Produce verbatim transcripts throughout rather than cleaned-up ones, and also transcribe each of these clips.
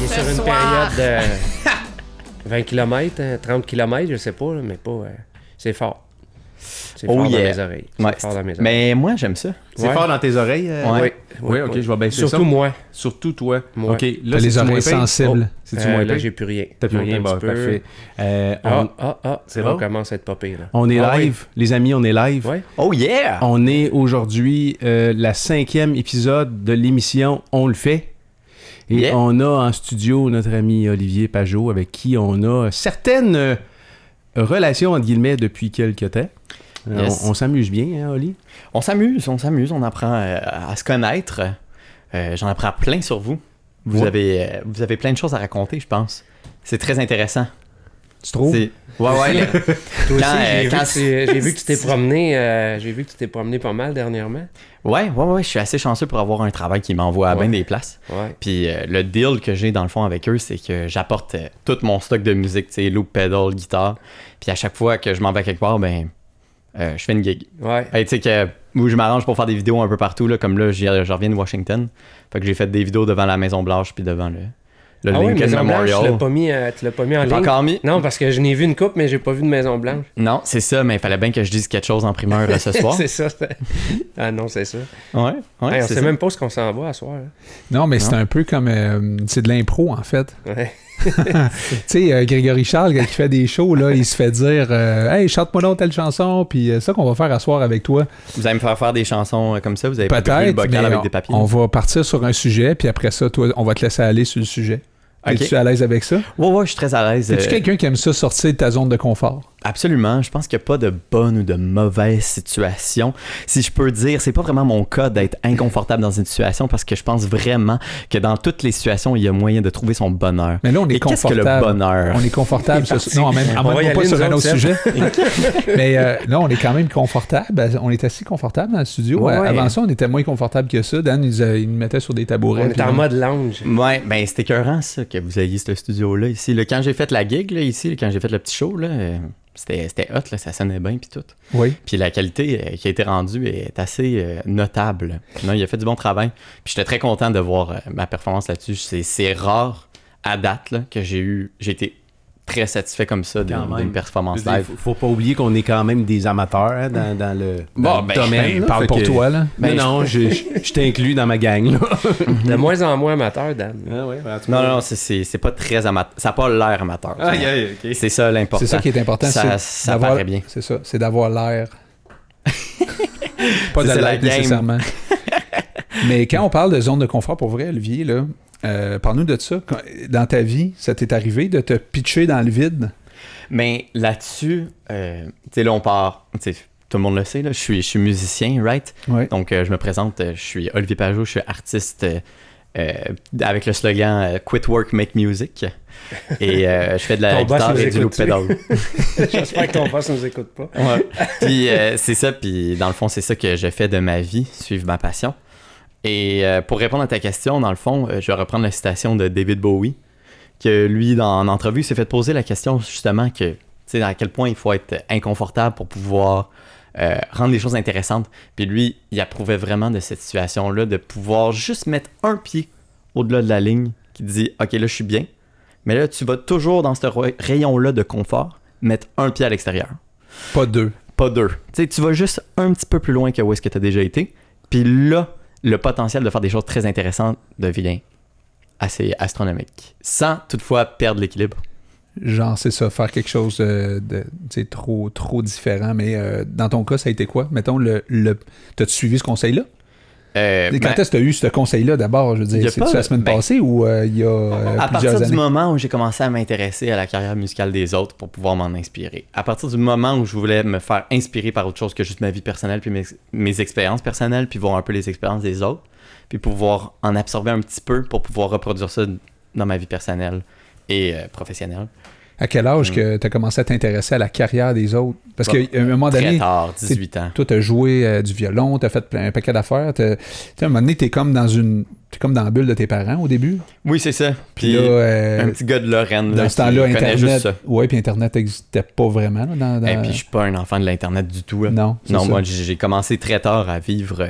il est ce sur une soir. période de vingt kilomètres, hein, trente kilomètres, je sais pas, là, mais pas... Euh, c'est fort. C'est Oh fort yeah. dans mes oreilles. C'est Ouais, fort dans mes oreilles. mais moi, j'aime ça. C'est Ouais. fort dans tes oreilles? euh? Ouais. Oui, Oui, ok, je vais baisser ça. Surtout moi. Surtout toi. Moi. Ok, là, T'as les c'est-tu oreilles moins pire? sensibles. Oh, c'est-tu Euh, moins là, pire? j'ai plus rien. T'as plus Monte rien, un bon, petit peu. parfait. Euh, on, Ah, ah, ah. C'est on bon? commence à être pas pire, là. on est Ah, live, les amis, on est live. Oui. Ouais. Oh yeah! On est aujourd'hui euh, la cinquième épisode de l'émission On le fait. Et Yeah. on a en studio notre ami Olivier Pajot avec qui on a certaines euh, relations entre guillemets depuis quelques temps. Euh, Yes. On, on s'amuse bien, hein, Oli? On s'amuse, on s'amuse, on apprend euh, à se connaître. Euh, j'en apprends plein sur vous. Vous, Ouais. avez, euh, vous avez plein de choses à raconter, je pense. C'est très intéressant. Tu trouves? C'est... Ouais, ouais. là. Toi Quand, aussi, euh, j'ai, quand vu que tu- j'ai vu que tu t'es promené, euh, j'ai vu que tu t'es promené pas mal dernièrement. Ouais, ouais, ouais, je suis assez chanceux pour avoir un travail qui m'envoie à Ouais. bien des places. Ouais. Puis euh, le deal que j'ai dans le fond avec eux, c'est que j'apporte euh, tout mon stock de musique, tu sais, loop, pedal, guitare. Puis à chaque fois que je m'en vais quelque part, ben, euh, je fais une gig. Ouais. Hey, tu sais que où je m'arrange pour faire des vidéos un peu partout, là, comme là, j'y- je reviens de Washington. Fait que j'ai fait des vidéos devant la Maison Blanche puis devant le, le Ah oui, Lincoln Maison Blanche, tu Memorial. l'as pas mis, euh, tu l'as pas mis en J'ai pas ligne. encore mis? Non, parce que je n'ai vu une coupe, mais j'ai pas vu de Maison Blanche. Non, c'est ça, mais il fallait bien que je dise quelque chose en primeur euh, ce soir. c'est ça. c'est- Ah non, c'est ça. Ouais, ouais, Hey, on c'est sait ça. même pas ce qu'on s'en va à soir. hein. Non, mais c'est Non. un peu comme... euh, c'est de l'impro, en fait. Ouais. Tu sais, euh, Grégory Charles, quand il fait des shows, là, il se fait dire euh, Hey, chante-moi donc telle chanson, puis euh, ça qu'on va faire à soir avec toi. Vous allez me faire faire des chansons euh, comme ça, vous avez pas pris le Peut-être, bocal mais avec on, des papiers. on va partir sur un sujet, puis après ça, toi, on va te laisser aller sur le sujet. Ok. Es-tu à l'aise avec ça? Ouais, ouais, je suis très à l'aise. Es-tu euh, quelqu'un qui aime ça sortir de ta zone de confort? Absolument. Je pense qu'il n'y a pas de bonne ou de mauvaise situation. Si je peux dire, c'est pas vraiment mon cas d'être inconfortable dans une situation parce que je pense vraiment que dans toutes les situations, il y a moyen de trouver son bonheur. Mais là, on est Et qu'est-ce que confortable. le bonheur? On est confortable. Il est ça- non, même, On va y même pas aller, sur nous un autres, autre Seb. sujet. Mais euh, là, on est quand même confortable. On est assez confortable dans le studio. Ouais, ouais. Avant ça, on était moins confortable que ça. Dan, il, nous a- il nous mettait sur des tabourets. On est puis en on- mode lounge. Ouais, ben c'était écœurant ça, que vous ayez ce studio-là ici. Là, quand j'ai fait la gig, là, ici, là, quand j'ai fait le petit show, là, euh, c'était, c'était hot, là, ça sonnait bien puis tout. Oui. Puis la qualité euh, qui a été rendue est assez euh, notable. Non, il a fait du bon travail. Puis j'étais très content de voir euh, ma performance là-dessus. C'est, c'est rare à date là, que j'ai eu, j'ai été très satisfait comme ça d'une, Quand même. d'une performance Je veux dire, live. faut, faut pas oublier qu'on est quand même des amateurs hein, dans, dans le, dans Bon, le ben, domaine. là, Parle fait pour que- toi, là. Ben, non, non, je, je, je t'inclus dans ma gang. Là. De moins en moins amateur, Dan. Ah ouais, en tout Non, cas. non, c'est, c'est, c'est pas très amateur. Ça n'a pas l'air amateur. tu Aïe, vois. aïe, ok. C'est ça l'important. C'est ça qui est important. Ça, c'est ça d'avoir- paraît bien. C'est ça. C'est d'avoir l'air. Pas de C'est la l'air game. nécessairement. Mais quand on parle de zone de confort, pour vrai, Olivier, là, euh, parle-nous de ça. Quand- Dans ta vie, ça t'est arrivé de te pitcher dans le vide? Mais là-dessus, euh, tu sais, là, on part. Tu sais, tout le monde le sait, là, je suis, je suis musicien, right? Oui. Donc, euh, je me présente, euh, je suis Olivier Pajot, je suis artiste euh, euh, avec le slogan euh, Quit Work, Make Music. Et euh, je fais de la Ton boss guitare nous et du loop écoute-tu? pedal. J'espère que ton boss nous écoute pas. Ouais. Puis euh, c'est ça, puis dans le fond, c'est ça que je fais de ma vie, suivre ma passion. Et euh, pour répondre à ta question, dans le fond, euh, je vais reprendre la citation de David Bowie, que lui, dans en entrevue, s'est fait poser la question justement que, tu sais, à quel point il faut être inconfortable pour pouvoir euh, rendre les choses intéressantes. Puis lui, il approuvait vraiment de cette situation-là, de pouvoir juste mettre un pied au-delà de la ligne, qui dit, OK, là, je suis bien, mais là, tu vas toujours dans ce ra- rayon-là de confort, mettre un pied à l'extérieur. Pas deux. Pas deux. Tu sais, tu vas juste un petit peu plus loin que où est-ce que tu as déjà été. Puis là, le potentiel de faire des choses très intéressantes devient assez astronomique. Sans toutefois perdre l'équilibre. Genre, c'est ça, faire quelque chose de, de tu sais, trop, trop différent. Mais euh, dans ton cas, ça a été quoi? Mettons, le, le... t'as-tu suivi ce conseil-là? Euh, Et quand ben, est-ce que tu as eu ce conseil-là d'abord? Je veux Il y dire, a c'est-tu pas- la semaine ben, passée ou euh, il y a euh, à plusieurs partir années? du moment où j'ai commencé à m'intéresser à la carrière musicale des autres pour pouvoir m'en inspirer. À partir du moment où je voulais me faire inspirer par autre chose que juste ma vie personnelle puis mes, mes expériences personnelles puis voir un peu les expériences des autres puis pouvoir en absorber un petit peu pour pouvoir reproduire ça dans ma vie personnelle et euh, professionnelle. À quel âge Mm. que tu as commencé à t'intéresser à la carrière des autres? Parce Bon, qu'à un moment Très donné, tard, dix-huit ans. toi, tu as joué euh, du violon, tu as fait plein- un paquet d'affaires. t'as- Tu sais, à un moment donné, tu es comme dans une. T'es comme dans la bulle de tes parents au début. Oui, c'est ça. Puis Puis là, euh, un petit gars de Lorraine là, dans ce temps-là, qui connaît juste Internet. ça. Ouais, puis Internet n'existait pas vraiment. Là, dans, dans... Et puis je suis pas un enfant de l'Internet du tout. là. Non, c'est Non, ça. moi j'ai j'ai commencé très tard à vivre euh,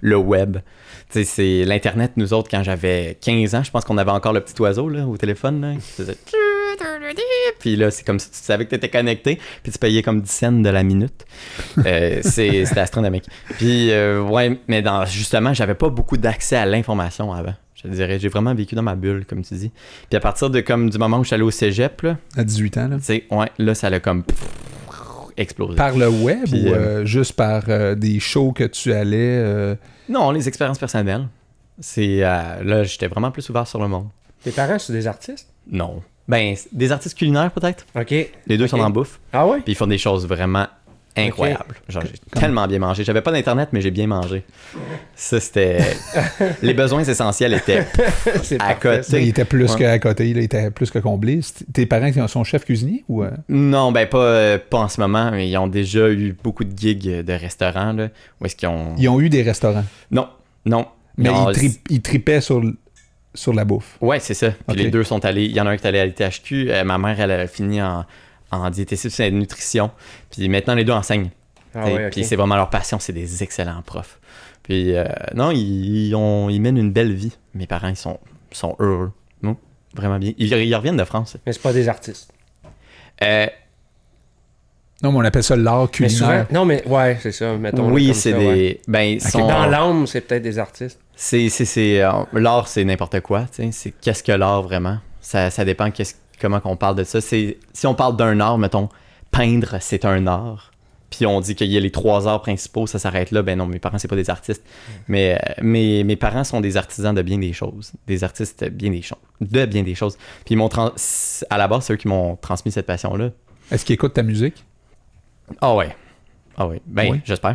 le web. Tu sais, c'est l'Internet, nous autres, quand j'avais quinze ans, je pense qu'on avait encore le petit oiseau là, au téléphone là, qui faisait... Puis là, c'est comme si tu savais que tu étais connecté, puis tu payais comme dix cents de la minute. Euh, c'est, c'était astronomique. Puis, euh, ouais, mais dans, justement, j'avais pas beaucoup d'accès à l'information avant. Je te dirais, j'ai vraiment vécu dans ma bulle, comme tu dis. Puis à partir de comme du moment où je suis allé au cégep, là, À dix-huit ans, là. tu sais, ouais, là, ça l'a comme explosé. Par le web Puis, ou euh, euh, juste par euh, des shows que tu allais... euh, Non, les expériences personnelles. C'est, euh, là, j'étais vraiment plus ouvert sur le monde. Tes parents, c'est des artistes? Non. Ben, des artistes culinaires, peut-être. OK. Les deux Ok. sont en bouffe. Ah ouais? Puis ils font des choses vraiment incroyables. Genre, j'ai Comme- tellement bien mangé. J'avais pas d'internet, mais j'ai bien mangé. Ça, c'était... Les besoins essentiels étaient c'est à parfait, côté. ça. il était plus Ouais. qu'à côté, là, il était plus que comblé. C'était- Tes parents qui sont chefs cuisiniers ou... euh? Non, ben pas, euh, pas en ce moment, mais ils ont déjà eu beaucoup de gigs de restaurants, là, où est-ce qu'ils ont... Ils ont eu des restaurants, Non, non. mais Non, ils, tri- ils tripaient sur, l- sur la bouffe. Ouais, c'est ça. Puis Ok. les deux sont allés... Il y en a un qui est allé à l'I T H Q. euh, ma mère, elle a fini en, en diététique et nutrition. Puis maintenant, les deux enseignent. Ah T'sais, ouais, ok. Puis c'est vraiment leur passion, c'est des excellents profs. Puis euh, non, ils, ils ont, ils mènent une belle vie. Mes parents, ils sont, sont heureux. Non, vraiment bien. Ils, ils reviennent de France. Mais c'est pas des artistes. Euh, Non, mais on appelle ça l'art Mais souvent... culinaire. Non, mais ouais, c'est ça. Mettons oui, comme c'est ça, des... ouais. Ben, ils Ok. sont... Dans l'âme, c'est peut-être des artistes. C'est, c'est, c'est, euh, l'art, c'est n'importe quoi. t'sais. C'est qu'est-ce que l'art, vraiment? Ça, ça dépend qu'est-ce, comment on parle de ça. C'est, si on parle d'un art, mettons, peindre, c'est un art. Puis on dit qu'il y a les trois arts principaux, ça s'arrête là. Ben non, mes parents, c'est pas des artistes. Mais euh, mes, mes parents sont des artisans de bien des choses. Des artistes de bien des choses. De bien des choses. Puis ils m'ont trans... à la base, c'est eux qui m'ont transmis cette passion-là. Est-ce qu'ils écoutent ta musique? Ah ouais. Ah ouais. Ben, Oui. j'espère.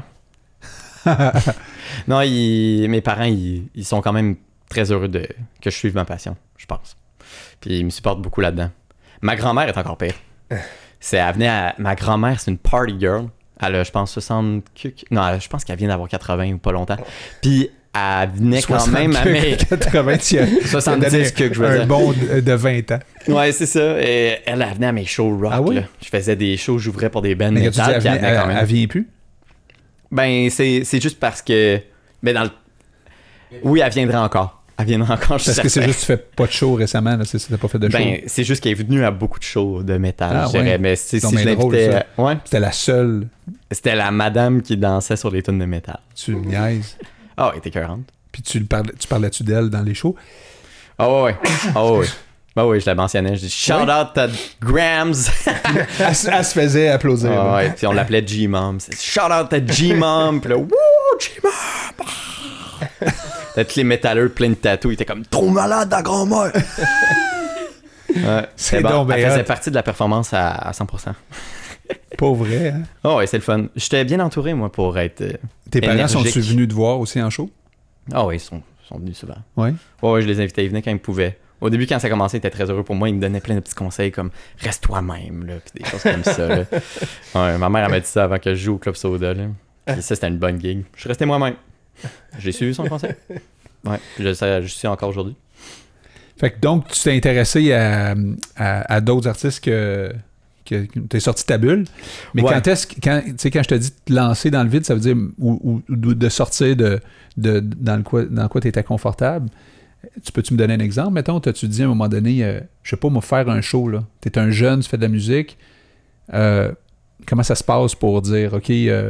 Non, ils- mes parents, ils, ils sont quand même très heureux de que je suive ma passion, je pense. Puis ils me supportent beaucoup là-dedans. Ma grand-mère est encore pire. C'est, elle venait à... Ma grand-mère, c'est une party girl. Elle a, je pense, soixante... Non, elle- je pense qu'elle vient d'avoir quatre-vingts ou pas longtemps. Puis elle venait quand même à mes... quatre-vingts, tu as- soixante-dix que je veux un dire. bon de, de vingt ans. Ouais, c'est ça. Et elle, elle venait à mes shows rock. Ah oui? Là. Je faisais des shows, j'ouvrais pour des bands Mais quand tu dis, metal, elle, puis elle vient, venait quand elle- même. elle vient plus? Ben, c'est, c'est juste parce que... Ben, dans le... Oui, elle viendrait encore. Elle viendrait encore, je suis Parce que c'est certain. juste que tu fais pas de show récemment, là, c'est, t'as pas fait de show. Ben, c'est juste qu'elle est venue à beaucoup de shows de métal, Ah, je dirais. ouais. Mais si, C'est si je bien drôle, l'invitais... ouais, C'était la seule, c'était la madame qui dansait sur les tunes de métal. tu me niaises. Ah, elle était écœurante. Puis tu, le parlais, tu parlais-tu d'elle dans les shows? Ah ouais, ouais. Ah ouais. Ben oui, je la mentionnais. Je dis shout out à Grams. elle, se- elle se faisait applaudir. Ah là. ouais, puis on l'appelait G-Mom. C'est shout out à G-Mom. Puis là, wouh, G-Mom. Là, tous les métalleux plein de tatous, ils étaient comme trop malade, la grand-mère. Ouais, C'est bon. donc ben Elle faisait hot. partie de la performance à, à cent pour cent. Pas vrai, hein? Oh ouais, c'est le fun. J'étais bien entouré, moi, pour être. euh, Tes parents Énergique. sont-ils venus te voir aussi en show? Ah ouais, ils sont, ils sont venus souvent. Ouais. Ouais, ouais, je les invitais, ils venaient quand ils pouvaient. Au début, quand ça commençait, ils étaient très heureux pour moi. Ils me donnaient plein de petits conseils comme reste toi-même, là, puis des choses comme ça. Là. Ouais, ma mère, elle m'a dit ça avant que je joue au Club Soda. Là. Puis ça, c'était une bonne gig. Je suis resté moi-même. J'ai suivi son conseil. Ouais, puis je, sais- je suis encore aujourd'hui. Fait que donc, tu t'es intéressé à, à, à d'autres artistes que, que, que t'es sorti de ta bulle. Mais Ouais. quand est-ce que, quand, tu sais, quand je te dis de te lancer dans le vide, ça veut dire ou, ou- ou de de sortir de, de, dans, le quoi, dans quoi tu étais confortable. Tu peux-tu me donner un exemple, mettons? T'as-tu dit à un moment donné, euh, je sais pas, moi, faire un show, là. T'es un jeune, tu fais de la musique. Euh, comment ça se passe pour dire, OK, euh,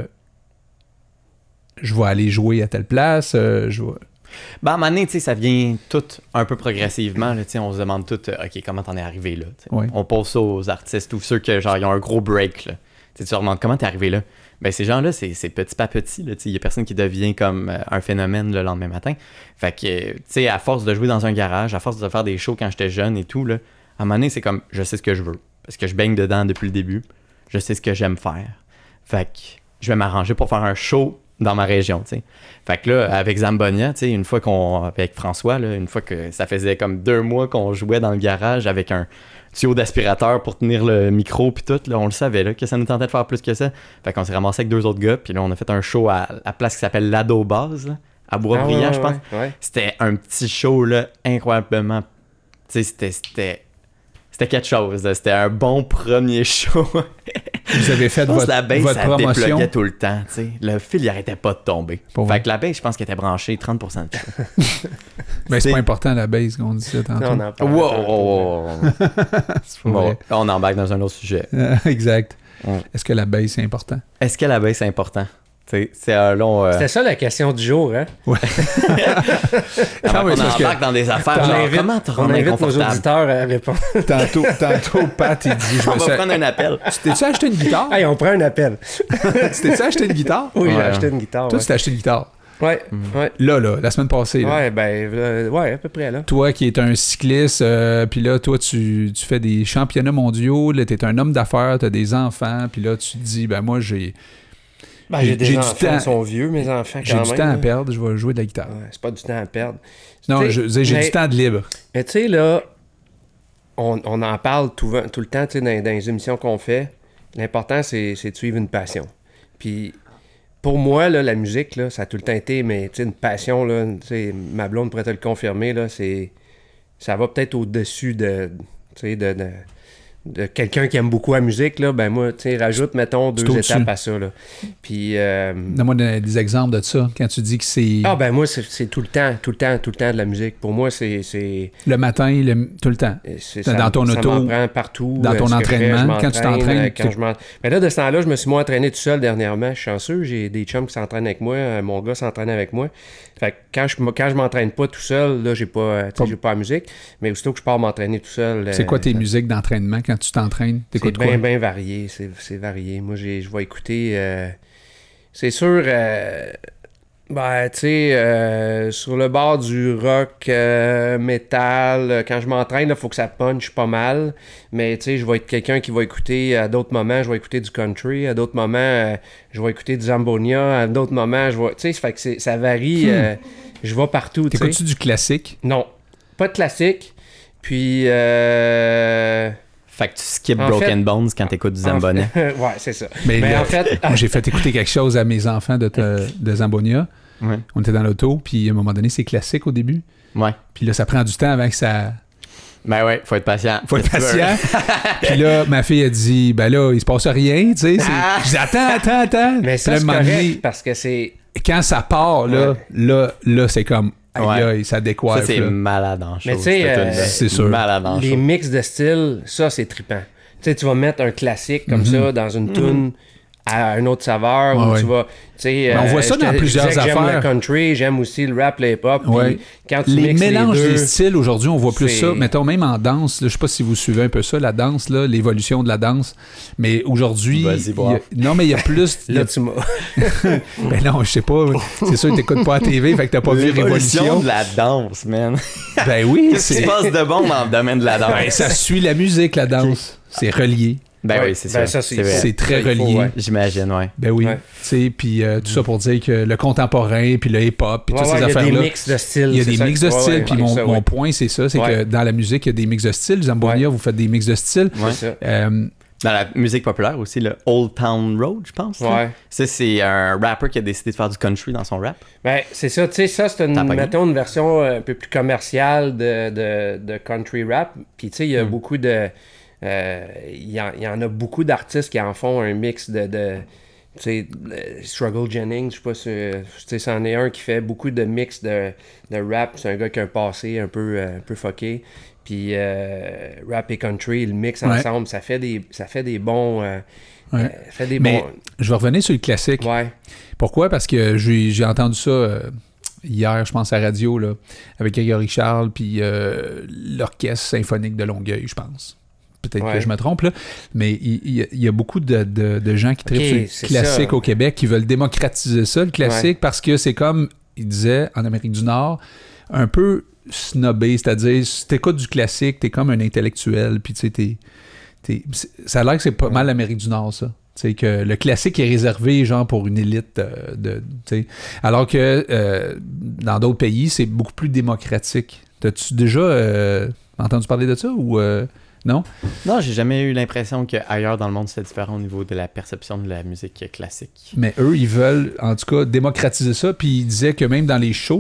je vais aller jouer à telle place, euh, je vais... Ben, à un moment donné, tu sais, ça vient tout un peu progressivement. Là, tu sais, on se demande tout, euh, OK, comment t'en es arrivé là? Tu sais. Ouais. On pose ça aux artistes ou ceux qui genre, ils ont un gros break. Là. Tu sais, tu leur demandes comment t'es arrivé là. Ben, ces gens-là, c'est, c'est petit pas petit. Il y a personne qui devient comme euh, un phénomène le lendemain matin. Fait que, euh, tu sais, à force de jouer dans un garage, à force de faire des shows quand j'étais jeune et tout, là, à un moment donné, c'est comme, je sais ce que je veux. Parce que je baigne dedans depuis le début. Je sais ce que j'aime faire. Fait que, je vais m'arranger pour faire un show dans ma région, tu sais. Fait que là, avec Zambonia, tu sais, une fois qu'on... Avec François, là, une fois que ça faisait comme deux mois qu'on jouait dans le garage avec un tuyau d'aspirateur pour tenir le micro puis tout, là, on le savait, là, que ça nous tentait de faire plus que ça. Fait qu'on s'est ramassé avec deux autres gars, puis là, on a fait un show à la place qui s'appelle l'Ado Base, là, à Boisbriand, Ah ouais, je pense. ouais, ouais. C'était un petit show, là, incroyablement... Tu sais, c'était... c'était... C'était quelque chose, là. C'était un bon premier show. vous avez fait Je pense votre, que la bass, votre ça promotion. dépluguait tout le temps, tu sais. Le fil, il arrêtait pas de tomber. Pour fait vrai. que la bass, je pense qu'elle était branchée trente pour cent de show. Mais c'est C'est- pas important la base qu'on disait tantôt. Non, on en parle. Wow, wow, wow, wow. C'est pas Bon, vrai. là, on embarque dans un autre sujet. exact. Ouais. Est-ce que la base c'est important? Est-ce que la bass, c'est important? Tu sais, c'est un long... euh, C'était ça la question du jour, hein? avant mais qu'on c'est parce que- embarque dans des affaires, On genre, invite, comment te on rendre invite nos inconfortable? auditeurs à répondre. Tantôt, tantôt, Pat, il dit je On me va suis... prendre un appel. Tu t'es-tu acheté une guitare? Hey, on prend un appel. Tu t'es-tu acheté une guitare? Oui, j'ai Ouais. acheté une guitare. Toi, ouais. tu t'es acheté une guitare. Ouais, ouais. Là, là, la semaine passée. Là. Ouais, ben, euh, ouais, à peu près, là. Toi qui es un cycliste, euh, puis là, toi, tu, tu fais des championnats mondiaux, là, t'es un homme d'affaires, t'as des enfants, puis là, tu te dis, ben moi, j'ai Ben, J'ai- j'ai des j'ai du enfants, temps. ils sont vieux, mes enfants, j'ai quand du même. temps à là. perdre, je vais jouer de la guitare. Ouais, c'est pas du temps à perdre. Non, Tu sais, je veux dire, j'ai mais- du temps de libre. Mais tu sais, là, on, on en parle tout, tout le temps, tu sais, dans, dans les émissions qu'on fait. L'important, c'est c'est de suivre une passion. Puis, pour moi, là, la musique, là, ça a tout le temps été, mais tu sais, une passion, là, tu sais, ma blonde pourrait te le confirmer, là, c'est... Ça va peut-être au-dessus de, tu sais, de... de de quelqu'un qui aime beaucoup la musique, là, ben moi, tu sais, rajoute, mettons, deux au-dessus. étapes à ça, là. Puis... euh, Donne-moi des, des exemples de ça, quand tu dis que c'est ah, ben moi, c'est c'est tout le temps, tout le temps, tout le temps de la musique. Pour moi, c'est... c'est le matin, le- tout le temps. c'est- Dans ça, ton ça auto, m'en prend partout. dans euh, ton ce que je fais, entraînement, je quand tu m'entraîne, t'entraînes, euh, quand tu- je m'en- Mais là, de ce temps-là, je me suis moins entraîné tout seul dernièrement. Je suis chanceux. J'ai des chums qui s'entraînent avec moi. euh, Mon gars s'entraîne avec moi. Fait que quand je, m- quand je m'entraîne pas tout seul, là, j'ai pas, euh, tu sais, Pas- j'ai pas la musique. Mais aussitôt que je pars m'entraîner tout seul... C'est quoi tes euh, musiques d'entraînement quand tu t'entraînes? c'est T'écoutes quoi? bien, bien varié. C'est c'est varié. Moi, j'ai- je vais écouter... euh, c'est sûr... euh, ben, tu sais, euh, sur le bord du rock, euh, métal, euh, quand je m'entraîne, il faut que ça punch pas mal. Mais, tu sais, je vais être quelqu'un qui va écouter, à d'autres moments, je vais écouter du country. À d'autres moments, euh, je vais écouter du Zambonia. À d'autres moments, je vais... Tu sais, ça fait que c'est- ça varie. euh, je vais partout, tu sais. T'écoutes-tu du classique? Non, pas de classique. Puis... Euh... Fait que tu skips En Broken fait- Bones quand t'écoutes du en Zambonnet. fait- ouais, c'est ça. Mais Mais là, en fait... moi, j'ai fait écouter quelque chose à mes enfants de, te- de Zambonia. Ouais. On était dans l'auto, puis à un moment donné, c'est classique au début. Ouais. Puis là, ça prend du temps avant que ça... Ben ouais, faut être patient. Faut être Qu'est-ce que tu veux? patient. Puis là, ma fille a dit, ben là, il se passe rien, tu sais. c'est- Ah! Je dis, attends, attends, attends. Mais Puis ça, là, c'est un moment correct donné, parce que c'est... quand ça part, là, Ouais. là, là, c'est comme, aïe, Ouais. aïe, ça décoiffe. Ça, c'est là. malade en chose. Mais tu sais, cette euh, tune-là. c'est sûr. Malade en Les chose. mix de style, ça, c'est trippant. Tu sais, tu vas mettre un classique comme Mhm. ça dans une tune à une autre saveur, Ouais, ou ouais. tu vas... tu sais, Mais on voit ça je dans te- je plusieurs disais que J'aime affaires. le country, j'aime aussi le rap, le hip-hop. puis Ouais. Quand tu Les mixes mélanges les deux, des styles, aujourd'hui, on voit plus c'est- ça. Mettons, même en danse, là, je sais pas si vous suivez un peu ça, la danse, là, l'évolution de la danse. Mais aujourd'hui, Vas-y, il y a- voir. non, mais il y a plus... il y a- là, tu m'as... Ben non, je sais pas. C'est sûr que t'écoutes pas à T V, fait que t'as pas vu L'évolution Révolution. de la danse, man. Ben oui, Qu'est-ce qui c'est... se passe de bon dans le domaine de la danse? Ben, ça suit la musique, la danse. C'est relié. Ben Ouais, oui, c'est ben ça. ça, c'est- C'est vrai. C'est très il faut, relié. ouais. J'imagine, ouais. Ben oui. Ouais. Tu sais, puis euh, tout ça pour dire que le contemporain, puis le hip-hop, puis Ouais, toutes ouais, ces il y a des affaires-là... mix de style. Il y a c'est des ça mix que- de ouais, style, ouais, puis ouais, mon, ça, mon ouais. point, c'est ça, c'est Ouais. que dans la musique, il y a des mix de style. Zambonia, vous faites des mix de style. Ouais. C'est ça. Euh, Dans la musique populaire aussi, le Old Town Road, je pense. là. Ouais. Ça, c'est un rapper qui a décidé de faire du country dans son rap. Ben, c'est ça, tu sais, ça, c'est une, T'as pas mettons, une version un peu plus commerciale de, de, de country rap. Puis, tu sais, il y a Mm. beaucoup de... euh, Il y, en, il y en a beaucoup d'artistes qui en font un mix de... de tu sais, le Struggle Jennings, je sais pas si... Tu sais, c'en est un qui fait beaucoup de mix de, de rap. C'est un gars qui a un passé un peu, euh, un peu fucké. Puis, euh, rap et country, le mix Ouais. ensemble, ça fait des, ça fait des bons... euh, Ouais. euh, fait des Mais bons... je vais revenir sur le classique. Ouais. Pourquoi? Parce que j'ai j'ai entendu ça euh, hier, je pense, à la radio, là, avec Grégory Charles, puis euh, l'Orchestre symphonique de Longueuil, je pense. Peut-être Ouais. que je me trompe, là. Mais il, il y a- il y a beaucoup de, de- de gens qui Ok, trippent sur c'est le classique ça. au Québec, qui veulent démocratiser ça, le classique, parce que c'est comme, il disait, en Amérique du Nord, un peu snobé, c'est-à-dire, si t'écoutes du classique, t'es comme un intellectuel, puis tu sais, t'es... t'es- c'est- ça a l'air que c'est pas mal l'Amérique du Nord, ça. Tu sais, que le classique est réservé, genre, pour une élite euh, de... tu sais. Alors que euh, dans d'autres pays, c'est beaucoup plus démocratique. T'as-tu déjà euh, entendu parler de ça, ou... euh, non? Non, j'ai jamais eu l'impression qu'ailleurs dans le monde, c'était différent au niveau de la perception de la musique classique. Mais eux, ils veulent, en tout cas, démocratiser ça, puis ils disaient que même dans les shows,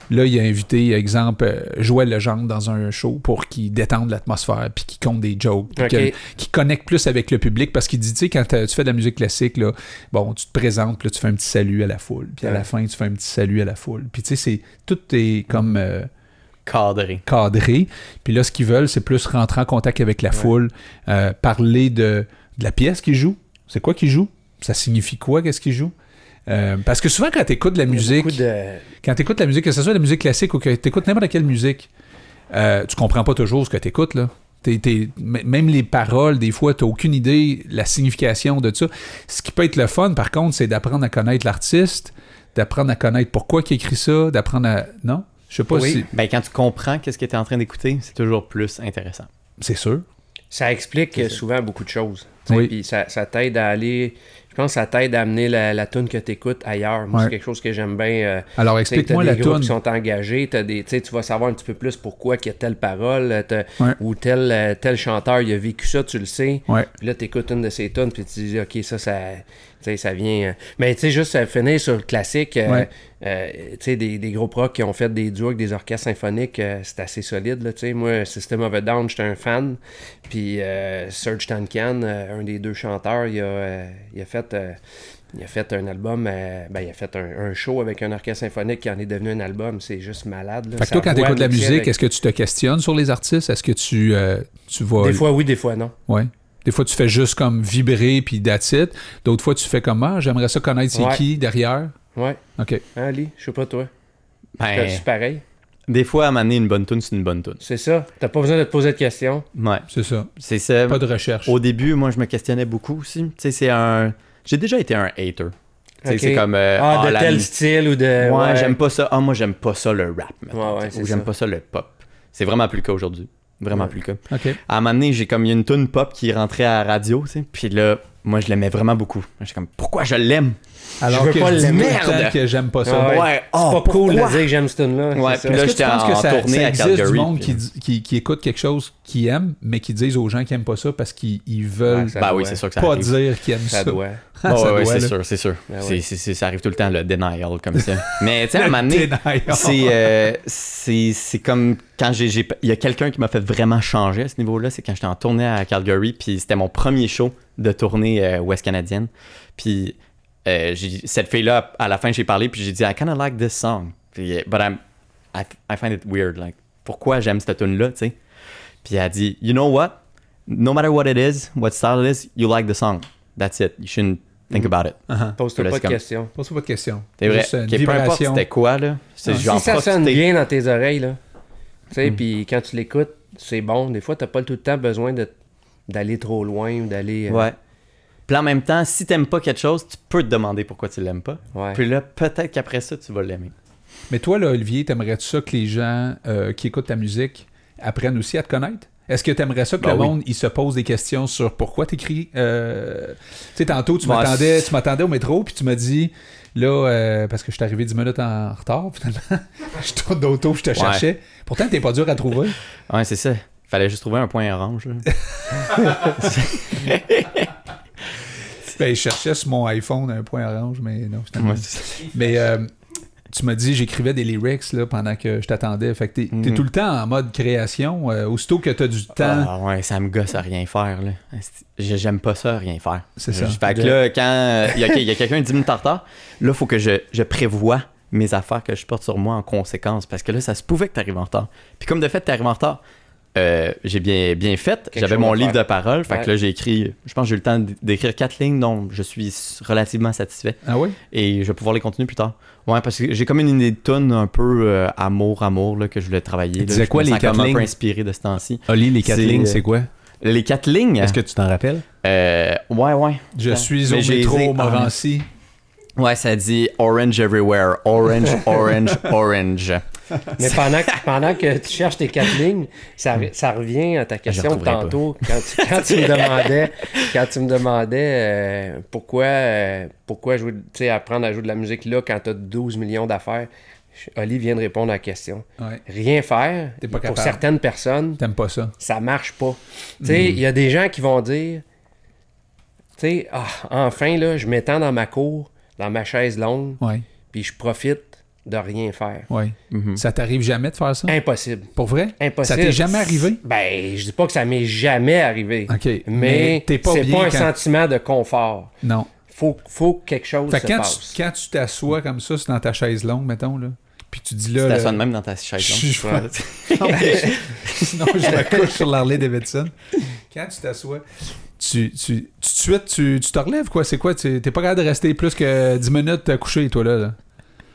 Là, il a invité, exemple, euh, Joël Legendre dans un show pour qu'il détende l'atmosphère, puis qu'il compte des jokes, puis Okay. que- qu'il connecte plus avec le public, parce qu'il dit, tu sais, quand t'as- tu fais de la musique classique, là, bon, tu te présentes, puis là, tu fais un petit salut à la foule, puis à Ouais. la fin, tu fais un petit salut à la foule. Puis tu sais, c'est tout est comme euh, Cadré. cadré. Puis là, ce qu'ils veulent, c'est plus rentrer en contact avec la Ouais. foule, euh, parler de, de la pièce qu'ils jouent. C'est quoi qu'ils jouent? Ça signifie quoi, qu'est-ce qu'ils jouent? Euh, parce que souvent, quand tu écoutes de la Il y a musique, beaucoup de... quand tu écoutes la musique, que ce soit la musique classique ou que tu écoutes n'importe quelle musique, euh, tu comprends pas toujours ce que tu écoutes, là. T'es- t'es- m- même les paroles, des fois, tu n'as aucune idée la signification de ça. Ce qui peut être le fun, par contre, c'est d'apprendre à connaître l'artiste, d'apprendre à connaître pourquoi il écrit ça, d'apprendre à... Non? Je sais pas Oui. si... Ben, quand tu comprends qu'est-ce que tu es en train d'écouter, c'est toujours plus intéressant. C'est sûr. Ça explique C'est euh, ça. souvent beaucoup de choses. tu sais, Oui. Puis ça, ça t'aide à aller... Je pense que ça t'aide à amener la, la tune que tu écoutes ailleurs. Moi, Ouais. c'est quelque chose que j'aime bien. euh, Alors, tu sais, explique-moi t'as la des groupes toune. qui sont engagés, t'as des, tu sais, tu vas savoir un petit peu plus pourquoi qu'il y a telle parole, euh, t'as- Ouais. ou tel, euh, tel chanteur il a vécu ça, tu le sais. Ouais. Puis là, tu écoutes une de ces tunes, puis tu dis, OK, ça, ça, tu sais, ça vient. euh. Mais tu sais, juste à finir sur le classique, euh, Ouais. euh, tu sais, des, des groupes rock qui ont fait des duos avec des orchestres symphoniques, euh, c'est assez solide, là, tu sais. Moi, System of a Down, j'étais un fan. Puis euh, Serge Tankian, euh, un des deux chanteurs, il a, euh, il a fait. euh, Il a fait un album, euh, ben, il a fait un, un show avec un orchestre symphonique qui en est devenu un album. C'est juste malade. Là. Fait que Sa toi, quand tu voix écoutes de la mixée musique, avec- est-ce que tu te questionnes sur les artistes? Est-ce que tu, euh, tu vas... Des fois oui, des fois non. Ouais. Des fois, tu fais juste comme vibrer puis that's it. D'autres fois, tu fais comme ah, j'aimerais ça connaître c'est Ouais. qui derrière. Ouais. OK. Hein, Ali? Je sais pas toi. Ben, Je suis pareil. des fois, à m'amener une bonne tune, c'est une bonne tune. C'est ça. T'as pas besoin de te poser de questions. Ouais, C'est ça. c'est ça. Pas de recherche. Au début, moi, je me questionnais beaucoup aussi. Tu sais, c'est un... J'ai déjà été un hater. Tu sais, Ok. c'est comme... euh, Ah, de la tel mu- style ou de. Ouais, j'aime pas ça. Ah, moi, j'aime pas ça le rap. mettons, Ouais, ouais, tu sais, c'est ou j'aime ça. pas ça le pop. C'est vraiment plus le cas aujourd'hui. Vraiment Ouais. plus le cas. OK. À un moment donné, j'ai comme il y a une tune pop qui rentrait à la radio, tu sais. Puis là, moi, je l'aimais vraiment beaucoup. J'étais comme, pourquoi je l'aime? Alors veux que pas je dis l'aimer. tout le temps Merde. que j'aime pas ça. Ah ouais. Ouais, C'est oh, pas cool de pourquoi? dire que j'aime ce tune-là. Ouais, c'est puis ça. là, Est-ce que tu j'étais penses en que ça, tournée ça à existe Calgary, du monde puis- qui, dit- qui, qui écoute quelque chose qu'ils aiment, mais qui disent aux gens qui aiment pas ça parce qu'ils ils veulent Ouais, ça Bah doit. oui, c'est sûr que ça pas arrive. dire qu'ils aiment ça. Ça doit. Ah, Ouais, ça ouais, doit, c'est là. sûr, c'est sûr. Ben C'est- ouais. c'est- c'est- ça arrive tout le temps, le denial comme ça. Mais tu sais, à un Le moment donné, denial. c'est, euh, c'est, c'est comme quand j'ai, j'ai- il y a quelqu'un qui m'a fait vraiment changer à ce niveau-là, c'est quand j'étais en tournée à Calgary, puis c'était mon premier show de tournée euh, ouest canadienne. Puis euh, j'ai- cette fille-là, à la fin, j'ai parlé, puis j'ai dit, I kind of like this song. Puis, euh, but I'm, I, I find it weird. Like, pourquoi j'aime cette tune-là, tu sais? Puis elle a dit, you know what? No matter what it is, what style it is, you like the song. That's it. You shouldn't think about it. Uh-huh. Pose-toi Là, pas c'est de comme- questions. Pose-toi pas de questions. C'est vrai. Juste une Ok, peu importe vibration. c'était quoi, là. C'est Ah, genre Si ça sonne profiter. bien dans tes oreilles, là, tu sais, Mm. puis quand tu l'écoutes, c'est bon. Des fois, t'as pas tout le temps besoin de, d'aller trop loin ou d'aller... euh, Ouais. Puis en même temps, si t'aimes pas quelque chose, tu peux te demander pourquoi tu l'aimes pas. ouais. Puis là, peut-être qu'après ça, tu vas l'aimer. Mais toi, là, Olivier, t'aimerais-tu ça que les gens euh, qui écoutent ta musique apprennent aussi à te connaître? Est-ce que t'aimerais ça que Ben le oui. monde il se pose des questions sur pourquoi t'écris? Euh... Tu sais, tantôt, tu Ouais, m'attendais, c'est- tu m'attendais au métro, puis tu m'as dit, là, euh, parce que je suis arrivé dix minutes en retard, finalement, je tourne d'auto, je te cherchais. Pourtant, t'es pas dur à trouver. Ouais, c'est ça. Fallait juste trouver un point orange. là. Ben, je cherchais sur mon iPhone un point orange, mais non, finalement. Ouais, c'est ça. Mais euh, tu m'as dit, j'écrivais des lyrics là, pendant que je t'attendais. Fait que t'es, t'es Mhm. tout le temps en mode création. euh, aussitôt que t'as du temps, Ah ouais, ça me gosse à rien faire. Là. J'ai- J'aime pas ça, rien faire. c'est ça. Je- Fait que là, quand euh, il y a, il y a quelqu'un dix minutes en retard, là, il faut que je, je prévoie mes affaires que je porte sur moi en conséquence. Parce que là, ça se pouvait que tu arrives en retard. Puis comme de fait, tu arrives en retard. Euh, j'ai bien, bien fait. Quelque J'avais chose mon à livre faire. de paroles. Fait Ouais. que là, j'ai écrit, je pense que j'ai eu le temps d'écrire quatre lignes dont je suis relativement satisfait. Ah oui? Et je vais pouvoir les continuer plus tard. Ouais, parce que j'ai comme une idée de tune un peu euh, amour, amour là, que je voulais travailler. là. disais Je quoi, me les sens quatre comme un peu lignes? inspiré de ce temps-ci. Oli, les quatre C'est- lignes, c'est quoi? Les quatre lignes? Est-ce que tu t'en rappelles? Euh, ouais, ouais. Je Ouais. suis Mais au j'ai métro les- Montmorency. Ouais, ça dit orange everywhere. Orange, orange, orange. Mais pendant que, pendant que tu cherches tes quatre lignes, ça, re- ça revient à ta question de retrouverai tantôt. Quand tu, quand tu me demandais, quand tu me demandais euh, pourquoi, euh, pourquoi jouer, tu sais, apprendre à jouer de la musique là quand tu as douze millions d'affaires, Oli vient de répondre à la question. Ouais. Rien faire, T'es pas pour capable. certaines personnes, T'aimes pas ça? ça marche pas. Tu sais, il y a des gens qui vont dire, tu sais, ah, enfin, là, je m'étends dans ma cour, dans ma chaise longue, Ouais. puis je profite de rien faire. Ouais. Mhm. Ça t'arrive jamais de faire ça? Impossible. Pour vrai? Impossible. Ça t'est jamais arrivé? Ben, je dis pas que ça m'est jamais arrivé. OK. Mais, Mais t'es pas c'est bien pas un quand- sentiment de confort. Non. Faut, faut que quelque chose Fait se que quand passe. tu, quand tu t'assois comme ça, c'est dans ta chaise longue, mettons, là, puis tu dis là... Tu t'assois là, de même dans ta chaise. Je- je- Ouais. Non, mais- Sinon, je me couche sur l'Harley Davidson. Quand tu t'assois, tu, tu, tout de suite, tu, tu te relèves, quoi? C'est quoi? Tu, t'es pas capable de rester plus que dix minutes couché, toi, là? là?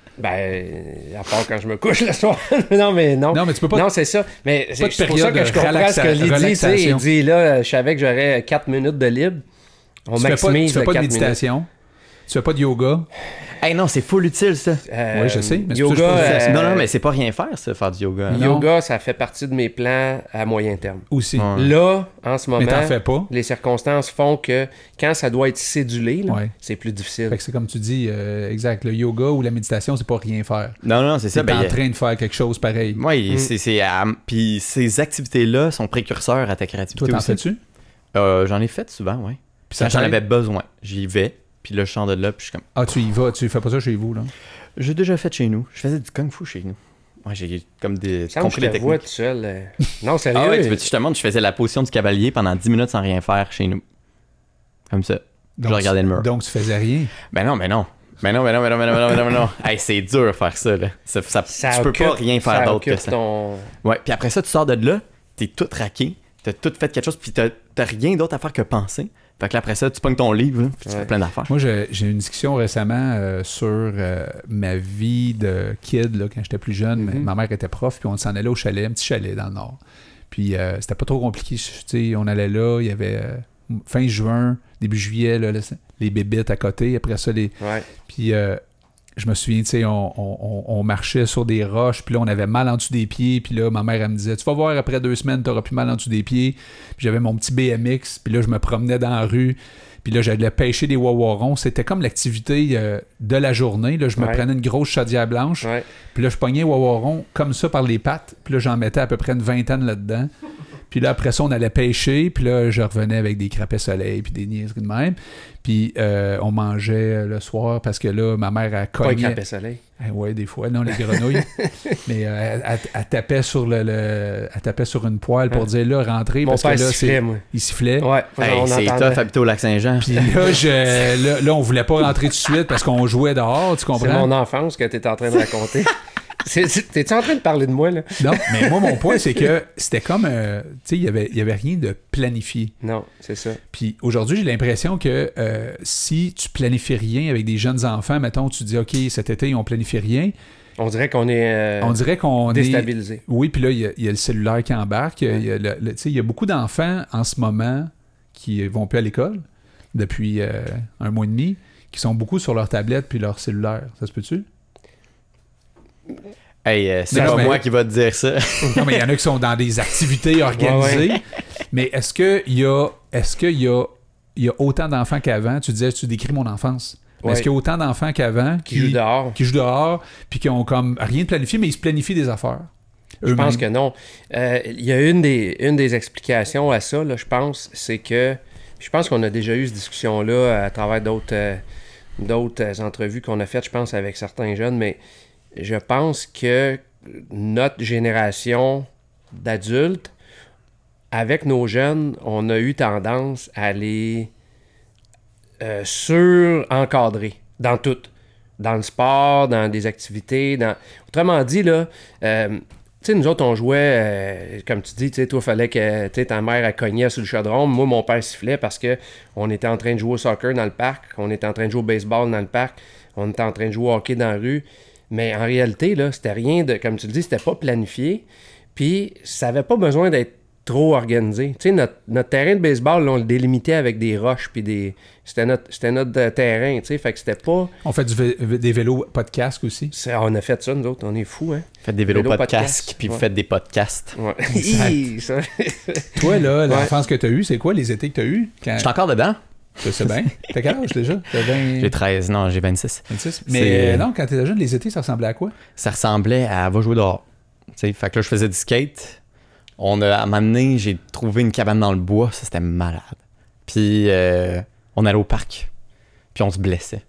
Ben, à part quand je me couche le soir. non, mais non. Non, mais tu peux pas... Non, c'est ça. Mais c'est de c'est pour ça période que je de comprends ce que relaxa- Lee dit. Tu sais, relaxation. il dit, là, je savais que j'aurais quatre minutes de libre. On tu fais pas, maximise tu fais le pas de quatre minutes. méditation. Tu fais pas de yoga. Hey, non, c'est full utile, ça. Euh, Oui, je sais, mais c'est pour ça que yoga, je pose la question. euh, Non, non, mais c'est pas rien faire, ça, faire du yoga. Non. yoga, ça fait partie de mes plans à moyen terme. Aussi. Ouais. Là, en ce moment, Mais t'en fais pas. les circonstances font que quand ça doit être cédulé, là, Ouais. c'est plus difficile. Fait que c'est comme tu dis, euh, exact, le yoga ou la méditation, c'est pas rien faire. Non, non, c'est ça. T'es Ben, en y a- train de faire quelque chose pareil. Oui, Mm. c'est, c'est, euh, puis ces activités-là sont précurseurs à ta créativité Toi, t'en aussi. fais-tu? Euh, j'en ai fait souvent, oui. Puis ça Quand j'en t'aide? avais besoin, j'y vais. Puis là, je sors de là, puis je suis comme... Ah, tu y vas, tu fais pas ça chez vous, là? J'ai déjà fait chez nous. Je faisais du kung-fu chez nous. Ouais, j'ai comme des... Ça me compris je les te vois techniques. tout seul. euh. Non, sérieux. Ah ouais, tu veux-tu, je te montre, je faisais la position du cavalier pendant dix minutes sans rien faire chez nous. Comme ça. Donc, regardais le mur. Donc, tu faisais rien. Ben non, ben non. Ben non, ben non, ben non, ben non, ben non, ben non, ben non. Hey, c'est dur faire ça, là. Ça, ça- Ça tu peux pas occupe- rien faire ça d'autre que occupe ça. ton... Ouais, puis après ça, tu sors de là, t'es tout raqué, t'as tout fait quelque chose, puis t'as, t'as rien d'autre à faire que penser. Fait que là, après ça, tu pognes ton livre, là, puis tu Ouais. fais plein d'affaires. Moi, j'ai j'ai eu une discussion récemment euh, sur euh, ma vie de kid, là, quand j'étais plus jeune. Mhm. Ma mère était prof, puis on s'en allait au chalet, un petit chalet dans le nord. Puis euh, c'était pas trop compliqué. Tu sais, on allait là, il y avait euh, fin juin, début juillet, là, là, les bébites à côté. Après ça, les... Ouais. Puis euh, je me souviens, tu sais, on, on, on marchait sur des roches, puis là, on avait mal en dessous des pieds, puis là, ma mère, elle me disait, tu vas voir, après deux semaines, t'auras plus mal en dessous des pieds. Puis j'avais mon petit B M X, puis là, je me promenais dans la rue, puis là, j'allais pêcher des wawarons. C'était comme l'activité euh, de la journée. Là, je me Ouais. prenais une grosse chaudière blanche, Ouais. puis là, je pognais un wawaron comme ça par les pattes, puis là, j'en mettais à peu près une vingtaine là-dedans. Puis là, après ça, on allait pêcher. Puis là, je revenais avec des crapets soleil puis des niaiseries de même. Puis euh, on mangeait le soir parce que là, ma mère, elle Pas les cognait. crapets soleil. Eh ouais, des fois, non, les grenouilles. Mais euh, elle, elle- elle tapait sur le, le- elle tapait sur une poêle pour dire là, rentrez. Mon parce que père là, sifflait, c'est. moi. Il sifflait. Ouais, Hey, on c'est entendait. tough habiter au Lac-Saint-Jean. Puis là, je, là, là, on voulait pas rentrer tout de suite parce qu'on jouait dehors, tu C'est comprends? mon enfance que t'es en train de raconter. C'est- c'est- T'es-tu en train de parler de moi, là? Non, mais moi, mon point, c'est que c'était comme. euh, tu sais, il y avait, il y avait rien de planifié. Non, c'est ça. Puis aujourd'hui, j'ai l'impression que euh, si tu planifies rien avec des jeunes enfants, mettons, tu dis, OK, cet été, on planifie rien, On dirait qu'on est euh, on dirait qu'on est... déstabilisé. Oui, puis là, il y, a- il y a le cellulaire qui embarque. Il y a le- le- tu sais, il y a beaucoup d'enfants en ce moment qui vont plus à l'école depuis euh, un mois et demi, qui sont beaucoup sur leur tablette puis leur cellulaire. Ça se peut-tu? Hey, euh, c'est Non, pas mais- moi qui va te dire ça. Non, mais il y en a qui sont dans des activités organisées. Mais est-ce qu'il y a, est-ce qu'il y a, il y a autant d'enfants qu'avant? Tu disais, tu décris mon enfance. Mais Ouais. est-ce qu'il y a autant d'enfants qu'avant Qui joue dehors. qui jouent dehors puis qui ont comme rien de planifié, mais ils se planifient des affaires? Je pense que non. Euh, Il y a une des, une des explications à ça, là, je pense, c'est que je pense qu'on a déjà eu cette discussion-là à travers d'autres euh, d'autres euh, entrevues qu'on a faites, je pense, avec certains jeunes, mais je pense que notre génération d'adultes, avec nos jeunes, on a eu tendance à les euh, sur-encadrer dans tout. Dans le sport, dans des activités. Dans... Autrement dit, là, euh, tu sais, nous autres, on jouait, euh, comme tu dis, tu sais, toi, il fallait que tu sais, ta mère, elle cognait sur le chaudron. Moi, mon père sifflait parce que on était en train de jouer au soccer dans le parc, on était en train de jouer au baseball dans le parc, on était en train de jouer au hockey dans la rue. Mais en réalité, là, c'était rien de, comme tu le dis, c'était pas planifié. Puis, ça avait pas besoin d'être trop organisé. Tu sais, notre, notre terrain de baseball, là, on le délimitait avec des roches, puis des... C'était notre, c'était notre euh, terrain, tu sais, fait que c'était pas... On fait du vé- des vélos pas de casque aussi. c'est- On a fait ça, nous autres, on est fous, hein? Faites des vélos Vélo pas de podcast. casque, puis vous Ouais. faites des podcasts. Ouais. Exact. Hi, ça. Toi, là, Ouais. l'enfance que tu as eue, c'est quoi les étés que tu as eus? Quand... Je suis encore dedans. Je sais bien. T'as quel âge déjà? T'as vingt... J'ai treize, non, j'ai vingt-six. vingt-six? Mais C'est- euh, non, quand t'étais jeune, les étés, ça ressemblait à quoi? Ça ressemblait à va jouer dehors. Tu sais, fait que là, je faisais du skate. On a, à un moment donné, j'ai trouvé une cabane dans le bois. Ça, c'était malade. Puis, euh, on allait au parc. Puis, on se blessait.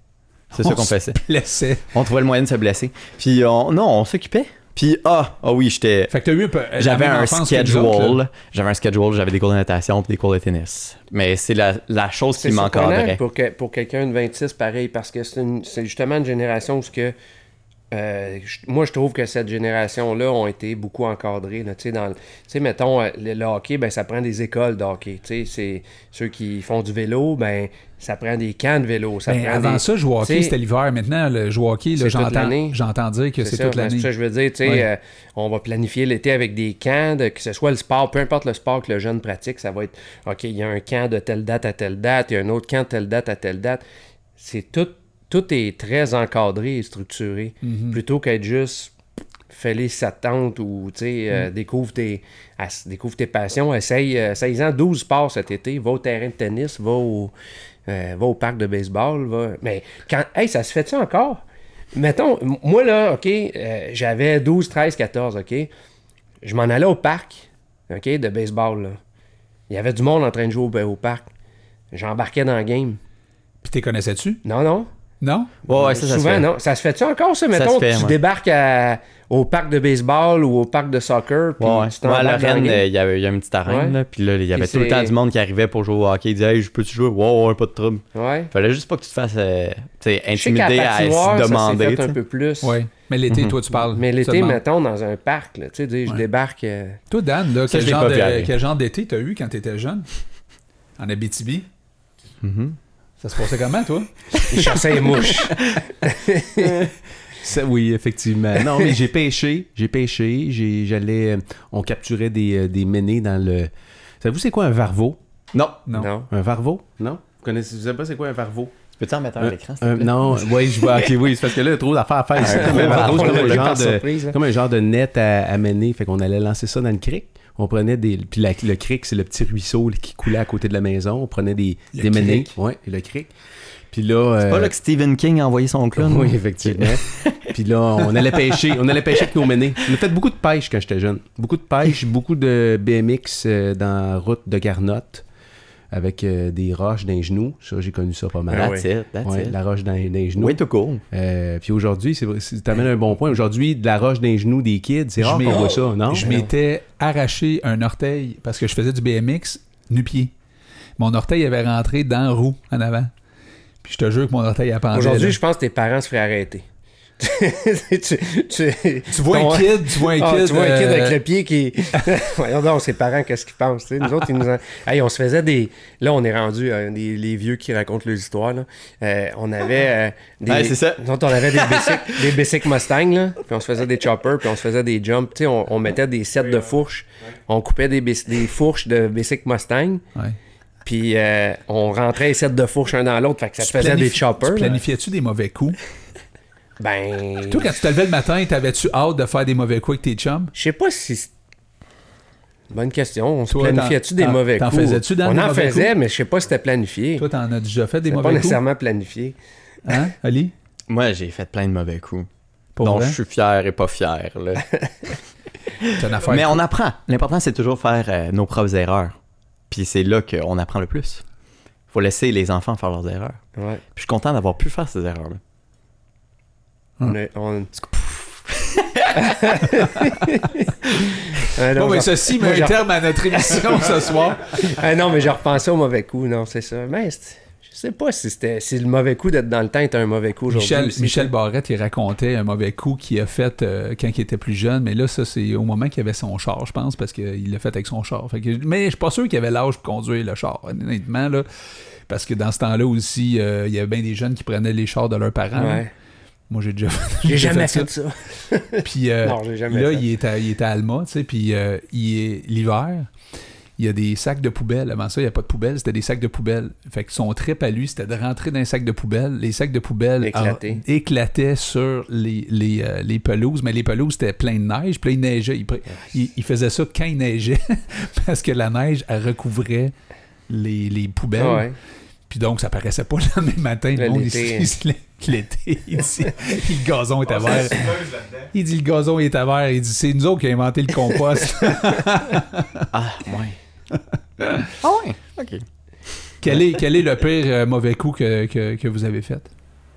C'est ça qu'on faisait. Blessait. On trouvait le moyen de se blesser. Puis on, non, on s'occupait. Puis ah, ah oui, j'étais. Fait que t'as eu un peu, la J'avais même un enfance que nous autres, schedule. là. J'avais un schedule, j'avais des cours de natation puis des cours de tennis. Mais c'est la, la chose qui C'est surprenant m'encadrait. pour, que, pour quelqu'un de vingt-six, pareil, parce que c'est, une, c'est justement une génération où ce que, euh, je- moi, je trouve que cette génération-là ont été beaucoup encadrés. Là, tu sais, dans le- tu sais, mettons, euh, le, le hockey, ben, ça prend des écoles de hockey. Tu sais, c'est ceux qui font du vélo, ben, ça prend des camps de vélo. Ça Ben, prend avant des- ça, jouer au hockey, t'sais, c'était l'hiver. Maintenant, le jouer au hockey, là, c'est toute j'entends, l'année. j'entends dire que c'est, ça, toute ben, l'année. C'est ça que je veux dire, tu sais, Ouais. euh, on va planifier l'été avec des camps, de, que ce soit le sport, peu importe le sport que le jeune pratique, ça va être, OK, il y a un camp de telle date à telle date, il y a un autre camp de telle date à telle date. C'est tout, tout est très encadré et structuré, Mhm. plutôt qu'être juste fais-les sa tente ou, tu sais, euh, Mm. découvre, tes, ass- découvre tes passions, essaye, euh, essaye-en douze sports cet été, va au terrain de tennis, va au, euh, va au parc de baseball, va... Mais, quand, hey, ça se fait-tu encore? Mettons, m- moi là, OK, euh, j'avais douze, treize, quatorze, OK? Je m'en allais au parc, OK, de baseball, là. Il y avait du monde en train de jouer au, au parc. J'embarquais dans le game. Puis t'es connaissais-tu? Non, non. Non? Ouais, ouais, ça, ça se Souvent, fait. non. Ça se fait-tu encore, ça? Ça Mettons, se fait, tu ouais. débarques à- au parc de baseball ou au parc de soccer, puis Ouais, ouais. tu Moi, à t'embarques dans le l'arène, game. euh, il y avait il y a une petite arène, Ouais. là, puis là, il y avait Puis tout le c'est- temps du monde qui arrivait pour jouer au hockey. Il disait, hey, je peux-tu jouer? Ouais, ouais, pas de trouble. Ouais. Fallait juste pas que tu te fasses euh, tu sais, Je sais qu'à intimider la à patinoire, se ça demander. s'est tu fait un sais. peu plus. Oui. Mais l'été, Mhm. toi, tu parles. Mais tu te l'été, demandes. mettons, dans un parc, là, tu sais, dire, je Ouais. débarque... euh, Toi, Dan, là, Ça, quel, je l'ai genre pas de, vu arriver. quel genre d'été t'as eu quand t'étais jeune? En Abitibi? Mhm. Ça se passait comment, toi? il chassait les mouches. Ça, oui, effectivement. Non, mais j'ai pêché. J'ai pêché. J'ai, j'allais... euh, On capturait des, euh, des ménés dans le... Savez-vous c'est quoi un varveau? Non. Non. Non. Un varveau? Non? Vous connaissez... Vous savez pas c'est quoi un varveau? Tu peux-tu en mettre un à l'écran, s'il te Euh, plaît? non, oui, je vois. Ok, oui, c'est parce que là, il y a trop d'affaires à faire ici. Un Comme un gros varveau, c'est On comme l'a un pris genre par de... surprise, hein. Comme un genre de net à, à mener. Fait qu'on allait lancer ça dans le cric. On prenait des... Puis la- le cric, c'est le petit ruisseau qui coulait à côté de la maison. On prenait des, Le des ménés. cric. Oui, le cric. Puis là... C'est euh, pas là que Stephen King a envoyé son clown? Oui, effectivement. Puis là, on allait pêcher. On allait pêcher avec nos ménés. On a fait beaucoup de pêche quand j'étais jeune. Beaucoup de pêche, beaucoup de B M X euh, dans la route de Garnotte avec euh, des roches dans les genoux. Ça, j'ai connu ça pas mal. Ah That's it, that's Ouais, it. la roche dans, dans les genoux. Way to go. Euh, puis aujourd'hui, c'est, vrai- c'est, t'amènes un bon point. Aujourd'hui, de la roche dans les genoux des kids, c'est rare Je qu'on m'ai- voit ça, non? Je m'étais arraché un orteil parce que je faisais du B M X nu-pied. Mon orteil avait rentré dans la roue en avant. Puis je te jure que mon orteil a pendu. Aujourd'hui, je pense que tes parents se feraient arrêter. tu, tu, Tu vois ton- un kid, tu vois un Ah, kid. tu vois un kid euh, avec le pied qui. Voyons donc, ses parents, qu'est-ce qu'ils pensent? tu sais? Nous autres, ils nous en... hey, on se faisait des. Là, on est rendu euh, des, les vieux qui racontent leurs histoires. Là. Euh, on avait euh, des. Ouais, c'est ça. Nous autres, on avait des bicycles, des bicycles Mustang, là, puis on se faisait des choppers, puis on se faisait des jumps. Tu sais, on, on mettait des sets de fourches. On coupait des, bis- des fourches de bicycles Mustang, ouais. puis euh, on rentrait les sets de fourches un dans l'autre. Fait que ça Tu faisait des planifie- choppers. Tu planifiais-tu des mauvais coups? Ben. Toi, quand tu te levais le matin, t'avais-tu hâte de faire des mauvais coups avec tes chums? Je sais pas si. c'est- Bonne question. On se Toi, planifiait-tu t'en- des t'en- mauvais t'en coups? faisais-tu dans On des en mauvais faisait, coups? mais je sais pas si c'était planifié. Toi, t'en as déjà fait des C'est pas mauvais coups? nécessairement planifié. Hein, Ali? Moi, j'ai fait plein de mauvais coups. Pour dont vrai? je suis fier et pas fier. Là. C'est une affaire Mais cool. on apprend. L'important, c'est toujours faire euh, nos propres erreurs. Puis c'est là qu'on apprend le plus. Faut laisser les enfants faire leurs erreurs. Ouais. Puis je suis content d'avoir pu faire ces erreurs-là. On a- on- Ah, non, Bon, mais genre- ceci moi, met un genre- terme à notre émission ce soir. Ah non, mais j'ai repensé au mauvais coup. Non, c'est ça. Mais c'est- je sais pas si c'était si le mauvais coup d'être dans le temps était un mauvais coup aujourd'hui. Michel, aussi. Michel Barrette, il racontait un mauvais coup qu'il a fait euh, quand il était plus jeune, mais là, ça, c'est au moment qu'il avait son char, je pense, parce qu'il l'a fait avec son char. Fait que, mais je suis pas sûr qu'il avait l'âge pour conduire le char, honnêtement, là. Parce que dans ce temps-là aussi, euh, il y avait bien des jeunes qui prenaient les chars de leurs parents. là. Ouais. Moi, j'ai déjà fait, J'ai déjà jamais fait fait ça. Puis euh, Non, j'ai jamais là, fait. il est, à, il est à Alma, tu sais, puis euh, il est l'hiver. Il y a des sacs de poubelle. Avant ça, il n'y a pas de poubelle, c'était des sacs de poubelle. Fait que son trip à lui, c'était de rentrer dans un sac de poubelle. Les sacs de poubelle Éclatés. en- éclataient sur les, les, euh, les pelouses, mais les pelouses, c'était plein de neige, puis là, il neigeait. Il, pre- il- il faisait ça quand il neigeait, parce que la neige, elle recouvrait les, les poubelles. Ah ouais. Puis donc, ça paraissait pas le lendemain matin. Le Là, monde, l'été, il, il- l'été, il dit, le gazon est à vert. Il dit, le gazon est à vert. Il dit, c'est nous autres qui avons inventé le compost. Ah, ouais. ah, ouais. OK. quel, est, quel est le pire euh, mauvais coup que, que, que vous avez fait?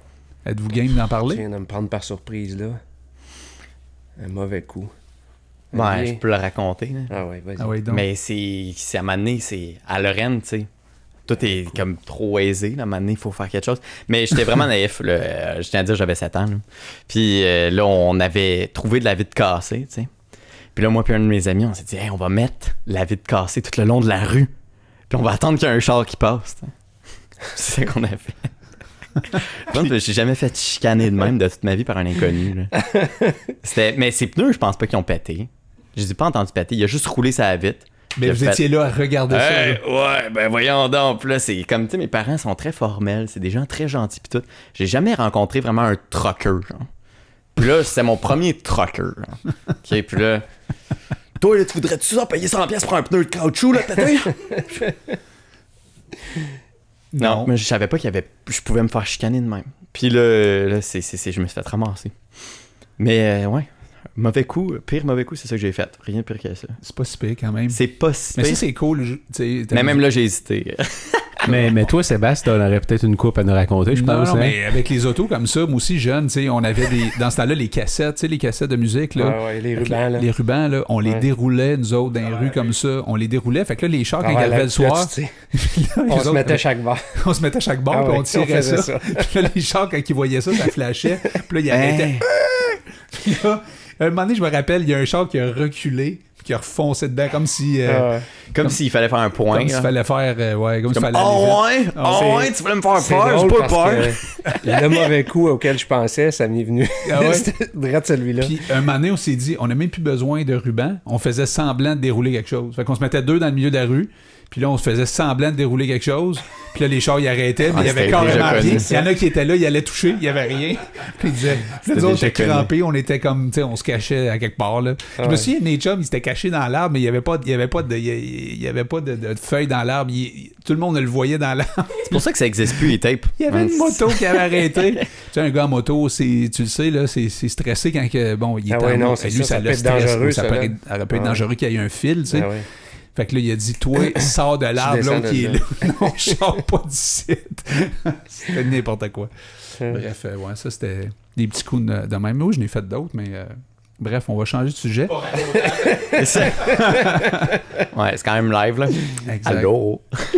Êtes-vous game d'en Tu parler? viens de me prendre par surprise, là. Un mauvais coup. Ouais, Olivier? je peux le raconter. Là. Ah ouais, vas-y. Ah oui, donc. Mais c'est, c'est à un moment donné, c'est à Lorraine, tu sais. Tout est comme trop aisé, là. À un moment donné, il faut faire quelque chose. Mais j'étais vraiment naïf, là. Euh, Je tiens à dire, j'avais sept ans, là. Puis euh, là, on avait trouvé de la vitre cassée, tu sais. Puis là, moi puis un de mes amis, on s'est dit, hey, on va mettre la vitre cassée tout le long de la rue. Puis on va attendre qu'il y ait un char qui passe, tu sais. C'est ça qu'on a fait. Donc, j'ai jamais fait chicaner de même de toute ma vie par un inconnu, là. C'était... Mais ses pneus, je pense pas qu'ils ont pété. Je les ai pas entendus péter. Il a juste roulé sa vitre. Mais J'ai vous fait, étiez là à regarder Hey, ça. Là. ouais, ben voyons donc. Puis là, c'est comme, tu sais, mes parents sont très formels. C'est des gens très gentils pis tout. J'ai jamais rencontré vraiment un trucker, genre. Puis là, c'était mon premier trucker, genre. OK, puis là... Toi, là, tu voudrais-tu ça payer cent pièces pour un pneu de caoutchouc, là, pété? Non, Non. mais je savais pas qu'il y avait... Je pouvais me faire chicaner de même. Puis là, là c'est, c'est, c'est, je me suis fait ramasser. Mais, euh, ouais... Mauvais coup, pire mauvais coup, c'est ça que j'ai fait. Rien de pire que ça. C'est pas si pire quand même. C'est pas si Mais pire. ça, c'est cool. je- tu sais, t'as- Mais même là, j'ai hésité. mais, mais toi, Sébastien, t'aurais peut-être une coupe à nous raconter, je non, pense. non, hein? mais avec les autos comme ça, moi aussi, jeune, tu sais, on avait des, dans ce temps-là les cassettes, tu sais, les cassettes de musique, là. Ouais, ouais, les Fait que rubans, là. Les rubans, là, on les Ouais. déroulait, nous autres, dans les rues comme ça. On les déroulait. Fait que là, les chars, quand ils Ah ouais, arrivaient là, le soir, là, tu sais, puis là, les on se autres- mettait chaque barre. on se mettait à chaque bord, Ah puis ouais, on tirait faisait ça. ça. Puis là, les chars, quand ils voyaient ça, ça flashait. Puis là, ils arrêtaient. Puis là, à un moment donné, je me rappelle, il y a un char qui a reculé, puis qui a refoncé dedans, comme si... euh, Ah ouais. Comme s'il fallait faire un point. comme s'il là. fallait faire... euh, ouais, comme s'il Comme, fallait aller oh vite. ouais, Ah, oh c'est- ouais, tu voulais me faire C'est peur, j'ai drôle pas parce peur. que le mauvais coup auquel je pensais, ça m'est venu. Ah ouais? C'était direct celui-là. Puis un moment donné, on s'est dit, on n'a même plus besoin de ruban. On faisait semblant de dérouler quelque chose. Fait qu'on se mettait deux dans le milieu de la rue. Puis là, on se faisait semblant de dérouler quelque chose. Puis là, les chars, ils arrêtaient. Puis Ah, il y avait c'était carrément déjà rien. connu, Il y en a qui étaient là, ils allaient toucher. Il y avait rien. Puis ils disaient, C'était nous autres, déjà étaient connu. crampés. On était comme, tu sais, on se cachait à quelque part, là. Je me Ouais. souviens, mes chums, ils s'étaient cachés dans l'arbre, mais il n'y avait pas, il y avait pas de, il y- il y avait pas de, de feuilles dans l'arbre. Il- tout le monde le voyait dans l'arbre. C'est pour ça que ça existe plus, les tapes. Il y avait Hein, une moto qui avait arrêté. Tu sais, un gars en moto, c'est, tu le sais, là, c'est, c'est stressé quand que, bon, il est Ah en ouais, non, moto. c'est Lui, ça, ça le peut être stresse, dangereux, ça, ça, peut là. être, ça peut être Ah ouais. dangereux qu'il y ait un fil, tu sais. Ah ouais. Fait que là, il a dit, toi, sors de l'arbre, descends l'autre de qui est là. là. Non, je sors pas d'ici. C'était n'importe quoi. Hum. Bref, euh, ouais, ça, c'était des petits coups de, de même. Oui, je n'ai fait d'autres, mais euh, bref, on va changer de sujet. c'est ça. Ouais, c'est quand même live, là. Exact. Allô?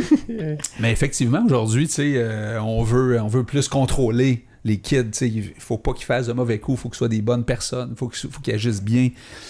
Mais effectivement, aujourd'hui, tu sais, euh, on veut, on veut plus contrôler les kids. Tu sais, il faut pas qu'ils fassent de mauvais coups. Il faut que ce soit des bonnes personnes. Il faut qu'ils faut qu'ils agissent bien.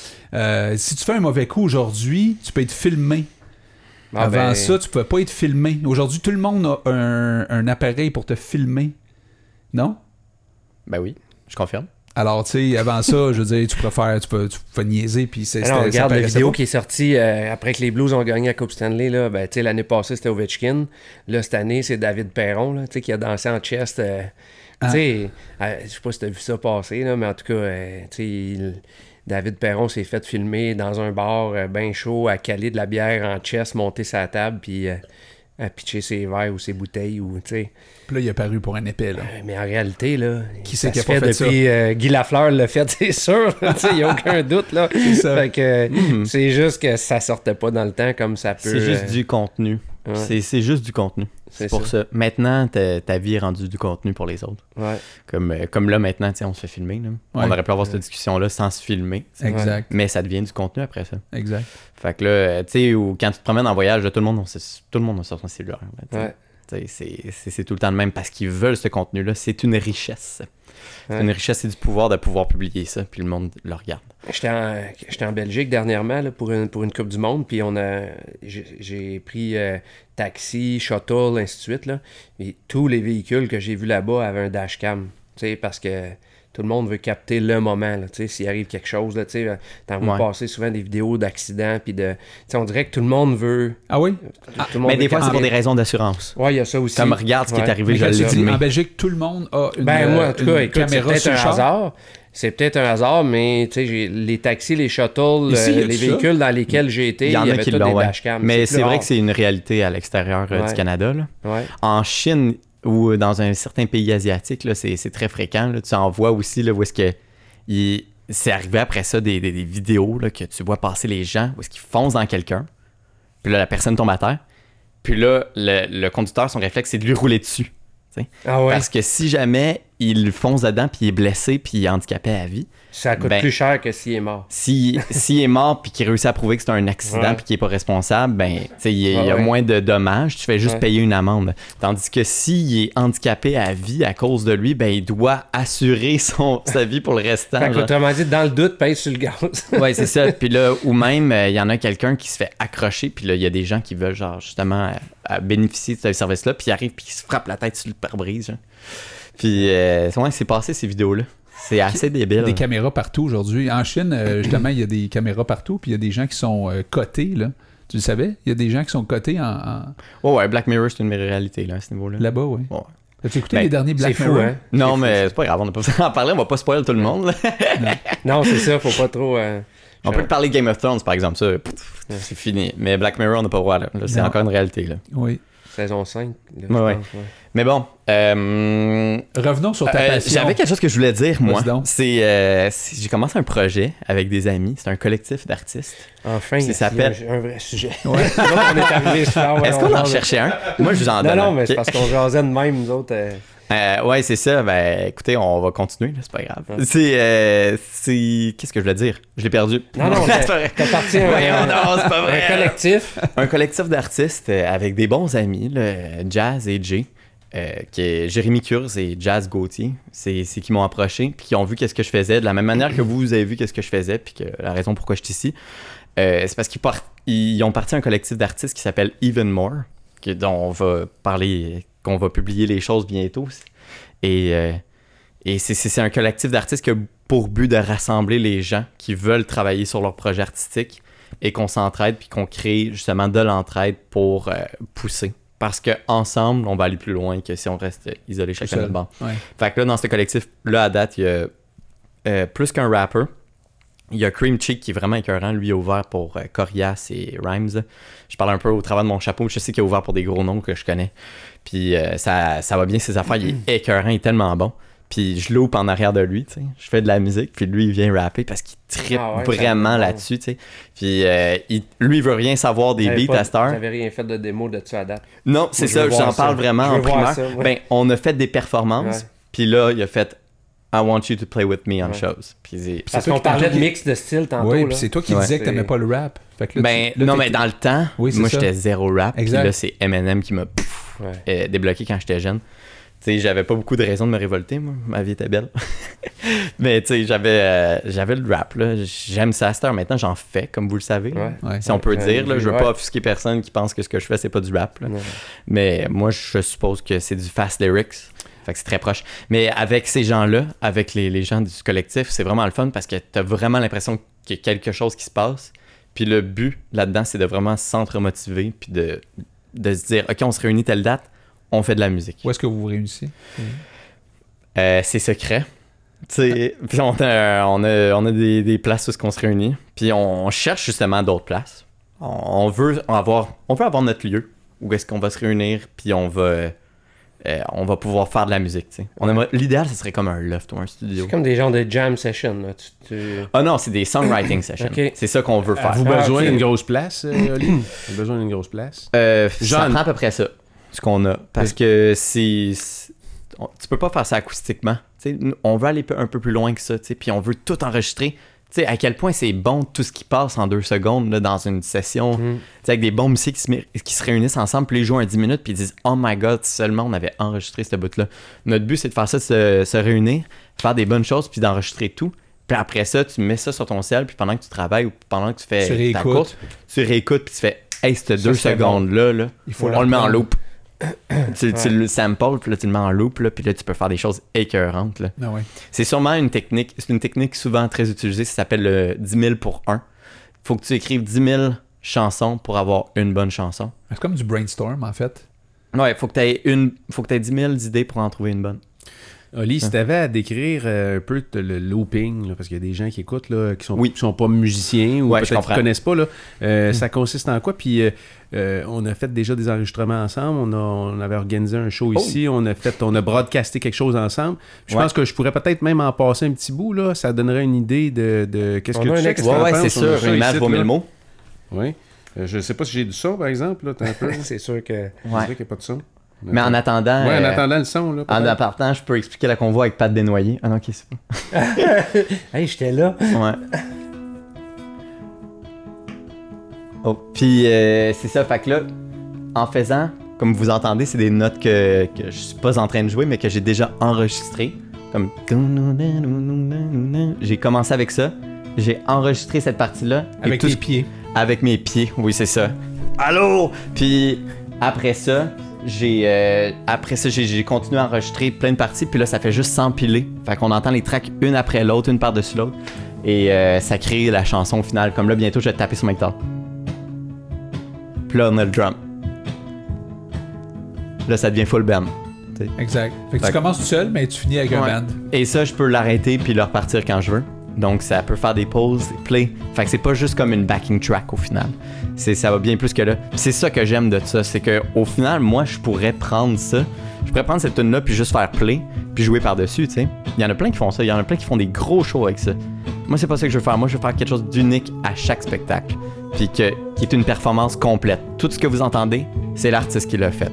Euh, si tu fais un mauvais coup aujourd'hui, tu peux être filmé. Ah Avant ben, ça, tu pouvais pas être filmé. Aujourd'hui, tout le monde a un, un appareil pour te filmer. Non? Ben oui, je confirme. Alors, tu sais, avant ça, je veux dire, tu préfères, tu peux, tu peux niaiser, puis c'est... Alors, c'était- ça regarde la paraissait vidéo pas. qui est sortie euh, après que les Blues ont gagné la Coupe Stanley. Là, ben, tu sais, l'année passée, c'était Ovechkin. Là, cette année, c'est David Perron là, tu sais, qui a dansé en chest. euh, Ah. Tu sais, euh, je sais pas si tu as vu ça passer, là, mais en tout cas, euh, tu sais, il- David Perron s'est fait filmer dans un bar euh, bien chaud, à caler de la bière en chest, monter sa table, puis euh, à pitcher ses verres ou ses bouteilles. Ou, tu sais. Puis là, il a paru pour un épée, là. Euh, Mais en réalité, là, Qui ça c'est qui a se pas fait ça? depuis euh, Guy Lafleur l'a fait, c'est sûr. Il n'y a aucun doute. Là. C'est ça. Fait que, Mhm. c'est juste que ça sortait pas dans le temps comme ça peut. C'est juste euh, du contenu. ouais. C'est, c'est juste du contenu. C'est C'est pour ça. Maintenant, ta, ta vie est rendue du contenu pour les autres. Ouais. Comme, euh, comme là, maintenant, tu sais, on se fait filmer. Là. On aurait pu avoir cette discussion-là sans se filmer. tu sais. Exact, Mais ça devient du contenu après ça. exact. Fait que là, euh, tu sais, ou quand tu te promènes en voyage, là, tout le monde, on sait- tout le monde a sur son cellulaire. là, tu sais. Ouais. Tu sais, C'est, c'est, c'est tout le temps le même parce qu'ils veulent ce contenu-là. C'est une richesse. C'est Ouais. une richesse, c'est du pouvoir de pouvoir publier ça, puis le monde le regarde. J'étais en, j'étais en Belgique dernièrement là, pour, une, pour une Coupe du Monde, puis on a, j'ai, j'ai pris euh, taxi, shuttle, ainsi de suite. Là, et tous les véhicules que j'ai vus là-bas avaient un dashcam, tu sais, parce que tout le monde veut capter le moment, là, tu sais, s'il arrive quelque chose, là, tu sais, t'en vois Ouais. passer souvent des vidéos d'accidents, puis de, tu sais, on dirait que tout le monde veut, Ah oui? tout le monde Mais veut des fois, c'est pour capter. des raisons d'assurance. Ouais, il y a ça aussi. Comme regarde ce qui est Ouais. arrivé, Mais je quand tu l'ai dis, filmé. en Belgique, tout le monde a une, Ben, moi, en tout cas, une écoute, c'est caméra peut-être sur un le char. hasard. C'est peut-être un hasard, mais tu sais, j'ai- les taxis, les shuttles, Ici, euh, y a les tout ça? véhicules dans lesquels j'ai été, Il il y y, en a avait qui tous l'ont, des ouais. dashcams. Mais c'est plus vrai rare. que c'est une réalité à l'extérieur euh, Ouais. du Canada. Là. Ouais. En Chine ou dans un certain pays asiatique, là, c'est, c'est très fréquent. Là. Tu en vois aussi là, où est-ce que il- c'est arrivé après ça des, des- des vidéos là, que tu vois passer les gens où est-ce qu'ils foncent dans quelqu'un. Puis là, la personne tombe à terre. Puis là, le, le conducteur, son réflexe, c'est de lui rouler dessus. Ah ouais. Parce que si jamais il fonce dedans, puis il est blessé, puis il est handicapé à vie. Ça coûte Ben, plus cher que s'il est mort. Si, s'il est mort, puis qu'il réussit à prouver que c'est un accident, Ouais. puis qu'il est pas responsable, ben, tu sais, il y a, il y a Ouais, ouais. moins de dommages, tu fais juste Ouais. payer une amende. Tandis que s'il est handicapé à vie à cause de lui, ben, il doit assurer son, sa vie pour le restant. Fait genre. qu'autrement dit, dans le doute, paye sur le gaz. Ouais, c'est ça. Puis là, ou même, euh, il y en a quelqu'un qui se fait accrocher, puis là, il y a des gens qui veulent, genre, justement, à, à bénéficier de ce service-là, puis ils arrivent, puis ils se frappent la tête sur le pare-brise. genre. Puis, euh, ouais, c'est passé ces vidéos-là. C'est assez débile. Des caméras partout aujourd'hui. En Chine, euh, justement, il y a des caméras partout, puis il y a des gens qui sont euh, cotés, là. Tu le savais? Il y a des gens qui sont cotés en, en- Oh, ouais, Black Mirror, c'est une réalité, là, à ce niveau-là. là-bas, oui. Ouais. As-tu écouté Ben, les derniers Black C'est fou, Mirror? hein? Non, mais c'est pas grave, on n'a pas besoin d'en parler, on va pas spoiler tout le monde. là. Non, c'est ça, faut pas trop... euh, On peut te parler de Game of Thrones, par exemple, ça, pff, c'est fini. Mais Black Mirror, on n'a pas le droit, là. Là, c'est Non. encore une réalité, là. Oui. Saison cinq. là, Ouais, je ouais. pense, ouais. Mais bon, euh, Revenons sur ta Euh, passion. J'avais quelque chose que je voulais dire, moi. Vas-y donc. C'est, euh, c'est- j'ai commencé un projet avec des amis. C'est un collectif d'artistes. Enfin, Ça il y a s'appelle- un, un vrai sujet. Ouais. Là, on est arrivé sur... ouais, Est-ce on qu'on en jase. cherchait un? Moi, je vous en Non, donne. non, un, mais c'est ok? parce qu'on jasait de même, nous autres. euh, Euh, ouais, c'est ça. Ben, écoutez, on va continuer, là, c'est pas grave. Ouais. C'est, euh, c'est... Qu'est-ce que je voulais dire? Je l'ai perdu. Non, non, c'est pas vrai. t'appartiens à un, Voyons, non, c'est pas vrai. un collectif. Un collectif d'artistes euh, avec des bons amis, là, Jazz et Jay, euh, qui est Jérémy Kurz et Jazz Gauthier. C'est, c'est qui m'ont approché, puis qui ont vu qu'est-ce que je faisais, de la même manière que vous, vous avez vu qu'est-ce que je faisais, puis que la raison pourquoi je suis ici, euh, c'est parce qu'ils part- ils ont parti un collectif d'artistes qui s'appelle Even More, que- dont on va parler, qu'on va publier les choses bientôt. Et, euh, et c'est, c'est, c'est un collectif d'artistes qui a pour but de rassembler les gens qui veulent travailler sur leur projet artistique et qu'on s'entraide puis qu'on crée justement de l'entraide pour euh, pousser. Parce qu'ensemble, on va aller plus loin que si on reste isolé chacun de notre bord. Ouais. Fait que là, dans ce collectif-là, à date, il y a euh, plus qu'un rapper. Il y a Cream Cheek qui est vraiment écœurant. Lui, il a ouvert pour euh, Corias et Rhymes. Je parle un peu au travers de mon chapeau. Je sais qu'il a ouvert pour des gros noms que je connais. Puis euh, ça, ça va bien, ses affaires. Il est écœurant, il est tellement bon. Puis je loupe en arrière de lui, tu sais. Je fais de la musique, puis lui, il vient rapper parce qu'il trippe Ah ouais, vraiment ça- là-dessus, tu sais. Puis euh, il- lui, il veut rien savoir des J'avais beats pas- à cette heure. J'avais rien fait de démo de ça à date. Non, c'est je ça, veux j'en voir parle ça. vraiment Je en veux voir primeur. ça, ouais. Ben, on a fait des performances, Ouais. puis là, il a fait I want you to play with me on Ouais. shows. Puis c'est- Parce toi qu'on qui parlait tantôt de qui- mix de style tantôt. Oui, là. puis c'est toi qui Ouais. disais que t'aimais C'est- pas le rap. Fait que là, ben, tu- là, non, t'es- mais dans le temps, Oui, c'est moi, ça. j'étais zéro rap. Puis Exact. là, c'est Eminem qui m'a pff, Ouais. euh, débloqué quand j'étais jeune. Tu sais, j'avais pas beaucoup de raisons de me révolter, moi. Ma vie était belle. Mais tu sais, j'avais, euh, j'avais le rap, là. J'aime ça à cette heure. Maintenant, j'en fais, comme vous le savez. Ouais. Ouais. Si on peut Ouais, dire, là, je veux ouais. pas offusquer personne qui pense que ce que je fais, c'est pas du rap. là. Ouais. Mais moi, je suppose que c'est du fast lyrics. Fait que c'est très proche. Mais avec ces gens-là, avec les, les gens du collectif, c'est vraiment le fun parce que t'as vraiment l'impression qu'il y a quelque chose qui se passe. Puis le but là-dedans, c'est de vraiment s'entre-motiver puis de, de se dire, OK, on se réunit telle date, on fait de la musique. Où est-ce que vous vous réunissez? Euh, c'est secret. Tu sais, puis on a, on a, on a des, des places où on se réunit. Puis on, on cherche justement d'autres places. On, on veut avoir, on veut avoir notre lieu où est-ce qu'on va se réunir. Puis on va, euh, on va pouvoir faire de la musique. tu sais. On aimerait- l'idéal, ce serait comme un loft ou un studio. C'est comme des genres de jam session. Là. Tu, tu... Ah non, c'est des songwriting sessions. Ok. C'est ça qu'on veut faire. Avez-vous Ah, besoin ok. d'une grosse place, euh, Oli? Avez-vous besoin d'une grosse place? Euh, ça Jeanne. prend à peu près ça, ce qu'on a. Parce que c'est... c'est- on- tu peux pas faire ça acoustiquement. Tu sais, nous, on veut aller peu- un peu plus loin que ça, tu sais, puis on veut tout enregistrer. Tu sais, à quel point c'est bon tout ce qui passe en deux secondes là, dans une session. Mm. Tu sais, avec des bons musiciens qui se, mi- qui se réunissent ensemble, puis les jouent en dix minutes, puis ils disent « Oh my God, seulement on avait enregistré ce bout-là. » Notre but, c'est de faire ça, de se, se réunir, faire des bonnes choses, puis d'enregistrer tout. Puis après ça, tu mets ça sur ton ciel, puis pendant que tu travailles ou pendant que tu fais Tu ta réécoutes. course, tu réécoutes, puis tu fais « Hey, cette Ça, deux c'est secondes-là, là, Il faut on la le met en reprendre. loop. » tu, tu le samples, puis là, tu le mets en loop, là, puis là, tu peux faire des choses écœurantes. Là. Ah ouais. C'est sûrement une technique, c'est une technique souvent très utilisée, ça s'appelle le dix mille pour un. Faut que tu écrives dix mille chansons pour avoir une bonne chanson. C'est comme du brainstorm, en fait. Ouais, faut que tu aies une, faut que tu aies dix mille idées pour en trouver une bonne. Oli, si t'avais à décrire euh, un peu t- le looping, là, parce qu'il y a des gens qui écoutent, là, qui sont, Oui. qui sont pas musiciens ou Ouais, je peut-être qui comprends. connaissent pas, là, euh, ça consiste en quoi? Puis euh, euh, on a fait déjà des enregistrements ensemble, on, a, on avait organisé un show Oh. ici, on a fait, on a broadcasté quelque chose ensemble. Je Ouais. pense que je pourrais peut-être même en passer un petit bout, là, ça donnerait une idée de, de qu'est-ce On que a tu un sais, extrait. qu'est-ce que Ouais, t'en ouais, c'est penses? On a sûr, ça une image ici, vaut là. mille mots. Oui. Euh, je sais pas si j'ai du son, par exemple, là, t'as un peu. C'est sûr que... C'est Ouais. vrai qu'il n'y a pas de son. Mais en attendant... Ouais, en euh, attendant le son, là. En peut-être. appartant, je peux expliquer la convoi avec Pat Desnoyers. Ah non, ok, c'est pas. Hey, j'étais là. Ouais. Oh, puis euh, c'est ça, fait que là, en faisant, comme vous entendez, c'est des notes que, que je suis pas en train de jouer, mais que j'ai déjà enregistrées. Comme. J'ai commencé avec ça. J'ai enregistré cette partie-là. et Avec tout les ce- pieds. Avec mes pieds, oui, c'est ça. Allô? Puis après ça, j'ai euh, après ça, j'ai, j'ai continué à enregistrer plein de parties, puis là, ça fait juste s'empiler. Fait qu'on entend les tracks une après l'autre, une par-dessus l'autre. Et euh, ça crée la chanson finale. Comme là, bientôt, je vais taper sur ma guitare. Puis là, on a le drum. Là, ça devient full band. Exact. Fait que Fait tu que- commences tout seul, mais tu finis avec un Ouais. band. Et ça, je peux l'arrêter puis le repartir quand je veux. Donc, ça peut faire des pauses, des plays. Fait que c'est pas juste comme une backing track au final. C'est, ça va bien plus que là. Puis c'est ça que j'aime de ça. C'est que au final, moi, je pourrais prendre ça. Je pourrais prendre cette tune-là puis juste faire play puis jouer par-dessus, tu sais. Il y en a plein qui font ça. Il y en a plein qui font des gros shows avec ça. Moi, c'est pas ça que je veux faire. Moi, je veux faire quelque chose d'unique à chaque spectacle. Puis que, qui est une performance complète. Tout ce que vous entendez, c'est l'artiste qui l'a fait.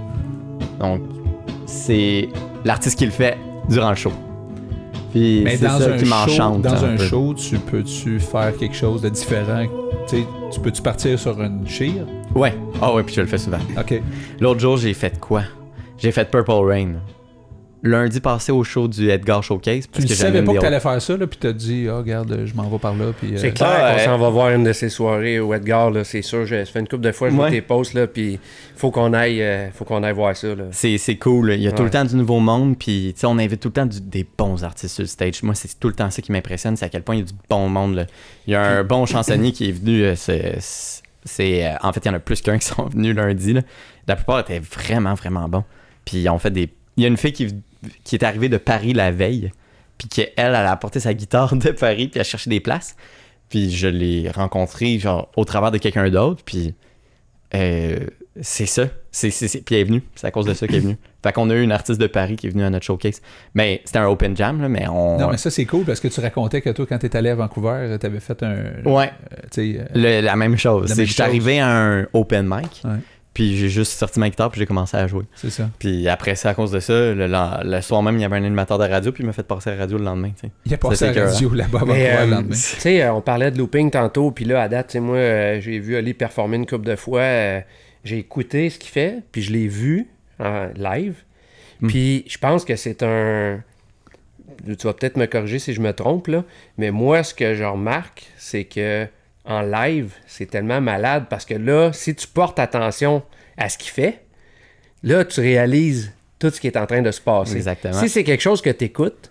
Donc, c'est l'artiste qui le fait durant le show. Puis Mais c'est dans ça un qui show, m'enchante. dans un peu. show, tu peux-tu faire quelque chose de différent? Tu sais, tu peux-tu partir sur une cheer? Ouais. Ah ouais, puis je le fais souvent. OK. L'autre jour, j'ai fait quoi? J'ai fait Purple Rain. Lundi passé au show du Edgar Showcase. Tu Parce ne que savais j'anime pas des que t'allais autres- faire ça, là, puis t'as dit, ah, regarde, je m'en vais par là, puis... euh, C'est clair Ah, qu'on ouais. s'en va voir une de ces soirées au Edgar, là, c'est sûr. Je, ça fait une couple de fois que je vois Ouais. tes posts, là, puis faut qu'on aille, euh, faut qu'on aille voir ça. Là. C'est, c'est cool. Il y a tout Ouais. le temps du nouveau monde. Puis, tu sais, on invite tout le temps du- des bons artistes sur le stage. Moi, c'est tout le temps ça qui m'impressionne. C'est à quel point il y a du bon monde. Là. Il y a un bon chansonnier qui est venu. euh, c'est, c'est, euh, en fait, il y en a plus qu'un qui sont venus lundi. Là. La plupart étaient vraiment, vraiment bons. Puis, ils ont fait des. Il y a une fille qui, qui est arrivée de Paris la veille. Puis, qu'elle, elle a apporté sa guitare de Paris. Puis, elle cherchait des places. Puis, je l'ai rencontrée, genre, au travers de quelqu'un d'autre. Puis, euh, c'est ça. C'est, c'est, c'est... Puis elle est venue. C'est à cause de ça qu'elle est venue. Fait qu'on a eu une artiste de Paris qui est venue à notre showcase. Mais c'était un open jam, là, mais on... Non, mais ça, c'est cool, parce que tu racontais que toi, quand t'étais allé à Vancouver, t'avais fait un... Ouais, euh, tu sais... euh, le- la même chose. La C'est même que j'étais chose. arrivé à un open mic, Ouais. puis j'ai juste sorti ma guitare, puis j'ai commencé à jouer. c'est ça. Puis après ça, à cause de ça, le, le- le soir même, il y avait un animateur de radio, puis il m'a fait passer à la radio le lendemain, tu sais. Il a passé Ça, à c'est la que- radio là-bas à Mais, Vancouver euh, le lendemain. tu sais, euh, on parlait de looping tantôt, puis là, à date, tu sais, moi, euh, j'ai vu Ali performer une couple de fois. euh, j'ai écouté ce qu'il fait, puis je l'ai vu en live. Mm. Puis je pense que c'est un... Tu vas peut-être me corriger si je me trompe, là. Mais moi, ce que je remarque, c'est que en live, c'est tellement malade parce que là, si tu portes attention à ce qu'il fait, là, tu réalises tout ce qui est en train de se passer. Exactement. Si c'est quelque chose que tu écoutes,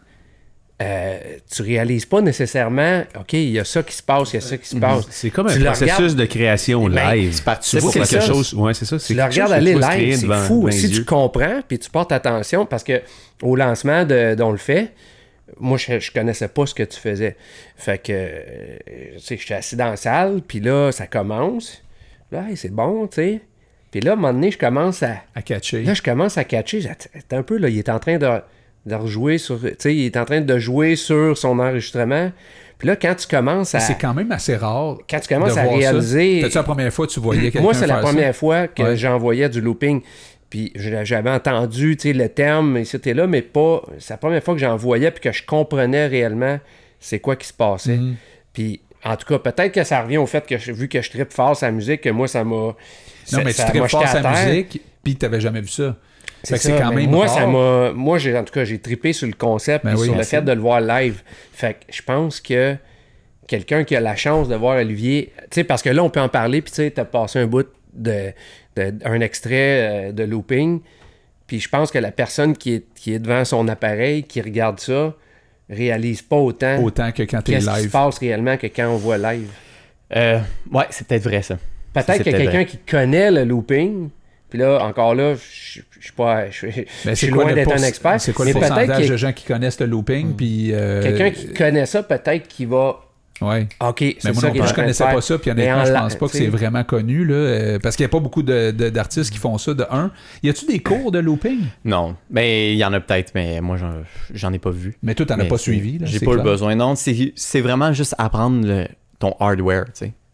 euh, tu réalises pas nécessairement, OK, il y a ça qui se passe, il y a ça qui se passe. C'est comme un Tu le processus regardes- de création Ben, live. tu Tu participes vois au quelque processus. chose. Ouais, c'est ça. C'est Tu le quelque chose regardes que aller tu vois se créer live, c'est devant- fou. devant Si les tu yeux. comprends, puis tu portes attention, parce que au lancement de, dont on le fait, moi, je, je connaissais pas ce que tu faisais. Fait que, euh, tu sais, je suis assis dans la salle, puis là, ça commence. Là, hey, c'est bon, tu sais. Puis là, à un moment donné, je commence à... À catcher. Là, je commence à catcher. J'ai- Attends un peu, là, il est en train de, de rejouer sur... Tu sais, il est en train de jouer sur son enregistrement. Puis là, quand tu commences à... C'est quand même assez rare. Quand tu commences de à voir ça. réaliser... C'était-tu la première fois que tu voyais quelqu'un Moi, c'est la faire ça? première fois que Ouais. j'envoyais du looping. Puis je- j'avais entendu, tu sais, le terme, et c'était là, mais pas... C'est la première fois que j'en voyais puis que je comprenais réellement c'est quoi qui se passait. Mhm. Puis, en tout cas, peut-être que ça revient au fait que, je- vu que je trippe fort sa musique, que moi, ça m'a... Non, ça- mais tu ça m'a tripes fort jeté à sa terre. musique, puis t'avais jamais vu ça. C'est Fait que ça, c'est quand mais même moi, rare. ça m'a... Moi, j'ai, en tout cas, j'ai trippé sur le concept Ben et oui, sur le merci. fait de le voir live. Fait que je pense que quelqu'un qui a la chance de voir Olivier... Tu sais, parce que là, on peut en parler, puis tu sais, t'as passé un bout de... de- un extrait euh, de looping, puis je pense que la personne qui est, qui est devant son appareil, qui regarde ça, réalise pas autant, Autant que quand t'es qu'est-ce qui se live. passe réellement que quand on voit live. Euh, ouais, c'est peut-être vrai, ça. Peut-être Ça, c'est qu'il y a peut-être quelqu'un qui connaît le looping, puis là, encore là, je je suis pas... Je Mais je c'est suis quoi loin le d'être un pourc- expert, C'est quoi mais le peut-être pourcentage qu'il y de a gens qui connaissent le looping, puis... euh, quelqu'un qui connaît ça, peut-être qu'il va... Ouais. OK, c'est Mais moi ça non qu'il plus, est je en train de connaissais faire. pas ça, puis Mais honnêtement, en je la- pense pas que tu sais, c'est vraiment connu, là, euh, parce qu'il n'y a pas beaucoup de- de- d'artistes qui font ça, de un. Y a-tu des cours de looping? Non. Mais il y en a peut-être, mais moi, j'en, j'en ai pas vu. Mais toi, t'en as Mais pas c'est- suivi, là, J'ai c'est pas clair. le besoin. Non, c'est, c'est vraiment juste apprendre le- ton hardware, tu sais.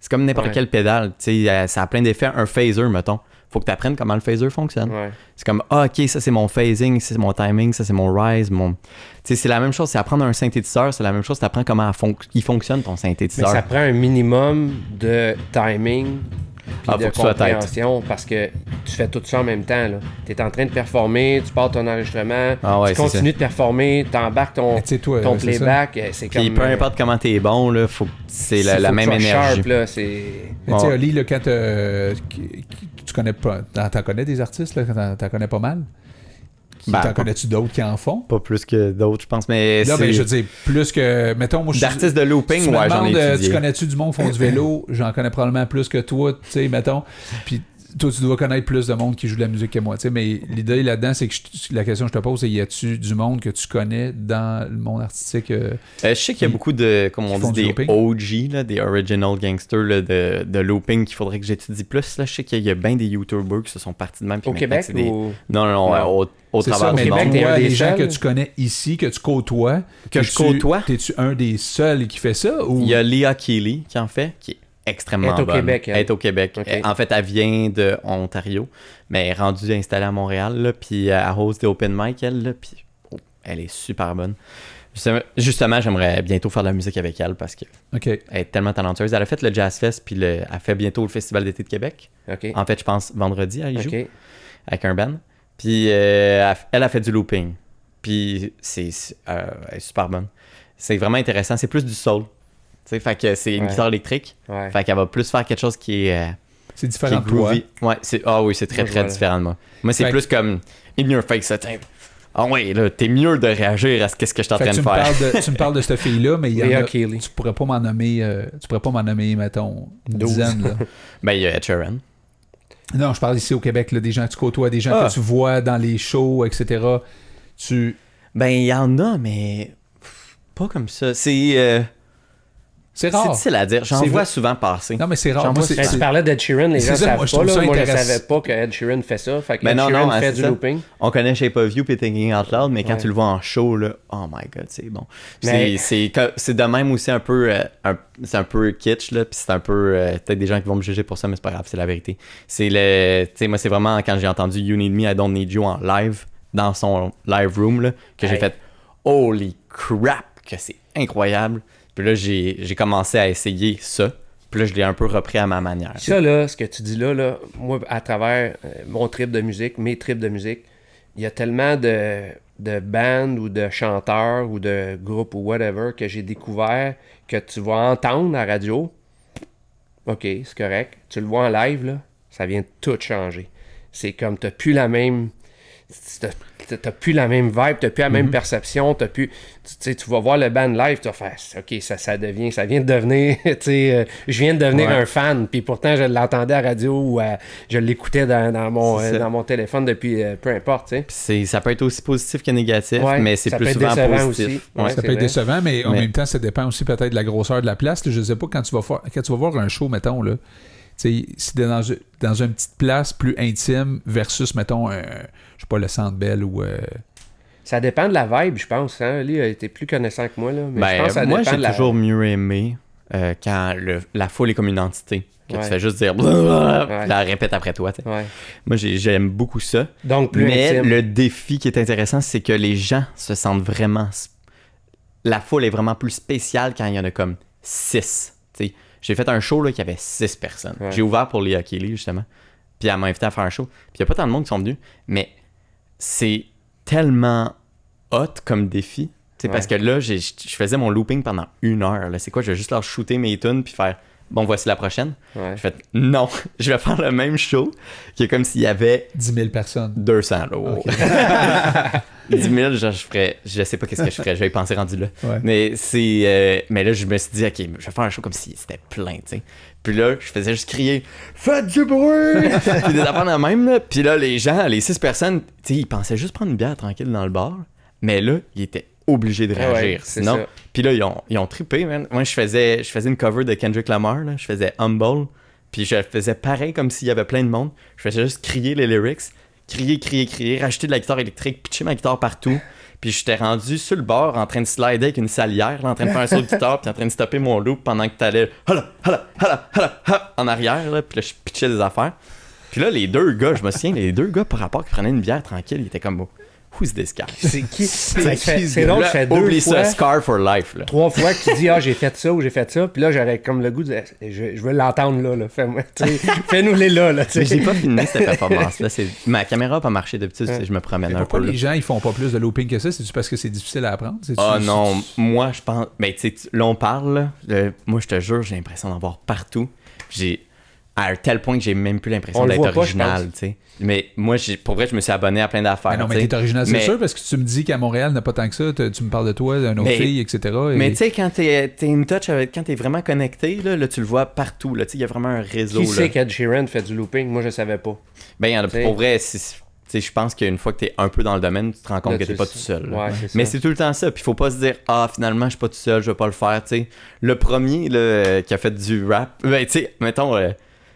C'est comme n'importe Ouais. quelle pédale. Tu sais, euh, ça a plein d'effets. Un phaser, mettons. Faut que tu apprennes comment le phaser fonctionne. Ouais. C'est comme, ah, ok, ça c'est mon phasing, ça c'est mon timing, ça c'est mon rise. Mon... Tu sais, c'est la même chose. C'est apprendre un synthétiseur, c'est la même chose. Tu apprends comment fon- il fonctionne ton Mais synthétiseur. ça prend un minimum de timing puis Ah, de faut que tu sois tête. compréhension parce que tu fais tout ça en même temps. Tu es en train de performer, tu pars ton enregistrement, Ah ouais, tu c'est continues de performer, tu embarques ton, Mais tu sais, toi, ton euh, c'est ça. playback. euh, C'est comme. Puis peu euh, importe comment t'es bon, là, faut... c'est la, faut la que même tu sois énergie. sharp, là, c'est... Mais tu sais, Ouais. Oli, là, quand euh, qui- qui- tu connais pas. T'en, t'en connais des artistes, là, t'en, t'en connais pas mal? Qui- Ben, t'en pas- connais-tu d'autres qui en font? Pas plus que d'autres, je pense, mais Là, c'est... ben, je veux dire, plus que. Mettons, moi, je suis. D'artistes de looping, Tu me ouais, j'en ai demandes, euh, étudié. tu connais-tu du monde qui font du vélo? J'en connais probablement plus que toi, tu sais, mettons. Puis toi, tu dois connaître plus de monde qui joue de la musique que moi, tu sais. Mais l'idée là-dedans, c'est que je- la question que je te pose, c'est y a-tu du monde que tu connais dans le monde artistique? euh, Euh, je sais qu'il y a Qui- beaucoup de, comme qui on font dit, du des looping. O G, là, des original gangsters là, de, de looping qu'il faudrait que j'étudie plus. Là. Je sais qu'il y a bien des YouTubers qui se sont partis de même. puis Au maintenant Québec que c'est des... ou... Non, non, non, Non. ouais, au, au C'est travers ça, du mais Québec, monde. t'es un toi, des les gens seuls. que tu connais ici, que tu côtoies, Que je t'es-tu- côtoie? T'es-tu un des seuls qui fait ça? Ou... Il y a Leah Keeley qui en fait, qui est extrêmement Elle est au bonne. Québec, elle. Elle est au Québec. Ok. Elle- En fait, elle vient de Ontario, mais elle est rendue installée à Montréal, là, puis elle host des open mic, elle, là, puis oh, elle est super bonne. Justement, justement, j'aimerais bientôt faire de la musique avec elle parce qu'elle OK. est tellement talentueuse. Elle a fait le Jazz Fest, puis le- elle fait bientôt le Festival d'été de Québec. OK. En fait, je pense vendredi, elle y joue OK. avec un band. Puis euh, elle- elle a fait du looping. Puis c'est c'est, euh, elle est super bonne. C'est vraiment intéressant. C'est plus du soul. Tu sais, fait que c'est une Ouais. guitare électrique. Ouais. Fait qu'elle va plus faire quelque chose qui est, euh, C'est qui différent est de toi. groovy. Ouais, c'est ah oui, c'est très Moi, je très vois, là. différent de moi. Moi, c'est Fait plus comme in your face, ça, tiens. Ah ouais, là, t'es mieux de réagir à ce qu'est-ce que je suis en Fait train que de tu, me faire. parles de, tu me parles de cette fille-là, mais il y en Leah a, Keeley. tu pourrais pas m'en nommer, euh, tu pourrais pas m'en nommer, mettons, une douze. dizaine. Là. Ben, il y a Ed Sheeran. Non, je parle ici au Québec, là, des gens que tu côtoies, des gens Ah. que tu vois dans les shows, et cetera. Tu... Ben, il y en a, mais pas comme ça. C'est euh, C'est c'est rare. difficile à dire. J'en C'est vois vrai. souvent passer. Non, mais c'est rare. J'en Moi, vois c'est- Ben, souvent. tu parlais d'Ed Sheeran, les C'est gens ça, savent moi, je pas. trouve Là. ça Moi, je intéressant. savais pas que Ed Sheeran fait ça. Fait que Ben Ed non, Sheeran non, hein, fait c'est du ça. looping. On connaît Shape of You et Thinking Out Loud, mais quand Ouais. tu le vois en show, là, oh my god, c'est bon. Mais- C'est, c'est, que- c'est de même aussi un peu, euh, un- c'est un peu kitsch, là, puis c'est un peu, euh, peut-être des gens qui vont me juger pour ça, mais c'est pas grave, c'est la vérité. C'est le, tu sais, moi, c'est vraiment quand j'ai entendu You Need Me, I Don't Need You en live, dans son live room, là, que j'ai Hey. fait, holy crap, que c'est incroyable. Puis là, j'ai, j'ai commencé à essayer ça, puis là, je l'ai un peu repris à ma manière. Ça, là, ce que tu dis là, là moi, à travers euh, mon trip de musique, mes trips de musique, il y a tellement de, de bands ou de chanteurs ou de groupes ou whatever que j'ai découvert que tu vas entendre à la radio. OK, c'est correct. Tu le vois en live, là, ça vient de tout changer. C'est comme, t'as plus la même... T'as, t'as plus la même vibe, t'as plus la même perception, t'as plus... Tu sais, tu vas voir le band live, tu vas faire, OK, ça, ça devient... Ça vient de devenir... Tu sais, euh, je viens de devenir Ouais. un fan, puis pourtant, je l'entendais à la radio ou à- je l'écoutais dans, dans, mon, C'est euh, ça. dans mon téléphone depuis... euh, peu importe, tu sais. Puis c'est, ça peut être aussi positif que négatif, Ouais, mais c'est ça plus peut être souvent décevant positif. aussi. Ouais. Ouais, ça c'est peut être vrai. décevant, mais en Mais- même temps, ça dépend aussi peut-être de la grosseur de la place. Là. Je sais pas, quand tu vas, voir, quand tu vas voir un show, mettons, là, tu sais, si t'es dans, dans une petite place plus intime versus, mettons, un, je sais pas, le Centre Bell ou... euh, Ça dépend de la vibe, je pense. Hein? Lui a été plus connaissant que moi, là. Mais Ben, je pense que ça moi, dépend j'ai de la... toujours mieux aimé euh, quand le- la foule est comme une entité. Que Ouais. tu fais juste dire blablabla, Ouais. puis elle répète après toi. tu sais. Ouais. Moi, j'ai- j'aime beaucoup ça. Donc, plus Mais intime. le défi qui est intéressant, c'est que les gens se sentent vraiment. sp- La foule est vraiment plus spéciale quand il y en a comme six. tu sais. J'ai fait un show là, qui avait six personnes. Ouais. J'ai ouvert pour Leah Keeley, justement. Puis elle m'a invité à faire un show. Puis il n'y a pas tant de monde qui sont venus. Mais c'est tellement hot comme défi. Tu sais, Ouais. Parce que là, j'ai- je faisais mon looping pendant une heure. Là. C'est quoi? Je vais juste leur shooter mes tunes puis faire bon, voici la prochaine. Ouais. J'ai fait non, je vais faire le même show qui est comme s'il y avait dix mille personnes. deux cents. Là. Ok. dix mille, genre, je ferais. Je sais pas qu'est-ce que je ferais. Je vais y penser rendu là. Ouais. Mais c'est. euh, mais là, je me suis dit, ok, je vais faire un show comme si c'était plein, tu sais. Puis là, je faisais juste crier faites du bruit! Puis des affaires de même, là. Puis là, les gens, les six personnes, tu sais, ils pensaient juste prendre une bière tranquille dans le bar. Mais là, ils étaient obligés de Ah ouais, réagir. c'est Sinon. ça. Puis là, ils ont, ils ont trippé, man. Moi, je faisais, je faisais une cover de Kendrick Lamar, là. Je faisais Humble. Puis je faisais pareil comme s'il y avait plein de monde. Je faisais juste crier les lyrics. Crier, crier, crier. Rajouter de la guitare électrique. Pitcher ma guitare partout. Puis Puis j'étais rendu sur le bord en train de slider avec une salière, là, en train de faire un saut de guitare, puis en train de stopper mon loop pendant que t'allais hala, hala, hala, hala, hala, en arrière, là, puis là, je pitchais des affaires. Puis là, les deux gars, je me souviens, les deux gars, par rapport qui prenaient une bière tranquille, ils étaient comme, oh, who's this guy? C'est qui? C'est qui, C'est drôle, Là, ça fait deux oublie fois, ça, Scar for life, là. trois fois que tu dis « Ah, j'ai fait ça » ou « J'ai fait ça », puis là, j'aurais comme le goût de « Je, je veux l'entendre là, là. Fais-moi, tu sais, fais-nous-les là, là, tu Mais sais. j'ai pas filmé cette performance-là. C'est... Ma caméra a pas marché depuis ça, je me promène Mais un pourquoi peu. les Là. gens ils font pas plus de looping que ça? C'est-tu parce que c'est difficile à apprendre? C'est-tu- Ah c'est- non, moi je pense. Ben tu sais, tu- là on parle, là, euh, moi je te jure, j'ai l'impression d'en voir partout. J'ai. À un tel point que j'ai même plus l'impression On le d'être voit pas, original, je tu sais. Mais moi, j'ai, pour vrai, je me suis abonné à plein d'affaires. Mais non, mais tu sais. t'es original, c'est Mais- sûr, parce que tu me dis qu'à Montréal, n'a pas tant que ça. Tu tu me parles de toi, d'une autre Mais- fille, et cetera. et- Mais tu sais, quand t'es, t'es in touch avec, quand t'es vraiment connecté, là, là tu le vois partout. Là, tu sais, il y a vraiment un réseau. Qui là. sait qu'Ed Sheeran fait du looping? Moi, je savais pas. Ben, y en a, T'sais. pour vrai, c'est, tu sais, je pense qu'une fois que t'es un peu dans le domaine, tu te rends compte Là, que tu t'es pas sais. tout seul. là. Ouais, c'est ça. Mais c'est tout le temps ça. Puis faut pas se dire, ah, finalement, je suis pas tout seul, je vais pas le faire. Tu sais, le premier là, euh, qui a fait du rap, ben, tu sais, mettons, euh,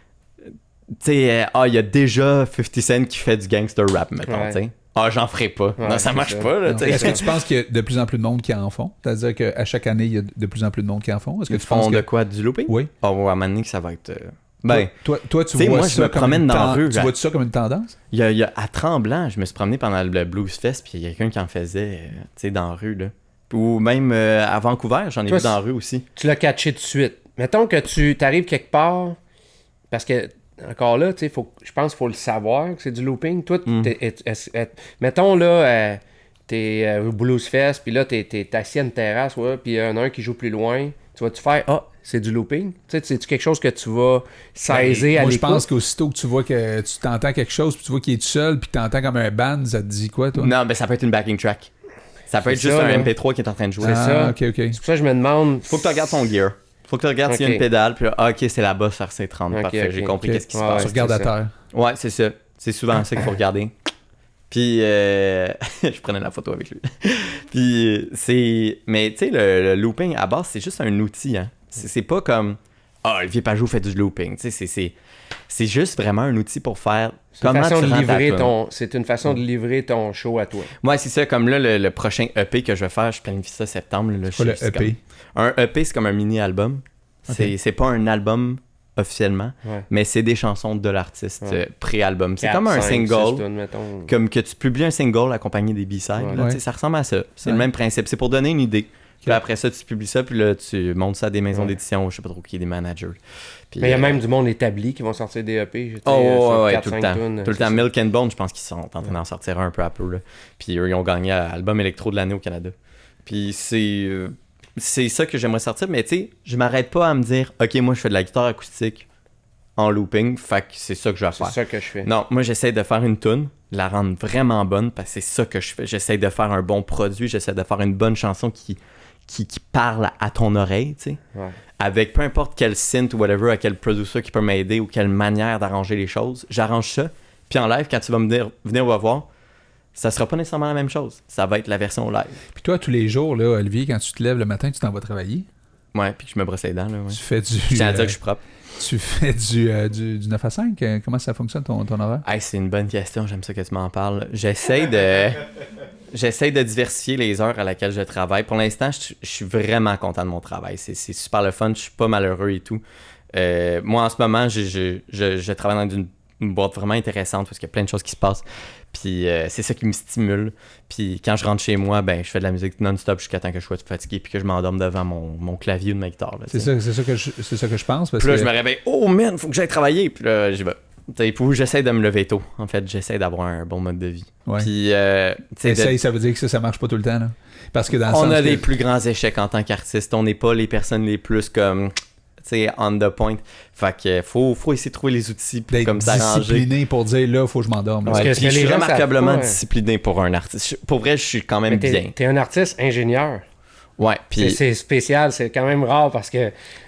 tu sais, euh, ah, il y a déjà fifty Cent qui fait du gangster rap, mettons, Ouais. tu sais. Ah, j'en ferai pas. Ouais, non, ça c'est marche ça. pas, là, Non. tu sais. Est-ce que tu penses qu'il y a de plus en plus de monde qui en font? C'est-à-dire qu'à chaque année, il y a de plus en plus de monde qui en font? Est-ce que Ils tu penses font que... de quoi? Du looping? Oui. Ah, ouais, à un moment donné que ça va être. euh, Ben, toi, toi, tu t'sais, vois moi, je ça me comme promène une dans la ten- rue, Tu là. vois ça comme une tendance? il y a, il y a- à Tremblant, je me suis promené pendant le Blues Fest, puis il y a quelqu'un qui en faisait, euh, tu sais, dans la rue, là. Ou même euh, à Vancouver, j'en ai Toi, vu dans la rue aussi. Tu l'as catché tout de suite. Mettons que tu t'arrives quelque part, parce que, encore là, tu sais, faut- je pense qu'il faut le savoir que c'est du looping. Toi, Mm. t'es- est- est- est- mettons là, euh, t'es euh, au Blues Fest, puis là, t'es, t'es assis à une terrasse, ouais, puis il y en a un qui joue plus loin. Tu vas-tu faire, ah, c'est du looping? Tu sais, c'est-tu quelque chose que tu vas saisir Ben, à moi, je l'écoute? pense qu'aussitôt que tu vois que tu t'entends quelque chose, puis tu vois qu'il est tout seul, puis tu t'entends comme un band, ça te dit quoi, toi? Non, ben ça peut être une backing track. Ça peut C'est être juste ça, un là. M P trois qui est en train de jouer. C'est ça. Ah, ok, ok. C'est pour ça que je me demande... Faut que tu regardes son gear. Faut que tu regardes s'il y a Ok. une pédale, puis là, ah, ok, c'est là-bas, ça R trente. Ok, Parfait, ok, j'ai compris ok. qu'est-ce qui se Ouais, passe. Tu regardes à c'est ça. terre. Ouais, c'est ça. C'est souvent ça qu'il faut regarder. Puis, euh... je prenais la photo avec lui. Puis, c'est... Mais, tu sais, le, le looping, à base, c'est juste un outil, hein. C'est, c'est pas comme... Ah, oh, Olivier Pajot fait du looping. Tu sais, c'est, c'est... c'est juste vraiment un outil pour faire... C'est une, comment façon tu de rends ta livrer tune. ton, c'est une façon de livrer ton show à toi. Ouais, c'est ça. Comme là, le, le prochain E P que je vais faire, je planifie ça septembre. Là, C'est quoi je- le c'est E P? comme- Un E P, c'est comme un mini-album. C'est, Ok. c'est pas un album officiellement, Ouais. mais c'est des chansons de l'artiste Ouais. euh, pré-album. C'est Quatre, comme un cinq, six single. tunes, mettons. Comme que tu publies un single accompagné des B-sides. Ouais. là, Ouais. tu sais, Ça ressemble à ça. C'est Ouais. le même principe. C'est pour donner une idée. Puis là, après ça, tu publies ça, puis là, tu montes ça à des maisons Ouais. d'édition, je sais pas trop qui, des managers. Puis, Mais il y a euh, même du monde établi qui vont sortir des E P. tu sais, Oh, euh, ouais, sur ouais, quatre, tout le cinq temps. tunes, Tout le c'est temps. ça. Milk and Bone, je pense qu'ils sont en train d'en sortir un peu à peu. Là. Puis eux, ils ont gagné à album électro de l'année au Canada. Puis c'est euh, c'est ça que j'aimerais sortir. Mais tu sais, je m'arrête pas à me dire, OK, moi, je fais de la guitare acoustique en looping. Fait que c'est ça que je vais C'est faire. ça que je fais. Non, moi, j'essaie de faire une tune, la rendre vraiment bonne, parce que c'est ça que je fais. J'essaie de faire un bon produit, j'essaie de faire une bonne chanson qui, qui, qui parle à ton oreille, tu sais. Ouais. Avec peu importe quel synth ou whatever, à quel producer qui peut m'aider ou quelle manière d'arranger les choses, j'arrange ça. Puis en live, quand tu vas me dire, venir me voir, ça sera pas nécessairement la même chose. Ça va être la version live. Puis toi, tous les jours, là, Olivier, quand tu te lèves le matin, tu t'en vas travailler. Ouais, puis que je me brosse les dents, là, ouais. Tu fais du... Je tiens à dire euh, que je suis propre. tu fais du, euh, du, du neuf à cinq. Euh, Comment ça fonctionne, ton, ton horaire? Hey, c'est une bonne question, j'aime ça que tu m'en parles. J'essaie de... J'essaie de diversifier les heures à laquelle je travaille. Pour l'instant, je, je suis vraiment content de mon travail. C'est, c'est super le fun, je suis pas malheureux et tout. Euh, moi, en ce moment, je, je, je, je travaille dans une, une boîte vraiment intéressante parce qu'il y a plein de choses qui se passent. Puis euh, c'est ça qui me stimule. Puis quand je rentre chez moi, ben je fais de la musique non-stop jusqu'à temps que je sois fatigué puis que je m'endorme devant mon, mon clavier ou de ma guitare. Là, C'est tu sais. ça, c'est, ça que je, c'est ça que je pense. Parce Puis là, que... je me réveille. Oh man, faut que j'aille travailler. Puis là, j'y vais. T'sais, puis j'essaie de me lever tôt. En fait, j'essaie d'avoir un bon mode de vie. Ouais. Puis, euh, tu sais, de- Essaye, ça veut dire que ça, ça marche pas tout le temps. Là. Parce que dans le on sens a que- des plus grands échecs en tant qu'artiste. On n'est pas les personnes les plus comme, tu sais, on the point. Fait que faut, faut essayer de trouver les outils pour d'être comme s'arranger. discipliné pour dire là, faut que je m'endorme. Parce Ouais, que puis ce que je les suis gens remarquablement savent pas, discipliné pour un artiste. Je- Pour vrai, je suis quand même Mais t'es, bien. t'es un artiste ingénieur. Ouais, C'est, puis c'est spécial, c'est quand même rare parce que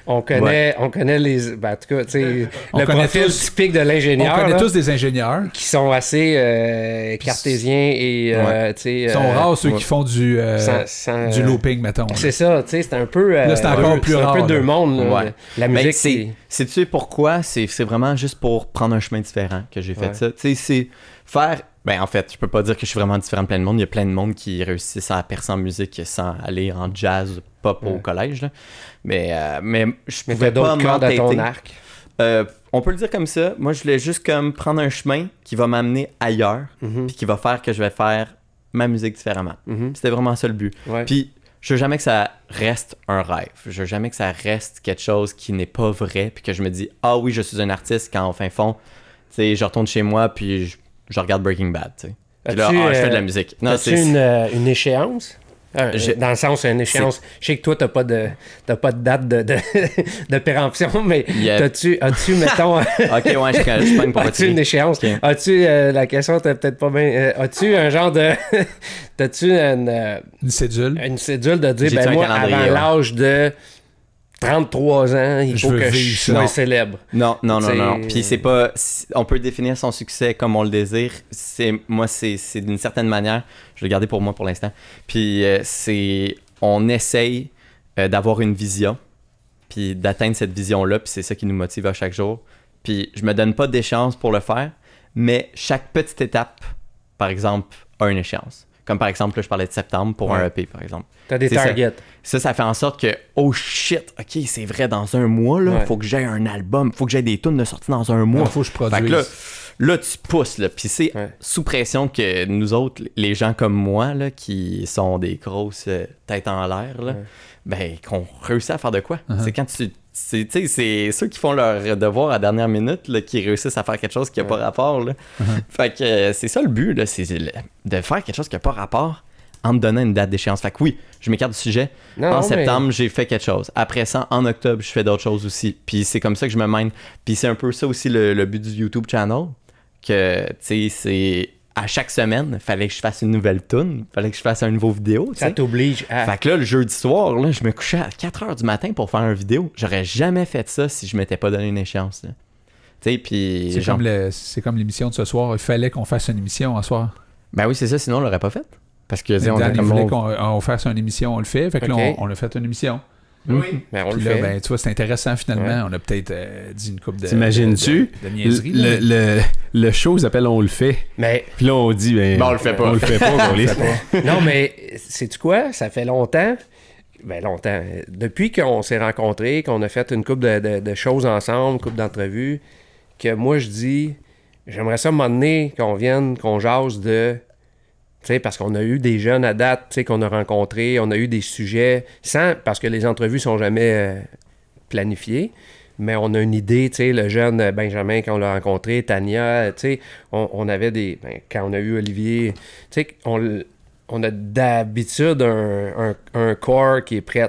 on connaît, on connaît les... Ben, en tout cas, tu sais, On le connaît profil tous- typique de On l'ingénieur, connaît là, tous des ingénieurs. qui sont assez euh, cartésiens et, euh, tu sais... Ils sont euh, rares ceux ouais. qui font du, euh, sans- sans, du euh, looping, mettons. là. C'est ça, tu sais, c'est un peu... euh, Là, c'est encore deux- plus c'est un rare, peu deux là. mondes, là. Ouais. La Ben, musique, c'est, c'est... sais-tu pourquoi? C'est, c'est vraiment juste pour prendre un chemin différent que j'ai fait Ouais. ça. Tu sais, c'est faire... Ben, en fait, je peux pas dire que je suis vraiment différent de plein de monde. Il y a plein de monde qui réussissent à percer en musique sans aller en jazz, pop Ouais. au collège, là. Mais, euh, mais je Mais pouvais t'as pas d'autres cordes à ton m'entêter. arc. Euh, on peut le dire comme ça. Moi, je voulais juste comme prendre un chemin qui va m'amener ailleurs, Mhm, puis qui va faire que je vais faire ma musique différemment. mhm, C'était vraiment ça le but. ouais. Puis, je veux jamais que ça reste un rêve. Je veux jamais que ça reste quelque chose qui n'est pas vrai, puis que je me dis, ah oui, je suis un artiste, quand au fin fond, tu sais, je retourne chez moi, puis je, je regarde Breaking Bad, tu sais. Puis là, As-tu, ah, je fais de la euh, musique. Non, As-tu c'est... une, euh, une échéance? Euh, J'ai- Dans le sens, une échéance. Je sais que toi, t'as pas de, t'as pas de date de, de, de péremption, mais Il y a- t'as-tu, as-tu, mettons, Ok, ouais, je, je pogne pour as-tu une échéance? Ok. As-tu, euh, la question, t'as peut-être pas bien. euh, as-tu un genre de. T'as-tu une, euh, Une cédule. une cédule de dire, J'ai-tu ben un moi, calendrier, avant ouais. l'âge de trente-trois ans, il Je faut veux que vivre je ça. sois Non. célèbre. Non, non, non, T'sais- non. Puis c'est pas... si- On peut définir son succès comme on le désire. C'est, moi, c'est, c'est d'une certaine manière. Je vais le garder pour moi pour l'instant. Puis euh, c'est... On essaye euh, d'avoir une vision, puis d'atteindre cette vision-là, puis c'est ça qui nous motive à chaque jour. Puis je me donne pas d'échéance pour le faire, mais chaque petite étape, par exemple, a une échéance. Comme par exemple, là, je parlais de septembre pour Ouais. un E P, par exemple. T'as des C'est ça. targets. Ça, ça fait en sorte que, oh shit, ok, c'est vrai, dans un mois, là, Ouais. faut que j'aie un album, faut que j'aie des tunes de sortie dans un mois. Il faut que je Fait produise. que là, là, tu pousses, là, puis c'est Ouais. sous pression que nous autres, les gens comme moi, là, qui sont des grosses euh, têtes en l'air, là, Ouais. ben, qu'on réussit à faire de quoi? Uh-huh. C'est quand tu... c'est, tu sais, c'est ceux qui font leur devoir à la dernière minute, là, qui réussissent à faire quelque chose qui n'a pas Ouais. rapport, là. Uh-huh. Fait que euh, c'est ça le but, là, c'est le- de faire quelque chose qui n'a pas rapport en me donnant une date d'échéance. Fait que oui, je m'écarte du sujet. Non, En mais- septembre, j'ai fait quelque chose. Après ça, en octobre, je fais d'autres choses aussi. Puis c'est comme ça que je me mène. Puis c'est un peu ça aussi le, le but du YouTube channel. Que, tu sais, c'est... À chaque semaine, fallait que je fasse une nouvelle tune. Fallait que je fasse une nouvelle vidéo, tu Ça sais. t'oblige à. Fait que là, le jeudi soir, là, je me couchais à quatre heures du matin pour faire une vidéo. J'aurais jamais fait ça si je m'étais pas donné une échéance, là. Tu sais, puis... C'est genre- comme, le- c'est comme l'émission de ce soir. Il fallait qu'on fasse une émission ce soir. Ben oui, c'est ça, sinon on l'aurait pas fait. Parce que, tu sais, on Dan, a il comme... voulait qu'on on fasse une émission, on le fait. Fait que Ok. là, on, on a fait une émission. Oui, mais on le Puis là, fait. ben, tu vois, c'est intéressant finalement. Ouais. On a peut-être euh, dit une coupe de. T'imagines-tu? De, de, de niaiseries. là. Le, le, le show s'appelle On le fait. Mais Puis là, on dit, ben. Ben, on le fait pas. On le fait pas, on les- non, mais sais-tu quoi? Ça fait longtemps. Ben longtemps. Depuis qu'on s'est rencontrés, qu'on a fait une couple de, de- de choses ensemble, une couple d'entrevues, que moi je dis, j'aimerais ça m'emmener qu'on vienne, qu'on jase de. Tu sais, parce qu'on a eu des jeunes à date, tu sais, qu'on a rencontrés, on a eu des sujets, sans, parce que les entrevues sont jamais euh, planifiées, mais on a une idée, tu sais, le jeune Benjamin, quand on l'a rencontré, Tania, tu sais, on, on avait des, ben, quand on a eu Olivier, tu sais, on, l- on a d'habitude un, un, un corps qui est prêt.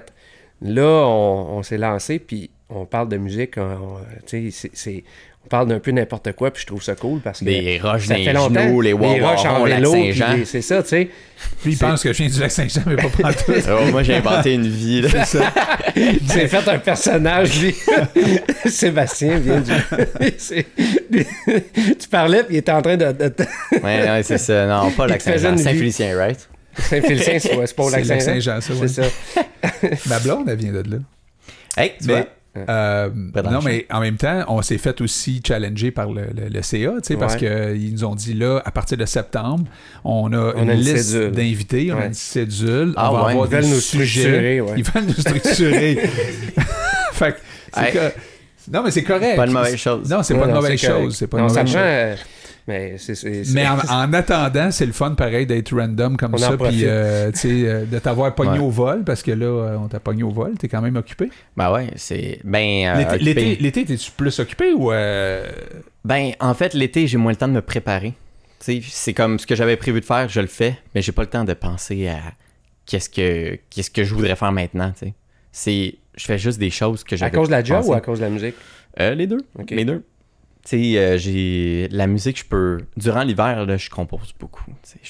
Là, on, on s'est lancé, puis on parle de musique, on- on- tu sais, c'est- c'est... On parle d'un peu n'importe quoi, puis je trouve ça cool parce que Des roches ça dans fait les longtemps. genoux, les roches en wawarons, lac vélo, puis Saint-Jean. des- c'est ça, tu sais. Lui, il pense que je viens du lac Saint-Jean, mais pas pantoute. Oh, moi, j'ai inventé une vie, là. C'est ça. Il s'est fait un personnage, lui. Sébastien vient du... C'est- tu parlais, puis il était en train de... de- de- Ouais, ouais, c'est ça. Non, pas Il lac te faisait Saint-Jean, une vie. Saint-Félicien, right? Saint-Félicien, c'est ouais, c'est pas au C'est lac le lac Saint-Jean. Saint-Jean, ça, ouais. C'est ça. Ma blonde, elle vient de là. Hey, tu Mais- vois? Euh, Pas dans non, le mais en même temps, on s'est fait aussi challenger par le, le, le C A, tu sais, parce Ouais. qu'ils nous ont dit là, à partir de septembre, on a On une, a une liste cédule. d'invités, on a Ouais. une cédule, Ah on va ouais, avoir ils veulent des nous sujets. structurer, ouais. Ils veulent nous structurer. Fait que c'est Hey. co- Non, mais c'est correct. Pas de mauvaise chose. Non, c'est Ouais, pas de non, mauvaise c'est correct. chose. C'est pas de Non, mauvaise sachant, chose. euh, mais c'est... c'est- c'est- Mais en, en attendant, c'est le fun pareil d'être random comme On en ça, profite. puis euh, tu sais, euh, de t'avoir pogné Ouais. au vol, parce que là, euh, on t'a pogné au vol, t'es quand même occupé. Ben ouais, c'est... Ben, euh, L'été- occupé. L'été, l'été, t'es-tu plus occupé ou... euh, Ben, en fait, l'été, j'ai moins le temps de me préparer. Tu sais, c'est comme ce que j'avais prévu de faire, je le fais, mais j'ai pas le temps de penser à qu'est-ce que, qu'est-ce que je voudrais faire maintenant, tu sais. C'est... Je fais juste des choses que À j'avais cause de la job pensé. ou à cause de la musique? Euh, les deux. Ok. Les deux. Tu sais, euh, j'ai... La musique, je peux... Durant l'hiver, là, je compose beaucoup. Tu sais, je, pon-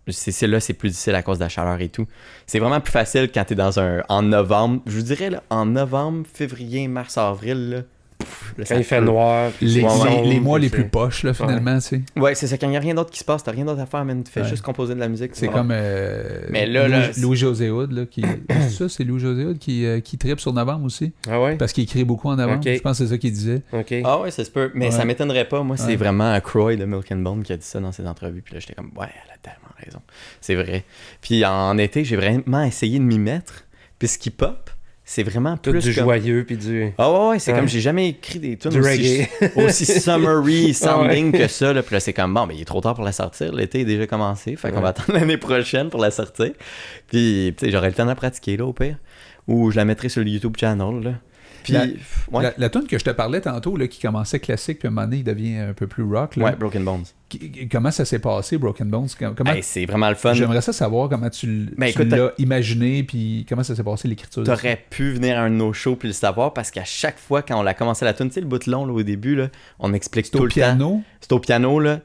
c'est, c'est là, c'est plus difficile à cause de la chaleur et tout. C'est vraiment plus facile quand t'es dans un... En novembre, je vous dirais, là, en novembre, février, mars, avril, là, pff, là, Quand il fait noir. puis Les, c'est les- sombre, les mois puis les c'est- plus poches, là, finalement, tu sais. Ouais, c'est ça, quand il n'y a rien d'autre qui se passe, t'as rien d'autre à faire, man, tu fais Ouais. juste composer de la musique. C'est Ouais. comme euh, Mais là, là, Louis, c'est- Louis-José Hood, là, qui... c'est ça, c'est Louis-José Hood qui, euh, qui tripe sur novembre aussi. Ah ouais? Parce qu'il écrit beaucoup en novembre. Ok. Je pense que c'est ça qu'il disait. Ok. Ah ouais, ça se peut. Mais Ouais. ça m'étonnerait pas. Moi, c'est Ouais. vraiment Croy de Milk and Bone qui a dit ça dans ses entrevues. Puis là, j'étais comme, ouais, elle a tellement raison. C'est vrai. Puis en été, j'ai vraiment essayé de m'y mettre. Puis ce qui pop, c'est vraiment Tout plus du comme... joyeux, puis du... Ah ouais, ouais, c'est Ouais. comme j'ai jamais écrit des tunes Du aussi, reggae. aussi summery sounding Ouais. que ça. Là. Puis là, c'est comme, bon, mais il est trop tard pour la sortir. L'été est déjà commencé. Fait qu'on Ouais. va attendre l'année prochaine pour la sortir. Puis, tu sais, j'aurai le temps de la pratiquer, là, au pire. Ou je la mettrai sur le YouTube channel, là. Puis, La- ouais, La, la tune que je te parlais tantôt, là, qui commençait classique, puis à un moment donné, il devient un peu plus rock. Là. ouais, Broken Bones. Qui- Comment ça s'est passé, Broken Bones? Comment... Hey, c'est vraiment le fun. J'aimerais ça savoir comment tu, l- Ben, tu écoute, l'as imaginé, puis comment ça s'est passé l'écriture. de ça. T'aurais pu venir à un de nos shows puis le savoir parce qu'à chaque fois quand on a commencé la tune, tu sais le bout long là, au début là, on explique C'est tout au le temps. piano. C'est au piano là.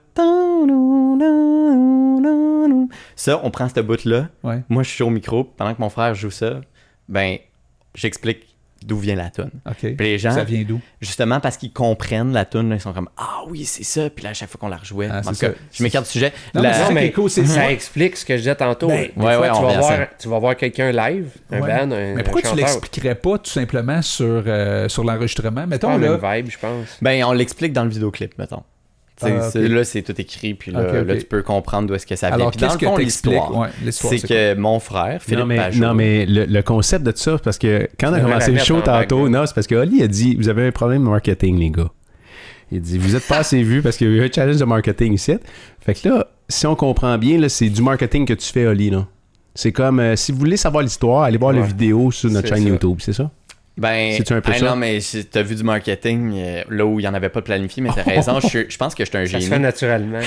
Ça, on prend ce bout là. Ouais. Moi, je suis au micro pendant que mon frère joue ça. Ben, j'explique d'où vient la tune. OK. Puis les gens, Ça vient d'où? justement parce qu'ils comprennent la tune, là, ils sont comme ah oui c'est ça. Puis là à chaque fois qu'on la rejouait, Ah, en c'est tout ça. cas, je m'écarte du sujet. Non, La- mais c'est ça Non, qui mais est cool, c'est ça ça. explique ce que je disais tantôt. Ben, Des ouais, fois, ouais, tu, on vas revient à voir, ça. tu vas voir quelqu'un live, un Ouais. band, un Mais pourquoi un tu chanteur. l'expliquerais pas tout simplement sur, euh, sur l'enregistrement? C'est Mettons, pas la là, même vibe, je pense. Ben, on l'explique dans le vidéoclip, mettons. T'sais, Ah, ok. c'est- Là, c'est tout écrit, puis là, Ok, ok. là, tu peux comprendre d'où est-ce que ça vient. alors Puis dans qu'est-ce le fond, que t'expliques? l'histoire, Ouais, l'histoire, c'est que mon frère, Philippe non, mais, Pajot, non, mais le, le concept de ça, parce que quand on a devrais commencé la le show mettre en tantôt, background. non, c'est parce que Oli a dit vous avez un problème de marketing, les gars. Il dit vous êtes pas assez vus parce qu'il y a eu un challenge de marketing ici. Fait que là, si on comprend bien, là, c'est du marketing que tu fais, Oli. Là. C'est comme euh, si vous voulez savoir l'histoire, allez voir la Ouais. vidéo sur notre C'est chaîne ça. YouTube, c'est ça? ben, C'est-tu un peu hey, ça? non, mais si t'as vu du marketing euh, là où il n'y en avait pas de planifié, mais t'as raison, je, suis- je pense que je suis un Ça se génie. fait naturellement.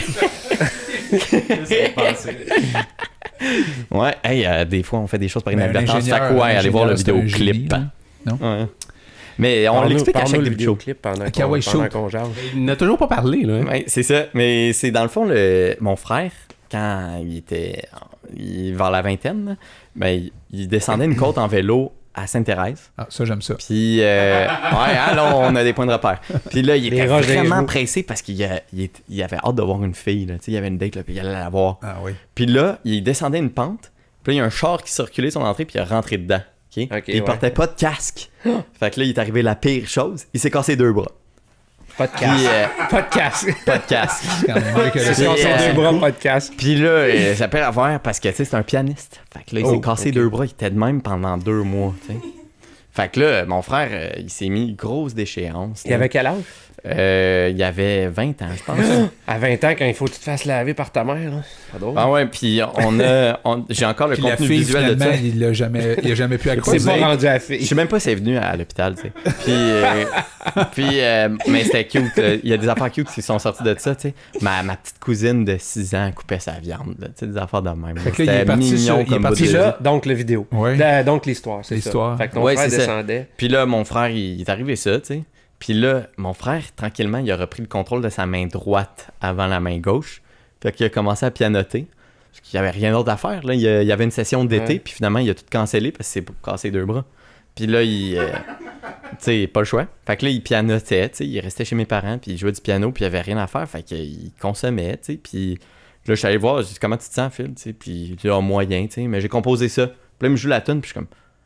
Ouais, hey, euh, des fois, on fait des choses par Mais un inadvertance. Fait ingénieur, que ouais, un allez voir le ingénieur, c'est un vidéoclip. génie, là. Ouais. Mais on Parle-nous- l'explique à parle-nous chaque le début de show. vidéoclip pendant Ok, qu'on ouais, pendant shoot. qu'on jase. Il n'a toujours pas parlé, là. hein? Ouais, c'est ça. Mais c'est dans le fond, le... mon frère, quand il était il... vers la vingtaine, là, ben, il... il descendait une côte en vélo à Sainte-Thérèse. Ah, ça, j'aime ça. Puis, euh... ouais, alors on a des points de repère. Puis là, il Les était roches des vraiment genoux. pressé parce qu'il a- il est- il avait hâte de voir une fille. Là. Tu sais, il y avait une date, là, puis il allait la voir. Ah oui. Puis là, il descendait une pente. Puis là, il y a un char qui circulait son entrée, puis il est rentré dedans. ok? Ok, Puis il ouais. portait pas de casque. Fait que là, il est arrivé la pire chose. Il s'est cassé deux bras. Pas de Puis, casque. euh, Pas de casque. pas de casque. Quand même, avec le- C'est C'est- sur ses euh, deux bras, pas de casque. Puis là, euh, ça perd à voir parce que, tu sais, c'est un pianiste. Fait que là, il s'est Oh, cassé ok. deux bras. Il était de même pendant deux mois, tu sais. Fait que là, mon frère, euh, il s'est mis une grosse déchéance. Il là. avait quel âge? Euh, il avait vingt ans, je pense. À vingt ans, quand il faut que tu te fasses laver par ta mère, là. C'est pas drôle. Ah ouais, puis on a... on- j'ai encore le Puis la contenu fille, visuel de finalement, ça. il l'a jamais, il a jamais pu accrocher. C'est pas rendu à la Je fille. sais même pas si elle est venue à l'hôpital, tu sais. Puis, euh, puis euh, mais c'était cute. euh, Il y a des affaires cute qui sont sorties de ça, tu sais. Ma, ma petite cousine de six ans coupait sa viande, là, tu sais, des affaires de même. Fait que là, il est C'était parti sur- mignon il est comme parti bout Puis de là, donc le vidéo. Ouais. La- donc l'histoire, c'est ça. L'histoire. Fait que ton Ouais, frère c'est ça. descendait. Puis là, mon frère, il, il est arrivé ça, tu sais. Puis là, mon frère, tranquillement, il a repris le contrôle de sa main droite avant la main gauche. Fait qu'il a commencé à pianoter. Parce qu'il n'y avait rien d'autre à faire. Là. Il, y a- il y avait une session d'été, Ouais. puis finalement, il a tout cancellé parce que c'est pour casser deux bras. Puis là, il... euh, tu sais, pas le choix. Fait que là, il pianotait, tu sais. Il restait chez mes parents, puis il jouait du piano, puis il avait rien à faire. Fait qu'il consommait, tu sais. Puis là, je suis allé voir, j'ai dit, comment tu te sens, Phil, tu sais. Puis il dit, ah, moyen, tu sais. Mais j'ai composé ça. Puis là, il me joue la tune, puis je suis comme...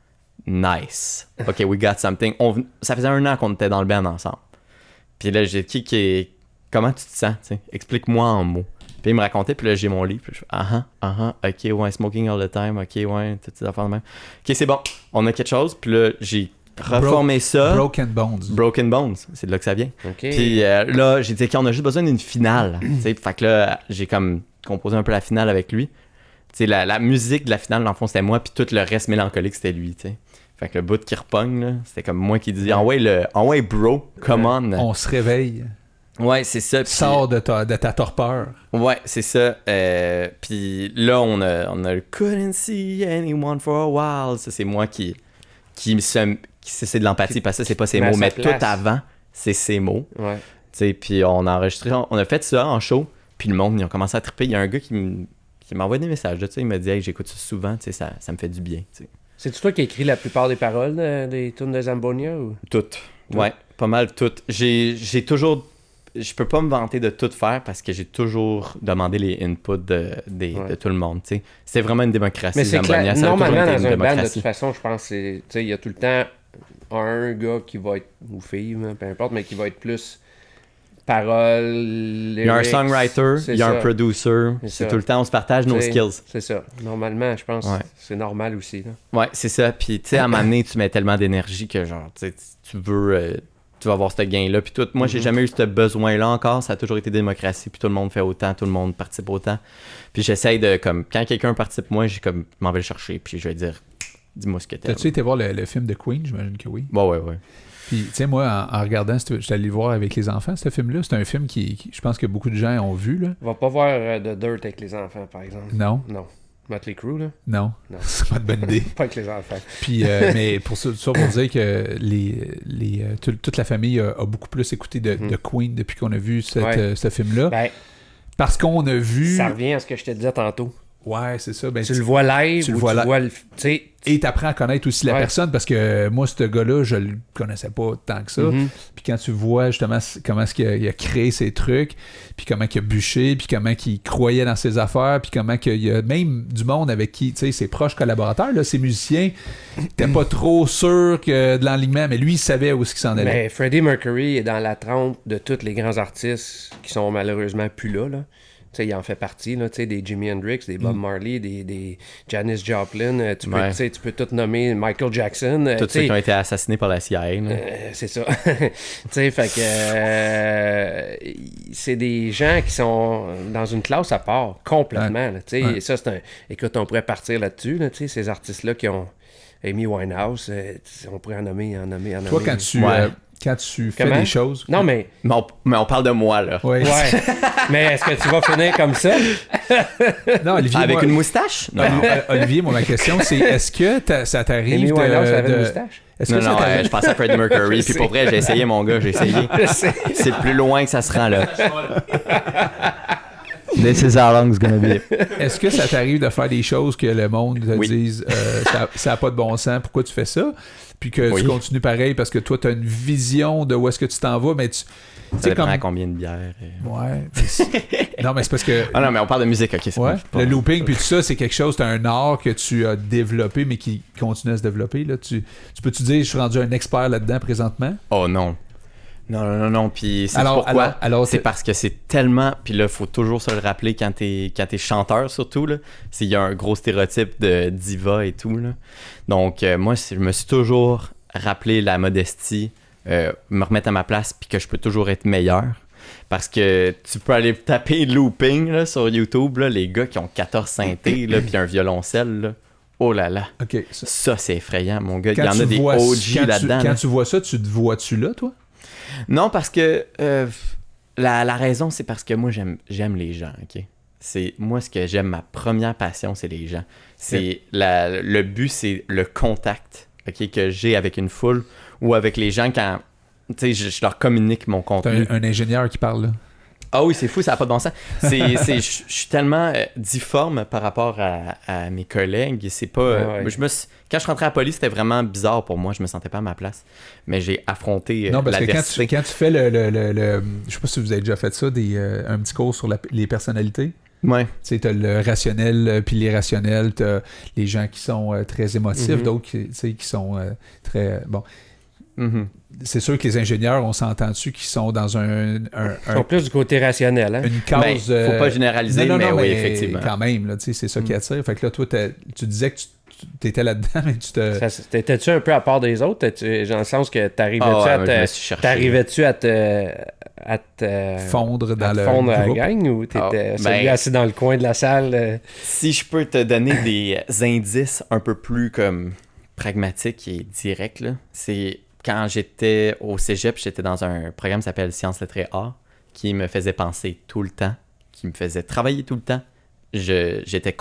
Nice. OK, we got something. On ven- Ça faisait un an qu'on était dans le band ensemble. Puis là, j'ai dit, qui est... comment tu te sens, tu sais? Explique-moi en mots. Puis il me racontait, puis là, j'ai mon livre. Puis je fais, ah ah, ah ah, OK, ouais, smoking all the time, OK, ouais, toutes ces affaires de même. OK, c'est bon, on a quelque chose. Puis là, j'ai reformé ça. Broken Bones. Broken Bones, c'est de là que ça vient. OK. Puis euh, là, j'ai dit, OK, on a juste besoin d'une finale. tu sais. Fait que là, j'ai comme composé un peu la finale avec lui. Tu sais, la, la musique de la finale, dans le fond, c'était moi, puis tout le reste mélancolique, c'était lui, tu sais. Fait que le bout qui repogne, là, c'était comme moi qui dis, ah ouais, le, ah ouais, bro, come on. On se réveille. Ouais, c'est ça. puis- Sors de ta, de ta torpeur. Ouais, c'est ça. Euh, puis là, on a, on a le couldn't see anyone for a while. Ça, c'est moi qui, qui me se- qui c'est c'est de l'empathie parce que ça, c'est pas ses met à mots, sa mais place. tout avant, c'est ses mots. Ouais. Tu sais, puis on a enregistré, on a fait ça en show, puis le monde, ils ont commencé à triper. Il y a un gars qui, me- il m'envoie des messages, tu sais, il me dit « Hey, j'écoute ça souvent, tu sais, ça, ça me fait du bien, tu sais. » C'est-tu toi qui écris la plupart des paroles euh, des tunes de Zambonia ou? Toutes. Ouais, pas mal toutes. J'ai, j'ai toujours... Je peux pas me vanter de tout faire parce que j'ai toujours demandé les inputs de, des, Ouais. de tout le monde, tu sais. C'est vraiment une démocratie, Mais c'est Zambonia. clair, Ça a toujours normalement, été dans une un band, de démocratie. toute façon, je pense que c'est... il y a tout le temps un gars qui va être, ou fille, hein, peu importe, mais qui va être plus paroles, Il y a un lyrics, songwriter, c'est il y a ça. un producer. C'est C'est ça. tout le temps, on se partage nos T'sais, skills. C'est ça. Normalement, je pense Ouais. que c'est normal aussi. Là. Ouais, c'est ça. Puis, tu sais, à un moment donné, tu mets tellement d'énergie que, genre, tu sais, tu veux... euh, tu vas avoir ce gain-là. Puis tout, moi, j'ai Mhm. jamais eu ce besoin-là encore. Ça a toujours été démocratie. Puis tout le monde fait autant, tout le monde participe autant. Puis j'essaye de, comme, quand quelqu'un participe, moi, j'ai comme, je m'en vais le chercher. Puis je vais dire, dis-moi ce que t'aimes. T'as-tu été voir le, le film de Queen? J'imagine que oui. Ouais, ouais, ouais. Puis, tu sais, moi, en, en regardant, je suis allé le voir avec les enfants, ce film-là. C'est un film qui, qui- je pense que beaucoup de gens ont vu, là. On va pas voir euh, de Dirt avec les enfants, par exemple. Non, Non. Motley Crue, là? non. Non. C'est pas de bonne idée. Pas avec les enfants. Puis, euh, mais pour ça, ça pour dire que les, les, euh, tout- toute la famille a, a beaucoup plus écouté de, Mhm. de Queen depuis qu'on a vu cette, Ouais. euh, ce film-là. Ben, Parce qu'on a vu... ça revient à ce que je te disais tantôt. Ouais, c'est ça. Ben, Tu le vois live tu le ou vois tu là- vois le... Tu sais... Et t'apprends à connaître aussi la Ouais. personne parce que euh, moi, ce gars-là, je le connaissais pas tant que ça. mhm. Puis quand tu vois justement c- comment est-ce qu'il a, il a créé ses trucs, puis comment il a bûché, puis comment il croyait dans ses affaires, puis comment qu'il y a même du monde avec qui, tu sais, ses proches collaborateurs, là, ses musiciens, t'es pas trop sûr que de l'enlignement, mais lui, il savait où est-ce qu'il s'en allait. Mais Freddie Mercury est dans la trempe de tous les grands artistes qui sont malheureusement plus là. là. Tu sais, il en fait partie, là, tu sais, des Jimi Hendrix, des Bob Mm. Marley, des, des Janis Joplin. euh, Tu peux, Ouais. tu sais, tu peux tout nommer Michael Jackson. euh, Tous tu ceux sais, qui ont été assassinés par la C I A. là. euh, c'est ça. Tu sais, fait que euh, c'est des gens qui sont dans une classe à part, complètement. là, tu sais. Ouais. Et ça, c'est un... Écoute, on pourrait partir là-dessus, là, tu sais, ces artistes-là qui ont Amy Winehouse, euh, on pourrait en nommer, en nommer, en nommer. Toi, quand tu, Ouais. euh, quand tu fais Comment? des choses... Non, mais... Mais, on, mais on parle de moi, là. Ouais. Ouais. Mais est-ce que tu vas finir comme ça? Non, Olivier, Avec moi, une moustache? Non, non. Oli- Olivier, moi, ma question, c'est est-ce que t'as- ça t'arrive Amy de... Winehouse avait de- une moustache? Est-ce Non, que ça non, t'arrive- euh, je pensais à Freddie Mercury. Puis pour vrai, j'ai essayé, mon gars, j'ai essayé. Je sais. C'est plus loin que ça se rend, là. This is how long it's gonna be. Est-ce que ça t'arrive de faire des choses que le monde te Oui. dise euh, ça- ça n'a pas de bon sens, pourquoi tu fais ça? Puis que Oui. tu continues pareil parce que toi, tu as une vision de où est-ce que tu t'en vas, mais tu. tu Ça sais, dépend comme. à combien de bières. et- Ouais. mais c'est- non, mais c'est parce que. Ah non, mais on parle de musique, ok. c'est Ouais, bon. le looping puis tout ça, c'est quelque chose, c'est un art que tu as développé, mais qui continue à se développer. Là. Tu, tu peux-tu dire, je suis rendu un expert là-dedans présentement? Oh non. Non, non, non, non. Puis c'est Alors- pourquoi. alors- alors, c'est t'es- parce que c'est tellement. Puis là, il faut toujours se le rappeler quand t'es, quand t'es chanteur, surtout. Là. C'est- Il y a un gros stéréotype de diva et tout. Là. Donc, euh, moi, c'est- je me suis toujours rappelé la modestie, euh, me remettre à ma place, puis que je peux toujours être meilleur. Parce que tu peux aller taper looping là, sur YouTube, là, les gars qui ont quatorze synthés, là, puis un violoncelle. Là. Oh là là. OK. Ça- Ça, c'est effrayant, mon gars. Il y quand en tu a des vois- O G quand tu- là-dedans. Quand là. tu vois ça, tu te vois-tu là, toi? Non, parce que euh, la, la raison, c'est parce que moi, j'aime, j'aime les gens, OK? C'est, moi, ce que j'aime, ma première passion, c'est les gens. C'est la, le but, c'est le contact, OK, que j'ai avec une foule ou avec les gens quand, tu sais, je, je leur communique mon T'as contenu. un, un ingénieur qui parle là. Ah oui, c'est fou, ça n'a pas de bon sens. C'est, c'est, je, je suis tellement euh, difforme par rapport à, à mes collègues. C'est pas, euh, Ouais, ouais. je me suis- quand je suis rentré à la police, c'était vraiment bizarre pour moi. Je me sentais pas à ma place. Mais j'ai affronté euh, Non, parce que quand l'adversité. tu, quand tu fais le, le, le, le- Je sais pas si vous avez déjà fait ça, des, euh, un petit cours sur la- les personnalités. Ouais. Tu sais, t'as le rationnel euh, puis l'irrationnel, t'as les gens qui sont euh, très émotifs, Mhm. d'autres qui, tu sais, qui sont euh, très... Bon, Mhm. c'est sûr que les ingénieurs, on s'entend dessus, qui sont dans un, un- Ils un- sont plus du côté rationnel, hein? une Ben, cause... faut euh, pas généraliser, non, non, mais non, oui, effectivement. quand même, là, tu sais, c'est ça Mm. qui attire. Fait que là, toi, t'as- tu disais que tu étais là-dedans, mais tu te... Ça, c'est- T'étais-tu un peu à part des autres? T'étais-tu- Dans le sens que t'arrivais-tu Ah ouais, à moi, te... je me suis cherché. T'arrivais-tu à te... à te... fondre dans à te le fondre à la groupe. gang ou t'étais Ah, celui ben- assis dans le coin de la salle? euh, Si je peux te donner des indices un peu plus comme pragmatiques et directs, là, c'est quand j'étais au cégep, j'étais dans un programme qui s'appelle Sciences, Lettres et Arts, qui me faisait penser tout le temps, qui me faisait travailler tout le temps. Je, j'étais com-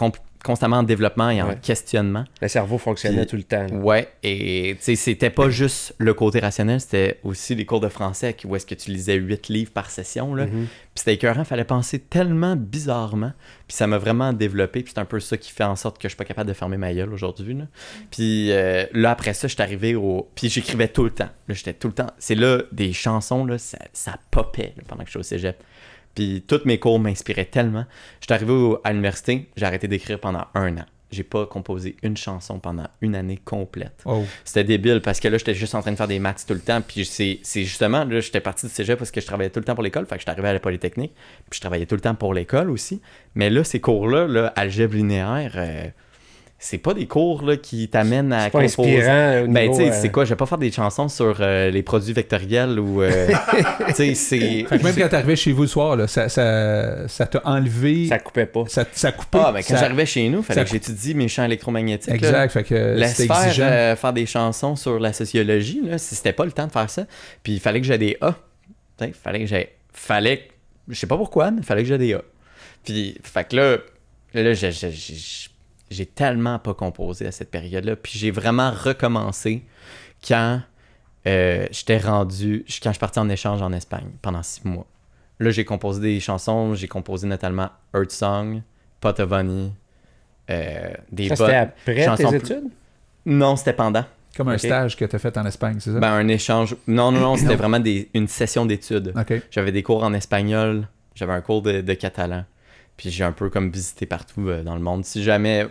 constamment en développement et en Ouais. questionnement. Le cerveau fonctionnait Puis- tout le temps. là. Ouais, et tu sais, c'était pas juste le côté rationnel, c'était aussi les cours de français où est-ce que tu lisais huit livres par session, là. Mhm. Puis c'était écœurant, fallait penser tellement bizarrement. Puis ça m'a vraiment développé. Puis c'est un peu ça qui fait en sorte que je suis pas capable de fermer ma gueule aujourd'hui. Là. Puis euh, là, après ça, je suis arrivé au... Puis j'écrivais tout le temps. Là, j'étais tout le temps... C'est là, des chansons, là, ça, ça popait là, pendant que j'étais au cégep. Puis tous mes cours m'inspiraient tellement. Je suis arrivé au- à l'université, j'ai arrêté d'écrire pendant un an. J'ai pas composé une chanson pendant une année complète. Oh. C'était débile parce que là, j'étais juste en train de faire des maths tout le temps. Puis c'est, c'est justement, là, j'étais parti du cégep parce que je travaillais tout le temps pour l'école. Fait que j'étais arrivé à la Polytechnique. Puis je travaillais tout le temps pour l'école aussi. Mais là, ces cours-là, là, algèbre linéaire, euh, c'est pas des cours là, qui t'amènent à C'est pas composer. inspirant au Ben, niveau... tu sais, euh, c'est quoi? Je vais pas faire des chansons sur euh, les produits vectoriels ou. euh, tu sais, c'est. Fait que même quand t'arrivais chez vous le soir, là, ça, ça, ça t'a enlevé. Ça coupait pas. Ça, ça coupait. Ah, ben quand ça- j'arrivais chez nous, fallait ça- que j'étudie mes champs électromagnétiques. là. Exact, fait que Laisse c'était faire, exigeant. euh, faire des chansons sur la sociologie, là, si c'était pas le temps de faire ça. Puis il fallait que j'aie des A. Tu sais, fallait que j'aie. Fallait. que- Je sais pas pourquoi, mais fallait que j'aie des A. Puis, fait que là, là j'ai, j'ai, j'ai, j'ai tellement pas composé à cette période-là. Puis j'ai vraiment recommencé quand euh, j'étais rendu. Quand je suis parti en échange en Espagne pendant six mois. Là, j'ai composé des chansons. J'ai composé notamment Earth Song, Pot of Honey, euh, des Ça, bottes. c'était après chansons tes plus- études? Non, c'était pendant. Comme un ok. stage que t'as fait en Espagne, c'est ça? Ben, un échange. Non, non, non, c'était vraiment des... une session d'études. OK. J'avais des cours en espagnol, j'avais un cours de, de catalan. Puis j'ai un peu comme visité partout euh, dans le monde. Si jamais.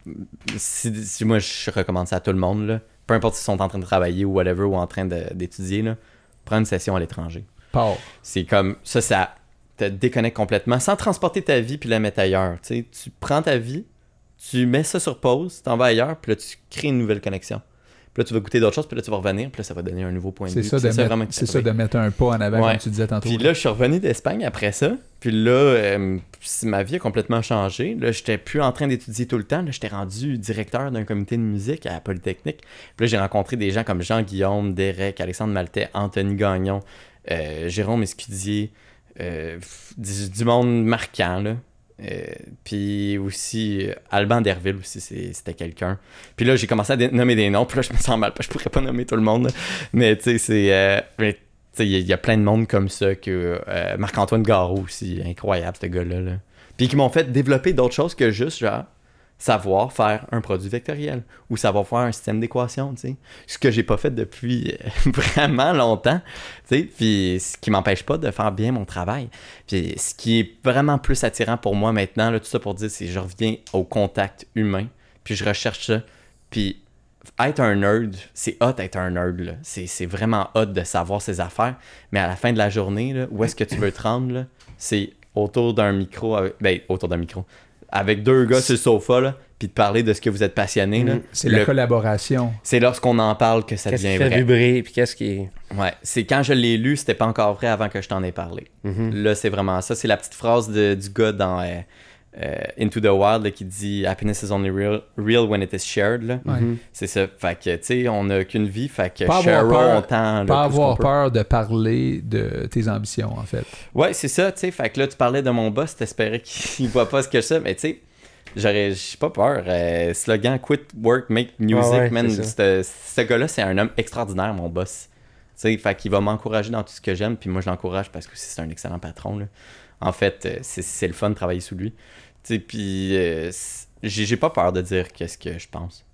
Si, si moi je recommande ça à tout le monde, là, peu importe s'ils sont en train de travailler ou whatever, ou en train de- d'étudier, là, prends une session à l'étranger. Pars. C'est comme. Ça, ça te déconnecte complètement sans transporter ta vie puis la mettre ailleurs. Tu sais, tu prends ta vie, tu mets ça sur pause, t'en vas ailleurs, puis là tu crées une nouvelle connexion. Puis là tu vas goûter d'autres choses, puis là tu vas revenir, puis là ça va donner un nouveau point de C'est vue. ça, Puis de vraiment mettre, qui c'est ça t'arrive. de mettre un pas en avant, Ouais. comme tu disais tantôt. Puis là, je suis revenu d'Espagne après ça. Puis là, euh, ma vie a complètement changé. Là, j'étais plus en train d'étudier tout le temps. Là, j'étais rendu directeur d'un comité de musique à la Polytechnique. Puis là, j'ai rencontré des gens comme Jean-Guillaume, Derek, Alexandre Maltais, Anthony Gagnon, euh, Jérôme Escudier, euh, du, du monde marquant, là. Euh, puis aussi euh, Alban Derville aussi, c'est- c'était quelqu'un. Puis là, j'ai commencé à dé- nommer des noms. Puis là, je me sens mal, parce que je pourrais pas nommer tout le monde. là. Mais tu sais, c'est... euh, mais, tu sais, il y, a- il y a plein de monde comme ça, que euh, Marc-Antoine Garot aussi, incroyable ce gars-là. Là. Puis qui m'ont fait développer d'autres choses que juste, genre, savoir faire un produit vectoriel ou savoir faire un système d'équation, tu sais. Ce que j'ai pas fait depuis euh, vraiment longtemps, tu sais. Puis ce qui m'empêche pas de faire bien mon travail. Puis ce qui est vraiment plus attirant pour moi maintenant, là, tout ça pour dire, c'est que je reviens au contact humain, puis je recherche ça. Puis être un nerd, c'est hot être un nerd, là. C'est, c'est vraiment hot de savoir ses affaires, mais à la fin de la journée, là, où est-ce que tu veux te rendre, là, c'est autour d'un micro, avec- ben, autour d'un micro, avec deux gars sur le sofa, là, puis de parler de ce que vous êtes passionné, là. Mm. C'est Le- la collaboration. C'est lorsqu'on en parle que ça Qu'est-ce qui devient fait vrai. vibrer, puis qu'est-ce qui est... Ouais, c'est quand je l'ai lu, c'était pas encore vrai avant que je t'en ai parlé. Mhm. Là, c'est vraiment ça. C'est la petite phrase de- du gars dans euh, euh, Into the Wild là, qui dit Happiness is only real, real when it is shared. Là. Ouais. Mhm. C'est ça. Fait que, tu sais, on n'a qu'une vie. Fait que Pas avoir share peur- autant. là, Pas plus qu'on avoir peut. peur de parler de tes ambitions, en fait. Ouais, c'est ça, tu sais. Fait que là, tu parlais de mon boss, t'espérais qu'il voit pas ce que c'est. Mais tu sais, j'aurais j'ai pas peur. Euh, slogan Quit Work, Make Music, Ah ouais, man. c'est ça. Ce ce gars-là, c'est un homme extraordinaire, mon boss. Tu sais, fait qu'il va m'encourager dans tout ce que j'aime. Puis moi, je l'encourage parce que c'est un excellent patron, là. En fait, euh, c'est, c'est le fun de travailler sous lui. Tu sais, puis euh, c'est- j'ai, j'ai pas peur de dire qu'est-ce que je pense.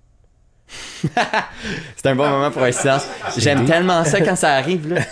C'est un bon moment pour un silence. J'aime tellement ça quand ça arrive, là.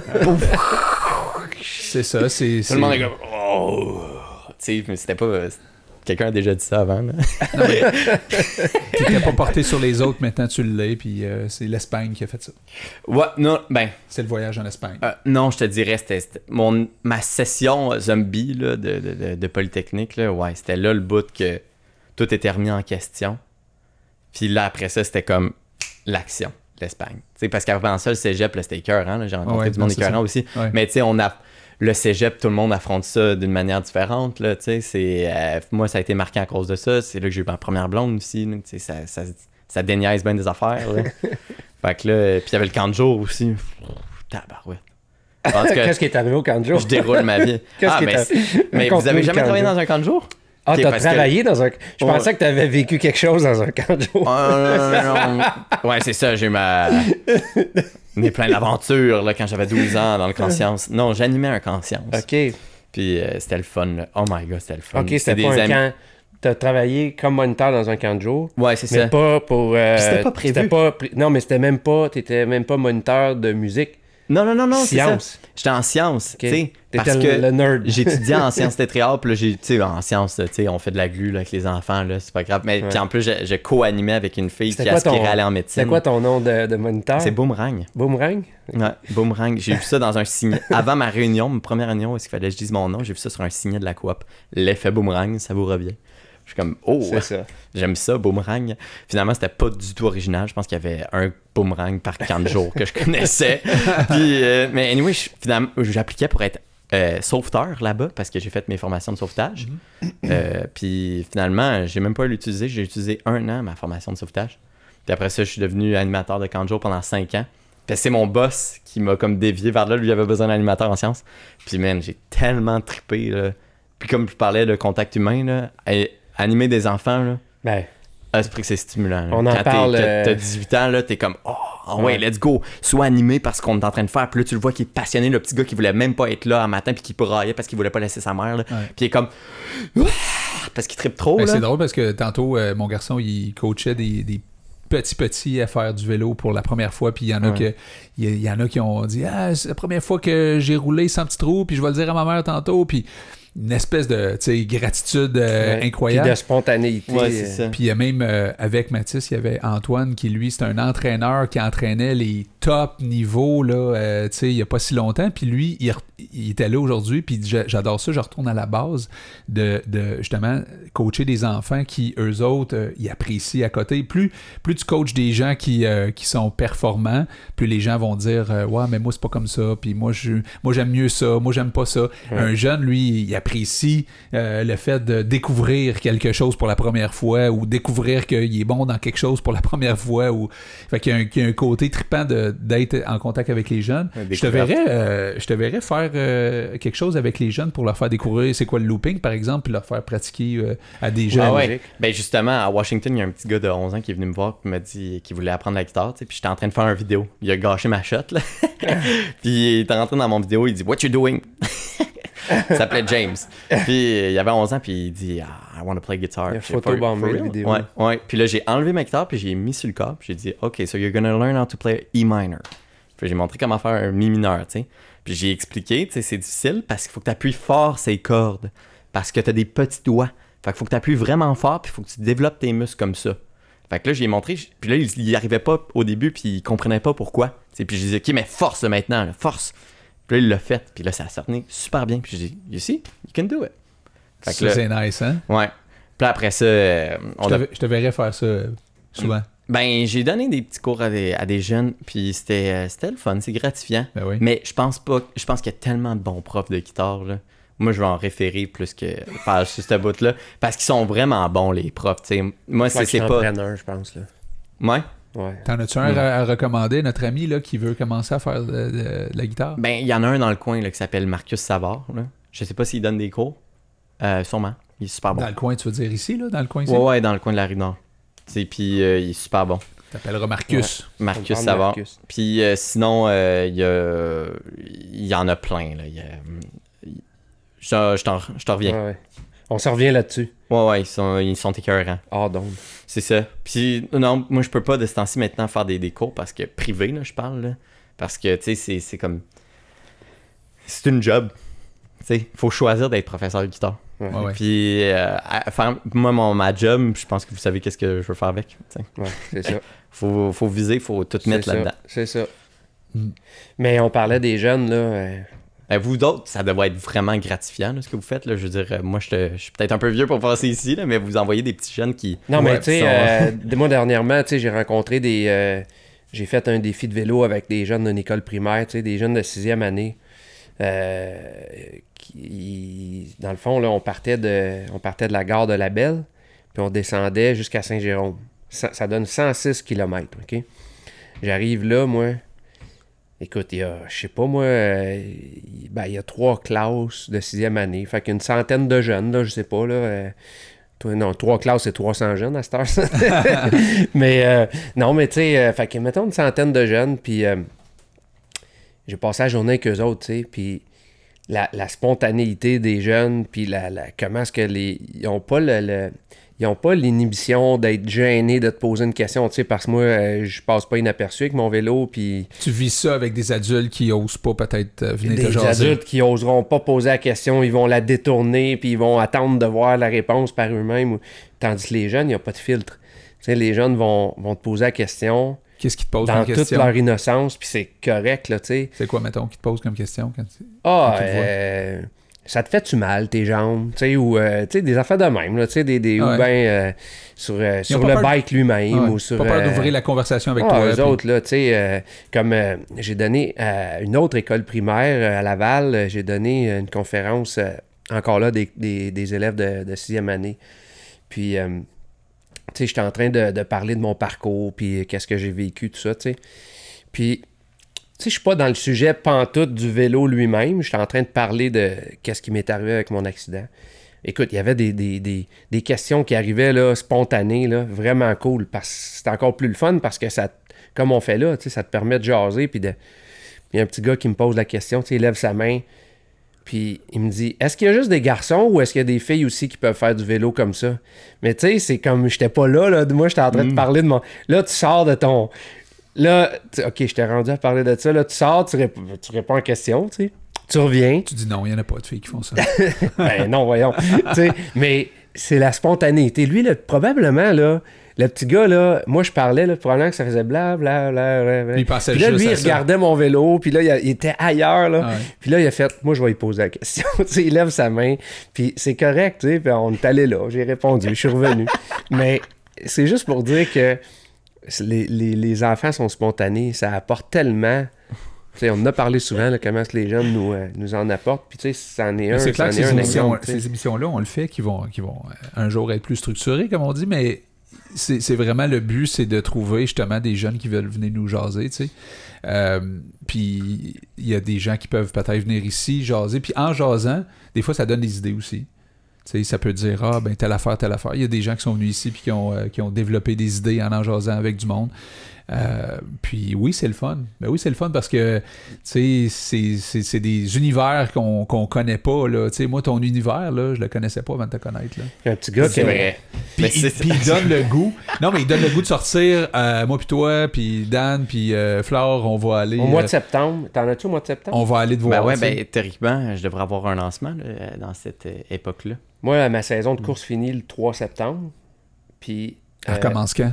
C'est ça, c'est... Tout le monde est comme oh! Tu sais, mais c'était pas. euh, Quelqu'un a déjà dit ça avant, là. Tu t'es pas porté sur les autres, maintenant tu l'es, puis euh, c'est l'Espagne qui a fait ça. Ouais, non, ben. C'est le voyage en Espagne. Euh, non, je te dirais, c'était, c'était mon, ma session zombie là, de, de, de, de Polytechnique, là, ouais, c'était là le bout que tout était remis en question. Puis là, après ça, c'était comme l'action, l'Espagne. Tu sais, parce qu'avant ça, le cégep, là, c'était écœurant. Là, j'ai rencontré Ouais, du monde non, c'est écœurant ça. aussi. Ouais. Mais tu sais, on a... Le cégep, tout le monde affronte ça d'une manière différente. Là, tu sais, c'est, euh, moi, ça a été marqué à cause de ça. C'est là que j'ai eu ma première blonde aussi. Là, tu sais, ça, ça, ça déniaise bien des affaires. Là. Fait que là, puis il y avait le camp de jour aussi. Tabarouette. Je pense que Qu'est-ce qui est arrivé au camp de jour? je déroule ma vie. Qu'est-ce Ah, qui mais, est c'est- mais vous Raconte-nous avez le jamais camp de travaillé jour. dans un camp de jour? Ah, Ok, t'as parce que- travaillé dans un... Je Ouais. pensais que t'avais vécu quelque chose dans un camp de jour. Oh, non, non, non. Ouais, c'est ça, j'ai eu ma... J'ai plein d'aventures là, quand j'avais douze ans dans le camp science. Non, j'animais un camp science. OK. Puis euh, c'était le fun. Là. Oh my god, c'était le fun. OK, c'était pas un camp... T'as travaillé comme moniteur dans un camp de jour, Ouais, c'est mais ça. pas pour... euh, Puis c'était pas prévu. c'était pas pré- Non, mais c'était même pas... T'étais même pas moniteur de musique. Non, non, non, non, c'est ça. Science. J'étais en sciences, OK. tu sais. T'étais Parce le, que le nerd. j'étudiais en sciences tétréales, puis là, j'ai, tu sais, en sciences, tu sais, on fait de la glu là, avec les enfants, là, c'est pas grave. Mais Ouais. puis en plus, je, je co-animais avec une fille C'était qui quoi ton- aspirait à aller en médecine. C'est quoi ton nom de, de moniteur? C'est Boomerang. Boomerang? Ouais, Boomerang. J'ai vu ça dans un signet. Avant ma réunion, ma première réunion, où est-ce qu'il fallait que je dise mon nom, j'ai vu ça sur un signet de la coop. L'effet Boomerang, ça vous revient. Je suis comme, oh, C'est ça. j'aime ça, Boomerang. Finalement, c'était pas du tout original. Je pense qu'il y avait un Boomerang par camp de jour que je connaissais. Puis, euh, mais anyway, je- finalement, j'appliquais pour être euh, sauveteur là-bas parce que j'ai fait mes formations de sauvetage. Euh, puis finalement, j'ai même pas l'utilisé. J'ai utilisé un an ma formation de sauvetage. Puis après ça, je suis devenu animateur de camp de jour pendant cinq ans. Puis c'est mon boss qui m'a comme dévié vers là. Lui, il avait besoin d'un animateur en sciences. Puis man, j'ai tellement trippé, là. Puis comme je parlais de contact humain, là, et animer des enfants, là, Ben, ah, c'est vrai que c'est stimulant. là. On en Quand t'es- parle, que euh, t'as dix-huit ans, là, t'es comme, oh, oh ouais, Ouais. let's go. Sois animé par ce qu'on est en train de faire. Puis là, tu le vois qui est passionné, le petit gars qui voulait même pas être là un matin, puis qui braillait parce qu'il voulait pas laisser sa mère. Là. Ouais. Puis il est comme, Ouah parce qu'il trippe trop. Ben, là. c'est drôle parce que tantôt, euh, mon garçon, il coachait des, des petits petits à faire du vélo pour la première fois, puis il y en a Ouais. que il y, a- il y en a qui ont dit ah, c'est la première fois que j'ai roulé sans petit trou, puis je vais le dire à ma mère tantôt, puis une espèce de tu sais, gratitude euh, ouais. incroyable. Puis de spontanéité. Ouais, c'est euh, ça. Puis il y a même, euh, avec Mathis, il y avait Antoine qui, lui, c'est un entraîneur qui entraînait les top niveaux, là, euh, tu sais, il n'y a pas si longtemps. Puis lui, il, re- il était là aujourd'hui, puis j'a- j'adore ça, je retourne à la base de, de justement, coacher des enfants qui, eux autres, euh, ils apprécient à côté. Plus, plus tu coaches des gens qui, euh, qui sont performants, plus les gens vont dire euh, ouais, mais moi, c'est pas comme ça, puis moi, je, moi j'aime mieux ça, moi, j'aime pas ça. Un jeune, lui, il apprécie euh, le fait de découvrir quelque chose pour la première fois ou découvrir qu'il est bon dans quelque chose pour la première fois. Ou... Fait qu'il y a un, qu'il y a un côté trippant de, d'être en contact avec les jeunes. Ouais, Je te découverte. verrais, euh, je te verrais faire euh, quelque chose avec les jeunes pour leur faire découvrir c'est quoi le looping, par exemple, puis leur faire pratiquer euh, à des jeunes. Ah ouais. Magique. Ben justement, à Washington, il y a un petit gars de onze ans qui est venu me voir et m'a dit qu'il voulait apprendre la guitare, tu sais, puis j'étais en train de faire une vidéo. Il a gâché ma shot, là. Puis il est rentré dans mon vidéo, il dit « What you doing? » Il s'appelait James. Puis il avait onze ans, puis il dit ah, « I want to play guitar. » Il a J'ai fait, photobombé For la real? vidéo. Ouais, ouais. Puis là, j'ai enlevé ma guitare, puis j'ai mis sur le corps, puis j'ai dit « OK, so you're gonna learn how to play E minor. » Puis j'ai montré comment faire un mi mineur, tu sais. Puis j'ai expliqué, tu sais, c'est difficile parce qu'il faut que tu appuies fort ces cordes. Parce que tu as des petits doigts. Fait qu'il faut que tu appuies vraiment fort, puis il faut que tu développes tes muscles comme ça. Fait que là, j'ai montré, j- puis là, il, il arrivait pas au début, puis il comprenait pas pourquoi. Tu sais, puis je disais, OK, mais force là, maintenant, là, force. Puis là, il l'a fait, puis là, ça a sorti super bien. Puis j'ai dit, You see, you can do it. Fait que Ça, là, c'est nice, hein? ouais. Puis là, après ça, euh, on Je a te, je te verrais faire ça euh, souvent. ben, j'ai donné des petits cours à des, à des jeunes, puis c'était, euh, c'était le fun, c'est gratifiant. Ben oui. Mais je pense pas, je pense qu'il y a tellement de bons profs de guitare, là. Moi, je vais en référer plus que faire sur ce bout-là, parce qu'ils sont vraiment bons, les profs, tu sais. Moi, c'est, Fait que c'est je pas... t'en prenne un, je pense. Là. Ouais. Ouais. T'en as-tu un Mm. à, à recommander, notre ami là, qui veut commencer à faire de, de- de la guitare? Ben, il y en a un dans le coin, là, qui s'appelle Marcus Savard, là. Je sais pas s'il donne des cours. Euh, sûrement. Il est super bon. Dans le coin, tu veux dire ici, là? Dans le coin ici? Ouais, ouais, dans le coin de la rue Nord. Tu sais, puis euh, il est super bon. T'appelleras Marcus. Marcus On parle de Savard. Marcus. Puis euh, sinon, euh, il y a... il y en a plein, là. Il y a... Je, je, t'en, je t'en reviens. Ouais, ouais. On s'en revient là-dessus. Ouais, ouais, ils sont, ils sont écœurants. Ah, donc. C'est ça. Puis, non, moi, je peux pas de ce temps-ci maintenant faire des, des cours parce que privé, là, je parle, là. Parce que, tu sais, c'est, c'est comme. C'est une job. Tu sais, faut choisir d'être professeur de guitare. Ouais. Ouais, ouais. Puis, euh, à faire, moi, mon, ma job, je pense que vous savez qu'est-ce que je veux faire avec. tu sais. Ouais, c'est ça. Faut, faut viser, faut tout C'est mettre ça. là-dedans. C'est ça. Mm. Mais on parlait des jeunes, là. euh, Ben, vous d'autres, ça devrait être vraiment gratifiant, là, ce que vous faites. Là. Je veux dire, euh, moi, je, te- je suis peut-être un peu vieux pour passer ici, là, mais vous envoyez des petits jeunes qui. Non, mais Ouais, tu sais, sont- euh, de- moi, dernièrement, tu sais, j'ai rencontré des... euh, j'ai fait un défi de vélo avec des jeunes d'une école primaire, tu sais, des jeunes de sixième année. Euh, qui, dans le fond, là, on partait de, on partait de la gare de La Belle, puis on descendait jusqu'à Saint-Jérôme. Ça, ça donne cent six kilomètres, OK? J'arrive là, moi, écoute, il y a, je sais pas moi, euh, il ben, il y a trois classes de sixième année. Fait qu'une centaine de jeunes, là, je sais pas, là. Euh, toi, non, trois classes, c'est trois cents jeunes à cette heure. mais euh, non, mais tu sais, euh, fait que mettons une centaine de jeunes, puis euh, j'ai passé la journée avec eux autres, tu sais, puis la, la spontanéité des jeunes, puis la, la, comment est-ce que les. Ils ont pas le. le Ils n'ont pas l'inhibition d'être gênés de te poser une question, tu sais, parce que moi, euh, je passe pas inaperçu avec mon vélo, puis... Tu vis ça avec des adultes qui osent pas peut-être euh, venir des te jaser. adultes qui oseront pas poser la question, ils vont la détourner, puis ils vont attendre de voir la réponse par eux-mêmes. Tandis que les jeunes, il n'y a pas de filtre. Tu sais, les jeunes vont, vont te poser la question... Qu'est-ce qui te pose dans comme toute question? leur innocence, puis c'est correct, là, tu sais. C'est quoi, mettons, qui te pose comme question? Quand tu... Ah, quand tu te vois? euh... ça te fait-tu mal, tes jambes, tu sais, ou, euh, tu sais, des affaires de même, là, tu sais, des, des, Ouais. ou bien euh, sur, euh, sur pas le peur de- bike lui-même, Ouais. ou sur... Pas peur euh, d'ouvrir la conversation avec ah, toi. eux puis- autres, là, tu sais, euh, comme euh, j'ai donné à une autre école primaire euh, à Laval, euh, j'ai donné une conférence, euh, encore là, des, des, des élèves de, de sixième année. Puis, euh, tu sais, j'étais en train de, de parler de mon parcours, puis qu'est-ce que j'ai vécu, tout ça, tu sais. Puis, tu sais, je suis pas dans le sujet pantoute du vélo lui-même. J'étais en train de parler de qu'est-ce qui m'est arrivé avec mon accident. Écoute, il y avait des, des, des, des questions qui arrivaient là, spontanées, là, vraiment cool. Parce que c'est encore plus le fun parce que ça, comme on fait là, tu sais, ça te permet de jaser. Puis de... il y a un petit gars qui me pose la question, tu sais, il lève sa main. Puis il me dit, est-ce qu'il y a juste des garçons ou est-ce qu'il y a des filles aussi qui peuvent faire du vélo comme ça? Mais tu sais, c'est comme, j'étais pas là, là. Moi, j'étais en train de parler de mon... Là, tu sors de ton... Là, tu- OK, je t'ai rendu à parler de ça. Là, tu sors, tu, rép- tu réponds à question, tu sais. Tu reviens. Tu dis non, il n'y en a pas de filles qui font ça. Ben non, voyons. Tu sais, mais c'est la spontanéité. Lui, là, probablement, là, le petit gars, là, moi, je parlais, là, probablement que ça faisait bla bla bla bla. bla. Il pensait Puis là, juste lui, à il ça. regardait mon vélo, puis là, il, a- il était ailleurs, là. Ouais. Puis là, il a fait, moi, je vais lui poser la question. Tu sais, il lève sa main, puis c'est correct, tu sais, puis on est allé là, j'ai répondu, je suis revenu. Mais c'est juste pour dire que les, les, les enfants sont spontanés, ça apporte tellement... Tu sais, on en a parlé souvent, là, comment est-ce que les jeunes nous, euh, nous en apportent, puis tu sais, c'en est un, Mais c'est clair que c'en est ces, un émissions, exemple, tu sais. ces émissions-là, on le fait, qui vont, qui vont euh, un jour être plus structurées, comme on dit, mais c'est, c'est vraiment le but, c'est de trouver justement des jeunes qui veulent venir nous jaser, tu sais. Euh, puis il y a des gens qui peuvent peut-être venir ici jaser, puis en jasant, des fois, ça donne des idées aussi. Tu sais, ça peut dire, ah, ben, telle affaire, telle affaire. Il y a des gens qui sont venus ici puis qui ont, euh, qui ont développé des idées en en jasant avec du monde. Euh, puis oui, c'est le fun. Ben oui, c'est le fun parce que, tu sais, c'est, c'est, c'est des univers qu'on, qu'on connaît pas, là. Tu sais, moi, ton univers, là, je le connaissais pas avant de te connaître, là. Il y a un petit gars qui... C'est vrai. Puis, Mais il, c'est- puis il donne le goût. Non, mais il donne le goût de sortir. euh, moi puis toi, puis Dan, puis euh, Flore, on va aller... Au mois de euh, septembre, t'en as-tu au mois de septembre? on va aller te voir. Ben ouais, tu sais. ben théoriquement, je devrais avoir un lancement là, dans cette euh, époque-là. Moi, ma saison de course finit le trois septembre, puis... Elle euh, recommence quand?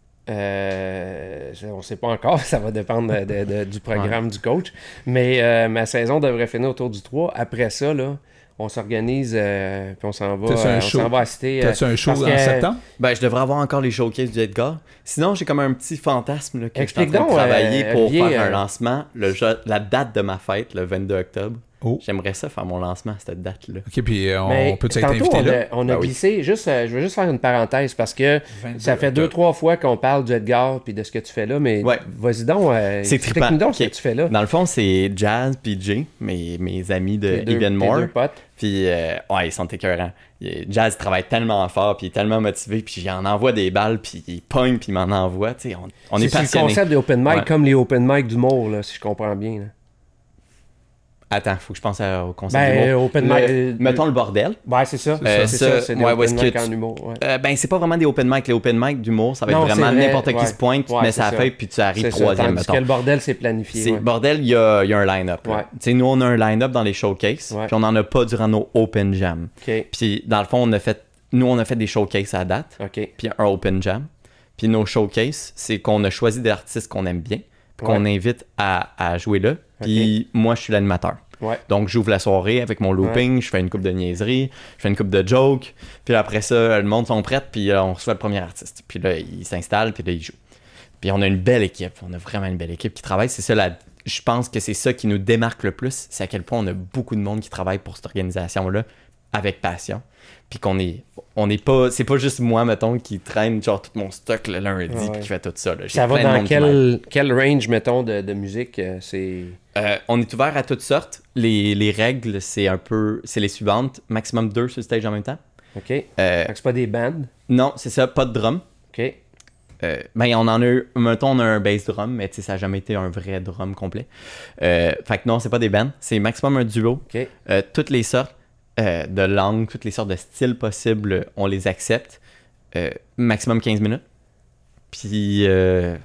Euh, je- on sait pas encore, ça va dépendre de- de- de- du programme du coach. Mais euh, ma saison devrait finir autour du trois. Après ça, là, on s'organise, euh, puis on s'en va, T'as-tu un euh, on show? s'en va assister. euh, T'as-tu un show parce en que- septembre? Ben, je devrais avoir encore les showcases du Edgar. Sinon, j'ai comme un petit fantasme là, que Explique je suis en train donc, de travailler euh, pour Olivier, faire un euh, lancement. Le jeu- la date de ma fête, le vingt-deux octobre. Oh. J'aimerais ça faire mon lancement à cette date-là. OK, puis euh, on Mais peut être tantôt, invité on là? a, on a Ben oui. glissé, juste, euh, je veux juste faire une parenthèse parce que ça fait deux, trois fois qu'on parle du Edgar puis de ce que tu fais là, mais Ouais. vas-y donc, euh, C'est explique-nous trippant. donc ce Ok. que tu fais là. Dans le fond, c'est Jazz puis Jay, mes, mes amis de Tes deux- tes Evenmore. deux potes. Puis, euh, ouais, ils sont écœurants. Il- Jazz travaille tellement fort, puis il est tellement motivé, puis j'en envoie des balles, puis il pogne, puis il m'en envoie. Tu sais, on, on est, C'est sur le passionnés. concept des open mic, Ouais. comme les open mic d'humour, là, si je comprends bien. là. Attends, faut que je pense à- au concept Ben, d'humour. open Le- mic. euh, mettons le bordel. Ouais, c'est ça. Euh, c'est ça, ça, c'est des ouais, où open est-ce que mic tu- en humour. Ouais. Euh, ben, c'est pas vraiment des open mic. Les open mic d'humour, ça va Non, être vraiment c'est vrai, n'importe qui ouais. se pointe, tu Ouais, te mets c'est ça à ça. la feuille, puis tu arrives C'est ça, troisième, tandis mettons. que le bordel, c'est planifié. C'est ouais. bordel, il y a, il y a un line-up. là. Ouais. Tu sais, nous, on a un line-up dans les showcases, Ouais. puis on n'en a pas durant nos open jam. OK, Puis, dans le fond, on a fait, nous, on a fait des showcases à date, OK. puis un open jam. Puis nos showcases, c'est qu'on a choisi des artistes qu'on aime bien, puis Ouais. qu'on invite à, à jouer là. Puis moi, je suis l'animateur. Ouais. Donc, j'ouvre la soirée avec mon looping, je fais une coupe de niaiseries, je fais une coupe de jokes, puis après ça, le monde sont prêts, puis là, on reçoit le premier artiste. Puis là, il s'installe, puis là, il joue. Puis on a une belle équipe, on a vraiment une belle équipe qui travaille. C'est ça, la... je pense que c'est ça qui nous démarque le plus, c'est à quel point on a beaucoup de monde qui travaille pour cette organisation-là, avec passion. Puis qu'on est, on est pas, c'est pas juste moi, mettons, qui traîne genre tout mon stock le lundi Ouais. puis qui fait tout ça. Là. J'ai Ça va plein de dans monde qui m'aide. quel, quel range, mettons, de, de musique? euh, c'est... Euh, on est ouvert à toutes sortes. Les, les règles, c'est un peu, c'est les suivantes. Maximum deux sur le stage en même temps. OK. Euh, Fait que c'est pas des bands? non, c'est ça, pas de drum. OK. Euh, ben, on en a eu, mettons, on a un bass drum, mais tu sais, ça n'a jamais été un vrai drum complet. Euh, fait que non, c'est pas des bands, c'est maximum un duo. OK. Euh, toutes les sortes euh, de langues, toutes les sortes de styles possibles, on les accepte. Euh, maximum quinze minutes. Puis, euh,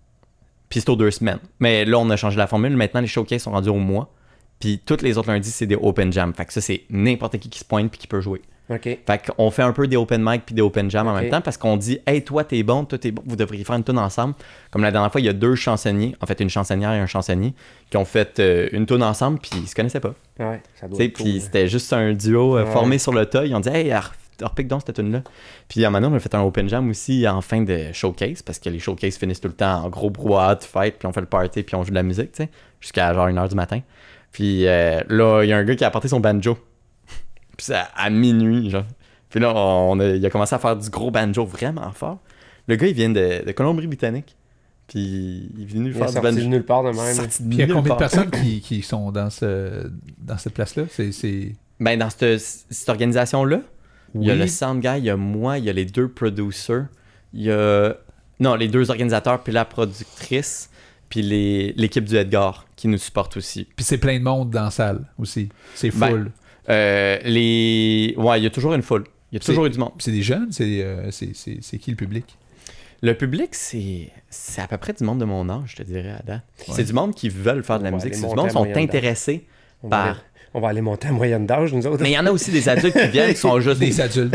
puis c'est aux deux semaines. Mais là, on a changé la formule. Maintenant, les showcases sont rendus au mois. Puis tous les autres lundis, c'est des open jam. Fait que ça, c'est n'importe qui qui se pointe puis qui peut jouer. OK. Fait qu'on fait un peu des open mic puis des open jam en Ok. même temps parce qu'on dit hey toi t'es bon, toi t'es bon, vous devriez faire une tune ensemble. Comme la dernière fois, il y a deux chansonniers, en fait une chansonnière et un chansonnier, qui ont fait euh, une tune ensemble puis ils se connaissaient pas. Ouais, ça doit Tu sais, être cool. puis là. c'était juste un duo euh, Ouais. formé sur le tas. Ils ont dit hey ar- repique donc cette tune là. Puis à un moment donné, on a fait un open jam aussi en fin de showcase parce que les showcases finissent tout le temps en gros brouhaha de fête puis on fait le party puis on joue de la musique, tu sais, jusqu'à genre une heure du matin. Puis euh, là, il y a un gars qui a apporté son banjo. Puis c'est à, à minuit, genre. Puis là, on a, il a commencé à faire du gros banjo vraiment fort. Le gars, il vient de, de Colombie-Britannique. Puis il est venu Il est faire du sorti banjo. de nulle part de même. là. Sorti de Puis il y a nulle combien de part. personnes qui, qui sont dans, ce, dans cette place-là? C'est, c'est... Ben, dans cette, cette organisation-là, il y a Oui. le sound guy, il y a moi, il y a les deux producers, il y a... Non, les deux organisateurs, puis la productrice, puis les, l'équipe du Edgar qui nous supporte aussi. Puis c'est plein de monde dans la salle aussi. C'est Ben, full. Euh, les... Ouais, il y a toujours une foule. Il y a C'est- toujours eu du monde. Puis c'est des jeunes? C'est, euh, c'est, c'est, c'est qui le public? Le public, c'est c'est à peu près du monde de mon âge, je te dirais, à date. Ouais. C'est du monde qui veulent faire de la On va musique. aller C'est du monter monde à qui sont moyenne d'âge. intéressés On va, par... aller, on va aller monter à moyenne d'âge, nous autres. Mais il y en a aussi des adultes qui viennent qui sont juste... Des adultes.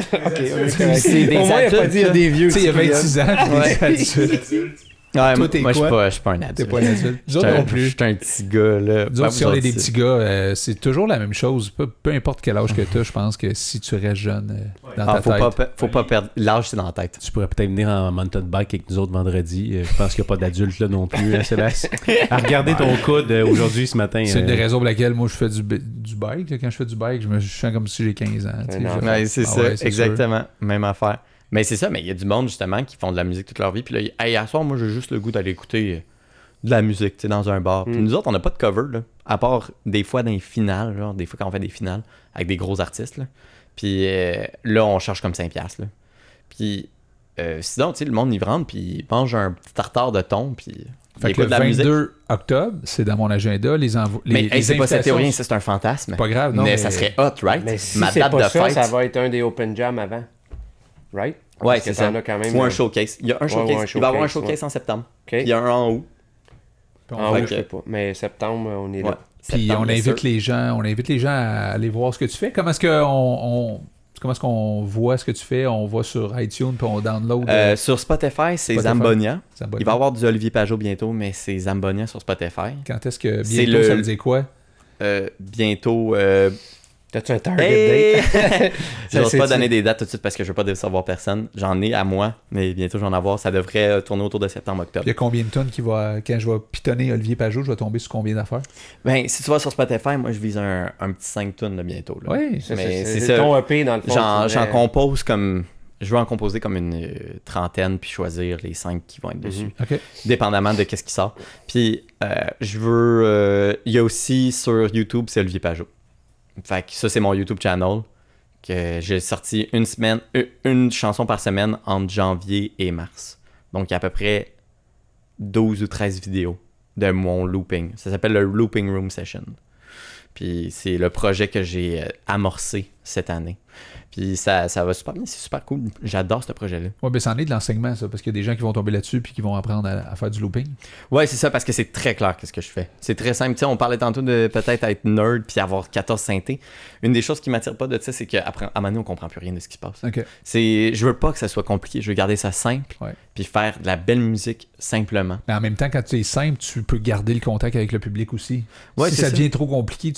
C'est des Au moins, il a pas adultes, dit il y a là. des vieux. Tu sais, il y a qui viennent. vingt-six ans, puis Ouais. des adultes. Ouais, Toi, t'es moi, je suis quoi? pas, je suis pas un adulte. T'es pas un adulte. Nous Je autres suis un- non plus. Je suis un petit gars, là. Nous autres, Ben, si vous on est autres, des c'est- petits gars, euh, c'est toujours la même chose. Peu, peu importe quel âge que tu as, je pense que si tu restes jeune euh, dans Ah, ta faut tête, pas, pe- faut pas perdre... L'âge, c'est dans la tête. Tu pourrais peut-être venir en mountain bike avec nous autres vendredi. Euh, je pense qu'il n'y a pas d'adultes là non plus, hein, Sébastien. À regarder ton coude euh, aujourd'hui, ce matin. c'est une des euh, raisons pour laquelle moi je fais du, bi- du bike. là. Quand je fais du bike, je me je sens comme si j'ai quinze ans. tu sais, Un je- enfant. Ouais, c'est Ah ça, ouais, c'est exactement. Même affaire. Mais c'est ça, mais il y a du monde, justement, qui font de la musique toute leur vie. Puis là, hey, hier soir, moi, j'ai juste le goût d'aller écouter euh, de la musique, tu sais, dans un bar. Puis Mm. nous autres, on n'a pas de cover, là. À part des fois dans les finales, genre, des fois quand on fait des finales avec des gros artistes, là. Puis euh, là, on charge comme cinq piastres, là. Puis euh, sinon, tu sais, le monde, il rentre, puis il mange un petit tartare de thon, puis il Fait que écoute le de la musique. vingt-deux octobre, c'est dans mon agenda. Les envo- les, Mais les hey, c'est pas cette invitations, théorie, ça, c'est un fantasme. c'est pas grave, non. mais, mais ça serait hot, right? Mais si Ma c'est date pas de ça, fête. ça va être un des open jam avant. Right? Ouais, Parce que c'est ça. t'en as quand même, Ou euh, un showcase. Il y a un ouais, showcase. ouais, un Il va y avoir un showcase, showcase en septembre. OK. Puis il y a un en août. Puis En on, Fait haut, que- je sais pas. Mais septembre, on est Ouais. là. puis Septembre, on bien invite sûr. les gens, on invite les gens à aller voir ce que tu fais. Comment est-ce qu'on on, comment est-ce qu'on voit ce que tu fais? On va sur iTunes puis on download. Euh, euh, sur Spotify, c'est Spotify. Zambonia. ça va Il va y avoir du Olivier Pajot bientôt, mais c'est Zambonia sur Spotify. Quand est-ce que C'est bientôt le- ça veut dire quoi? Euh, bientôt. Euh... T'as-tu un target Hey! date? Ça, J'ose c'est- pas donner des dates tout de suite parce que je veux pas décevoir personne. J'en ai à moi, mais bientôt j'en avoir. Ça devrait euh, tourner autour de Puis septembre-octobre. il y a combien de tonnes qui va. Quand je vais pitonner Olivier Pajot, je vais tomber sur combien d'affaires? Ben, si tu vas sur Spotify, moi je vise un, un petit cinq tonnes là, bientôt. Là. Oui. Ça, Mais c'est c'est c'est ça. ton E P dans le fond. J'en, tu j'en voudrais- compose comme. Je veux en composer comme une euh, trentaine, puis choisir les cinq qui vont être dessus. Mhm. OK. Dépendamment de qu'est-ce qui sort. Puis, euh, je veux... euh, Il y a aussi sur YouTube, c'est Olivier Pajot. Fait que ça, c'est mon YouTube channel. Que j'ai sorti une semaine, une- une chanson par semaine entre janvier et mars. Donc, il y a à peu près douze ou treize vidéos de mon looping. Ça s'appelle le Looping Room Session. Puis, c'est le projet que j'ai euh, amorcé cette année. Puis, ça, ça va super bien, c'est super cool. J'adore ce projet-là. Ouais, ben, c'en est de l'enseignement, ça, parce qu'il y a des gens qui vont tomber là-dessus puis qui vont apprendre à, à faire du looping. Ouais, c'est ça, parce que c'est très clair qu'est-ce que je fais. C'est très simple. Tu sais, on parlait tantôt de peut-être être nerd puis avoir quatorze synthés. Une des choses qui m'attire pas de ça, c'est qu'après, à un moment donné, on comprend plus rien de ce qui se passe. OK. C'est, je veux pas que ça soit compliqué. Je veux garder ça simple Ouais. puis faire de la belle musique simplement. Mais en même temps, quand tu es simple, tu peux garder le contact avec le public aussi. Ouais, si c'est ça ça. devient trop compliqué, tu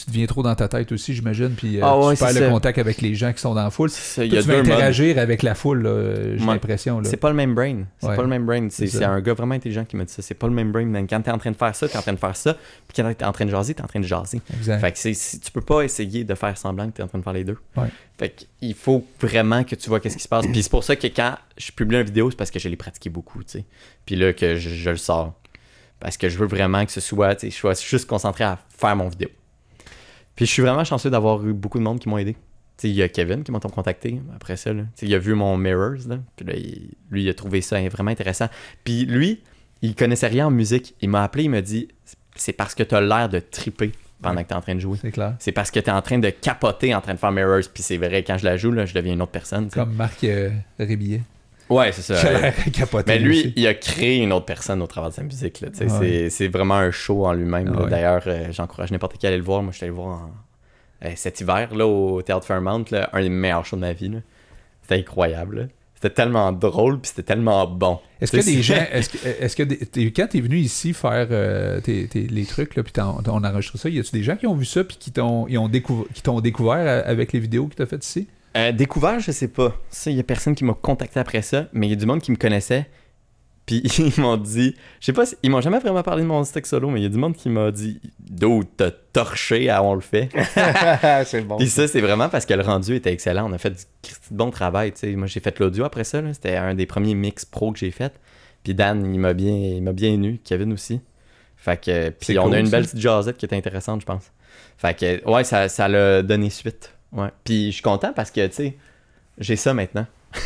tu deviens trop dans ta tête aussi, j'imagine, puis euh, Ah ouais, tu perds c'est le ça. contact avec les gens qui sont dans la foule. C'est ça, il Toi, y a tu vas deux modes. interagir avec la foule, là, j'ai Ouais. l'impression. Là. C'est pas le même brain. C'est Ouais. pas le même brain. C'est, C'est c'est ça. un gars vraiment intelligent qui m'a dit ça. C'est pas le même brain. Même quand t'es en train de faire ça, t'es en train de faire ça. Puis quand t'es en train de jaser, t'es en train de jaser. Exact. Fait que c'est, si, tu peux pas essayer de faire semblant que t'es en train de faire les deux. Ouais. Fait qu'il faut vraiment que tu vois qu'est-ce qui se passe. Puis c'est pour ça que quand je publie une vidéo, c'est parce que je l'ai pratiqué beaucoup, tu sais. Puis là que je, je le sors. Parce que je veux vraiment que ce soit, tu sais, je sois juste concentré à faire mon vidéo. Puis je suis vraiment chanceux d'avoir eu beaucoup de monde qui m'ont aidé. Tu sais, il y a Kevin qui m'a contacté après ça. Là. Tu sais, il a vu mon Mirrors, là. Puis là, il- lui, il a trouvé ça vraiment intéressant. Puis lui, il connaissait rien en musique. Il m'a appelé, il m'a dit « C'est parce que t'as l'air de triper pendant Ouais. que t'es en train de jouer. C'est clair. C'est parce que t'es en train de capoter en train de faire Mirrors. » Puis c'est vrai, quand je la joue, là, je deviens une autre personne. tu sais. Comme Marc euh, Rébillet. Ouais, c'est ça. J'ai l'air capoté. Mais lui, aussi. il a créé une autre personne au travers de sa musique. Là, tu sais. Ouais. c'est, c'est vraiment un show en lui-même. là. Ouais. D'ailleurs, euh, j'encourage n'importe qui à aller le voir. Moi, je suis allé le voir en- euh, cet hiver là, au Théâtre Fairmount. Là, un des meilleurs shows de ma vie. Là. C'était incroyable. là. C'était tellement drôle puis c'était tellement bon. Est-ce que Tu sais, des c'est- gens. Est-ce que, est-ce que des- t'es- quand t'es venu ici faire euh, tes, tes- les trucs, là, puis t'en- on enregistre ça, y a-tu des gens qui ont vu ça puis qui t'ont, ils ont découv- qui t'ont découvert euh, avec les vidéos que t'as faites ici? Euh, découvert, je sais pas. Ça, il y a personne qui m'a contacté après ça, mais il y a du monde qui me connaissait. Puis ils m'ont dit, je sais pas, si- ils m'ont jamais vraiment parlé de mon stick solo, mais il y a du monde qui m'a dit, d'où t'as torché à on le fait. c'est bon. Puis ça, c'est vraiment parce que le rendu était excellent. On a fait du christi de bon travail. tu sais. Moi, j'ai fait l'audio après ça. là. C'était un des premiers mix pro que j'ai fait. Puis Dan, il m'a bien, il m'a bien eu. Kevin aussi. Fait que, puis C'est on cool, a une ça. belle petite jazzette qui était intéressante, je pense. Fait que, ouais, ça, ça l'a donné suite. Ouais. Puis je suis content parce que, tu sais, j'ai ça maintenant.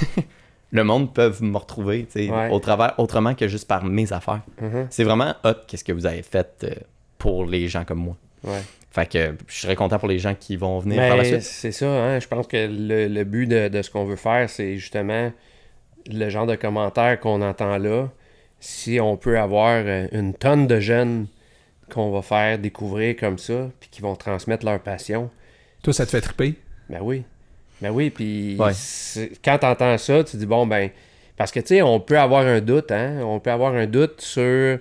Le monde peut me retrouver, tu sais, Ouais. au travers, autrement que juste par mes affaires. Mhm. C'est vraiment hot, qu'est-ce que vous avez fait euh, pour les gens comme moi. Ouais. Fait que je serais content pour les gens qui vont venir par la Mais suite. c'est ça, hein? Je pense que le, le but de, de ce qu'on veut faire, c'est justement le genre de commentaires qu'on entend là. Si on peut avoir euh, une tonne de jeunes qu'on va faire découvrir comme ça, puis qui vont transmettre leur passion, Toi, ça te fait triper? ben oui. Ben oui, puis Ouais. c'est- quand t'entends ça, tu dis bon ben. Parce que tu sais, on peut avoir un doute, hein? On peut avoir un doute sur le,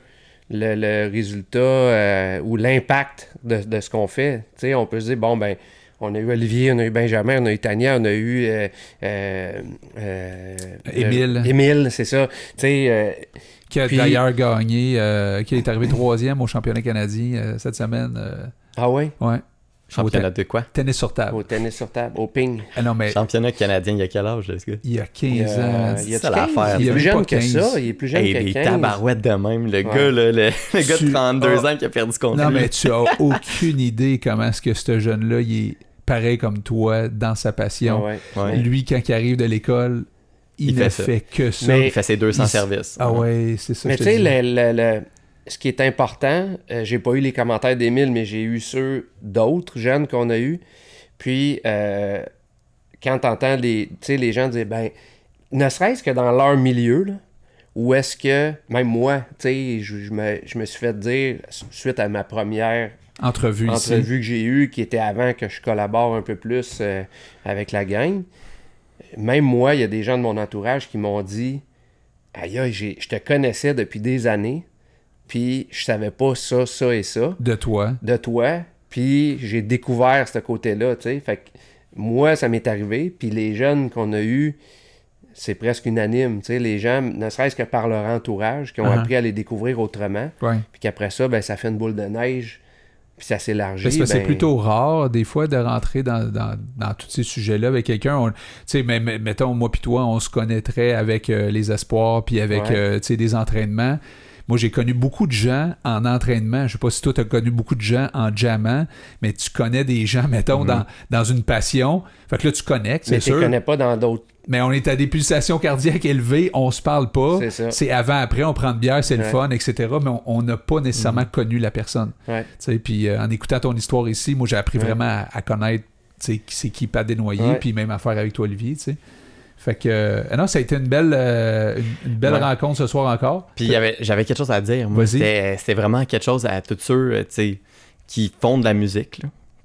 le résultat euh, ou l'impact de, de ce qu'on fait. Tu sais, on peut se dire bon ben. On a eu Olivier, on a eu Benjamin, on a eu Tania, on a eu euh, euh, euh, Émile. le- Émile, c'est ça. Tu sais, euh, Qui a Puis- d'ailleurs gagné, euh, qui est arrivé troisième au championnat canadien euh, cette semaine. euh, ah ouais, ouais. Championnat Au de quoi? Tennis sur table. au tennis sur table, au ping. Ah non, mais Championnat canadien, il y a quel âge, là, ce gars? il y a quinze Il y a- ans. il y a c'est ça quinze, l'affaire, il est ça. plus Il y a jeune même que pas quinze. ça, il est plus jeune Hey, que des quinze. tabarouettes de même. Le Ouais. gars, là, le, le gars Tu- de trente-deux Ah. ans qui a perdu contre Non, lui. mais tu as aucune idée comment est-ce que ce jeune-là, il est pareil comme toi dans sa Ah passion. ouais. Ouais. Lui, quand il arrive de l'école, il, Il ne fait ça. fait que ça. Mais- Il fait ses deux cents il- services. Ah ouais, c'est ça. Mais je te tu sais, dis. le, le- le- ce qui est important, euh, j'ai pas eu les commentaires d'Émile, mais j'ai eu ceux d'autres jeunes qu'on a eu. Puis, euh, quand t'entends les, tu sais, les gens dire, ben, ne serait-ce que dans leur milieu, là, où est-ce que, même moi, tu sais, je, je me, je me suis fait dire, suite à ma première Entrevue ici. entrevue que j'ai eue, qui était avant que je collabore un peu plus euh, avec la gang, même moi, il y a des gens de mon entourage qui m'ont dit, aïe, aïe, j'ai- je te connaissais depuis des années, puis je savais pas ça, ça et ça De toi. de toi, puis j'ai découvert ce côté-là, tu sais. Fait que moi, ça m'est arrivé, puis les jeunes qu'on a eus, c'est presque unanime, tu sais. Les gens, ne serait-ce que par leur entourage, qui ont Uh-huh. appris à les découvrir autrement, Ouais. puis qu'après ça, ben, ça fait une boule de neige, puis ça s'élargit. Parce que c'est ben, plutôt rare, des fois, de rentrer dans, dans, dans tous ces sujets-là avec quelqu'un. On- Tu sais, mais, mais- mettons, moi puis toi, on se connaîtrait avec euh, les espoirs, puis avec Ouais. euh, tu sais, des entraînements. Moi, j'ai connu beaucoup de gens en entraînement. Je sais pas si toi, tu as connu beaucoup de gens en jammant, mais tu connais des gens, mettons, Mhm. dans, dans une passion. Fait que là, tu connectes, mais c'est tu les sûr. connais pas dans d'autres. Mais on est à des pulsations cardiaques élevées, on se parle pas. C'est ça. C'est avant, après, on prend une bière, c'est le Ouais. fun, et cetera. Mais on- on n'a pas nécessairement connu la personne. Ouais. Tu sais, puis euh, en écoutant ton histoire ici, moi, j'ai appris Ouais. vraiment à, à connaître, tu sais, qui c'est qui Pat Desnoyers, Ouais. puis même à faire avec toi, Olivier, tu sais. Fait que, euh, non, ça a été une belle, euh, une, une belle Ouais. rencontre ce soir encore. Puis il y avait- j'avais quelque chose à dire. Moi, Vas-y. c'était, c'était vraiment quelque chose à tous ceux euh, tu sais, qui font de la musique. Là.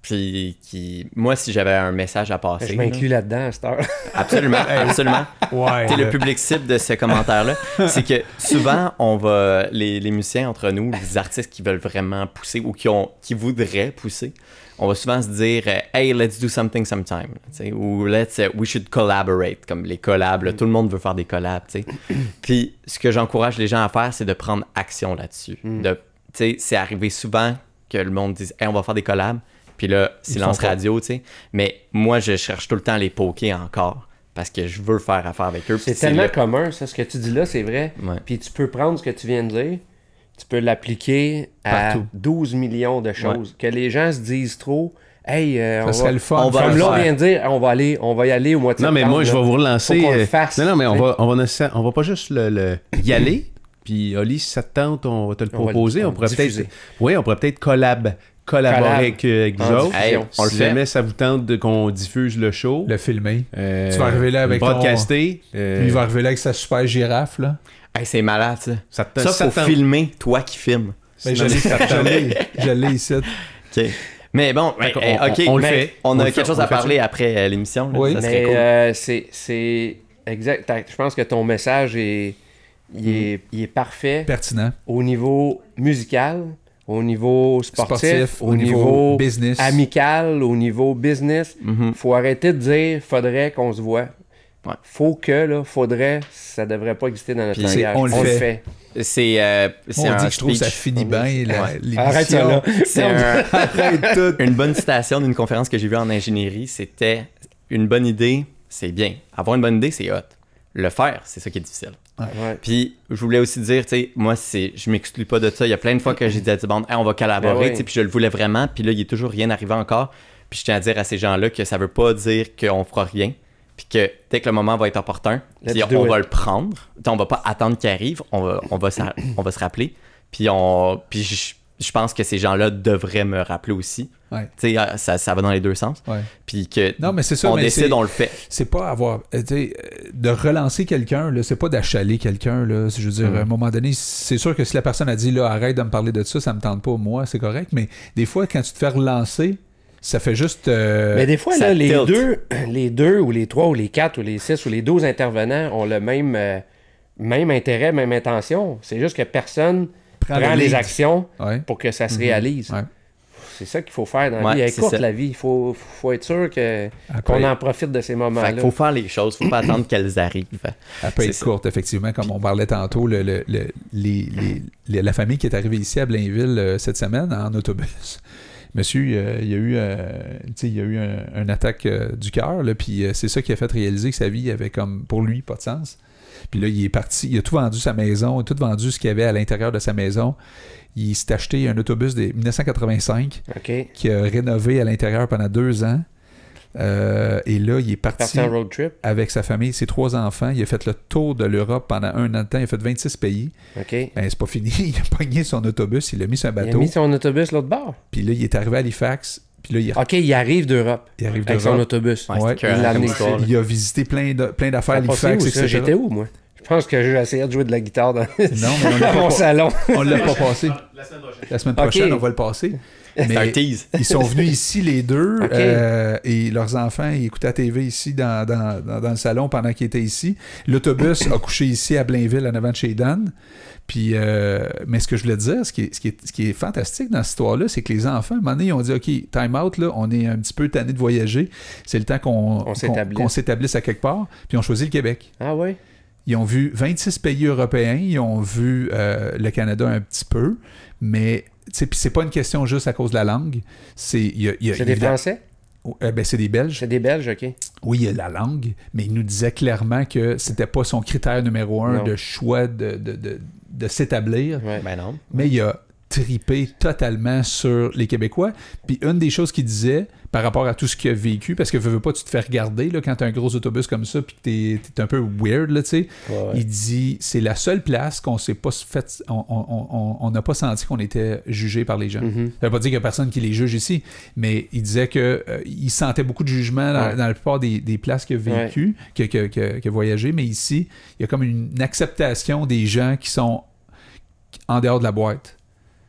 Puis qui, moi, si j'avais un message à passer. Je m'inclus là, là-dedans à cette heure. Absolument, absolument. Ouais. T'es le public cible de ce commentaire-là. C'est que souvent, on va, les, les musiciens entre nous, les artistes qui veulent vraiment pousser ou qui, ont, qui voudraient pousser, on va souvent se dire euh, hey, let's do something sometime. T'sais, ou let's, uh, we should collaborate, comme les collabs. Là, tout le monde veut faire des collabs. T'sais. Puis ce que j'encourage les gens à faire, c'est de prendre action là-dessus. Mm. De, t'sais, c'est arrivé souvent que le monde dise hey, on va faire des collabs. Puis là, silence radio, tu sais. Mais moi, je cherche tout le temps à les poker encore parce que je veux faire affaire avec eux. C'est c'est tellement le... commun, ça, ce que tu dis là, c'est vrai. Ouais. Puis tu peux prendre ce que tu viens de dire, tu peux l'appliquer à Partout. douze millions de choses. Ouais. Que les gens se disent trop, hey, euh, ça on serait va... le fun. On va Comme le là, on faire. vient de dire, on va, aller, on va y aller au mois de Non, septembre. mais moi, je vais vous relancer. Faut qu'on le euh, fasse. Non, non, mais on va, on va, ne- on va pas juste le, le- y aller. Puis, Oli, si ça te tente, on va te le On va le- proposer. on On, va pourrait le peut-être. diffuser. Oui, on pourrait peut-être collab, collaborer Collab. avec, euh, avec vous En autres. diffusion. Hey, on le Si fait. jamais ça vous tente de, qu'on diffuse le show. Le filmer. euh, Tu vas arriver là avec ton- podcaster. euh, Lui, il va arriver là avec sa super girafe, là. Hey, c'est malade, ça. Ça te Ça, si faut te tente. filmer toi qui filmes. Ben, je Non, l'ai, mais ça te je tente. l'ai, je l'ai ici. OK. Mais bon, Fait qu'on- hey, OK. on- on le mais fait. On On a le quelque fait. chose On à le fait parler après euh, l'émission. là. Oui. Ça serait Mais cool. euh, c'est, c'est exact. T'as- Je pense que ton message est, il est, il est parfait Pertinent. au niveau musical, au niveau sportif, Sportif, au, niveau, business. amical, au niveau business. Mhm. Faut arrêter de dire faudrait qu'on se voit. Ouais. Faut que, là, faudrait, ça devrait pas exister dans notre Puis c'est- langage. on le fait. C'est euh, c'est On un dit que je trouve que ça speech. finit bien la- Ouais. l'émission. Arrête ça là. C'est un- Arrête tout. une bonne citation d'une conférence que j'ai vue en ingénierie. C'était une bonne idée, c'est bien. Avoir une bonne idée, c'est hot. Le faire, c'est ça qui est difficile. Ouais. Puis je voulais aussi dire, tu sais, moi, c'est, je m'exclus pas de ça. Il y a plein de fois que j'ai dit à du monde, hey, on va collaborer, Ben oui. tu sais, puis je le voulais vraiment. Puis là, il est toujours rien arrivé encore. Puis je tiens à dire à ces gens-là que ça veut pas dire qu'on fera rien. Puis que dès que le moment va être opportun, Let's puis do on it. va le prendre. T'sais, on va pas attendre qu'il arrive. On va, on va, s'a- on va se rappeler. Puis on, puis je, je pense que ces gens-là devraient me rappeler aussi. Ouais. Tu sais, ça, ça va dans les deux sens. Ouais. Puis que Non, mais c'est ça, on mais décide, c'est- on le fait. C'est pas avoir. euh, tu sais, euh, de relancer quelqu'un, là, c'est pas d'achaler quelqu'un. Là. Je veux dire, Mm. à un moment donné, c'est sûr que si la personne a dit là, arrête de me parler de ça, ça me tente pas, moi, c'est correct. Mais des fois, quand tu te fais relancer, ça fait juste. euh, Mais des fois, ça là, les tilt. deux, les deux, ou les trois, ou les quatre, ou les six, ou les douze intervenants ont le même, euh, même intérêt, même intention. C'est juste que personne prends prend le les lead. actions Ouais. pour que ça se Mhm. réalise. Ouais. C'est ça qu'il faut faire dans la Ouais, vie. Elle est c'est courte, ça. la vie. Il faut, faut être sûr que, Après, qu'on en profite de ces Fait moments-là. qu'il faut faire les choses, faut pas attendre qu'elles arrivent. elle peut c'est être ça. courte, effectivement, comme on parlait tantôt. Le, le- le- les, les- les- la famille qui est arrivée ici à Blainville euh, cette semaine en autobus. Monsieur, euh, il y a eu, euh, tu sais, il y a eu un, un attaque euh, du cœur, là, puis euh, c'est ça qui a fait réaliser que sa vie avait comme, pour lui, pas de sens. Puis là, il est parti, il a tout vendu sa maison, tout vendu ce qu'il y avait à l'intérieur de sa maison. Il s'est acheté un autobus de dix-neuf cent quatre-vingt-cinq OK. qui a rénové à l'intérieur pendant deux ans. Euh, et là, il est parti Parti en road trip. avec sa famille, ses trois enfants. Il a fait le tour de l'Europe pendant un an de temps. Il a fait vingt-six pays. OK. Ben, c'est pas fini. Il a pogné son autobus, il l'a mis sur un Il a bateau. mis son autobus l'autre bord. Puis là, il est arrivé à Halifax. Puis là, il, est- OK, il arrive d'Europe il arrive avec son d'Europe. autobus. Ouais, Ouais, c'était il écœurant l'a comme amené histoire, ici. là. Il a visité plein, de, plein d'affaires à Ça a passé Halifax, où, et ça? cetera. J'étais où, moi? Je pense que j'ai essayé de jouer de la guitare dans, Non, mais on dans l'a mon pas, salon. on l'a pas passé. La semaine prochaine. La semaine Ok. prochaine, on va le passer. C'est un Mais tease. ils sont venus ici, les deux, Ok. euh, et leurs enfants, ils écoutaient la T V ici dans, dans, dans, dans le salon pendant qu'ils étaient ici. L'autobus a couché ici à Blainville, en avant de chez Dan. Puis, euh, mais ce que je voulais te dire, ce qui est, ce qui est, ce qui est fantastique dans cette histoire-là, c'est que les enfants, à un moment donné, ils ont dit, OK, time out, là, on est un petit peu tanné de voyager. C'est le temps qu'on, On qu'on, s'établisse. qu'on s'établisse à quelque part. Puis, ils ont choisi le Québec. Ah oui? Ils ont vu vingt-six pays européens, ils ont vu euh, le Canada un petit peu, mais tu sais, puis c'est pas une question juste à cause de la langue. C'est, il y a, il y a- C'est des évidemment- Français? Euh, ben, c'est des Belges. C'est des Belges, OK. Oui, il y a la langue, mais il nous disait clairement que c'était pas son critère numéro un Non. de choix de, de, de, de s'établir. Ouais. Ben non. Mais il a tripé totalement sur les Québécois. Puis une des choses qu'il disait par rapport à tout ce qu'il a vécu, parce que veux, veux pas, tu te fais regarder là, quand t'as un gros autobus comme ça, puis que t'es, t'es un peu weird, là, tu sais. Ouais, ouais. Il dit, c'est la seule place qu'on s'est pas fait, on on- on- on n'a pas senti qu'on était jugé par les gens. Mhm. Ça veut pas dire qu'il y a personne qui les juge ici, mais il disait que euh, il sentait beaucoup de jugement dans, Ouais. dans la plupart des, des places qu'il a vécues, qu'il que, que, que voyagé, mais ici, il y a comme une acceptation des gens qui sont en dehors de la boîte.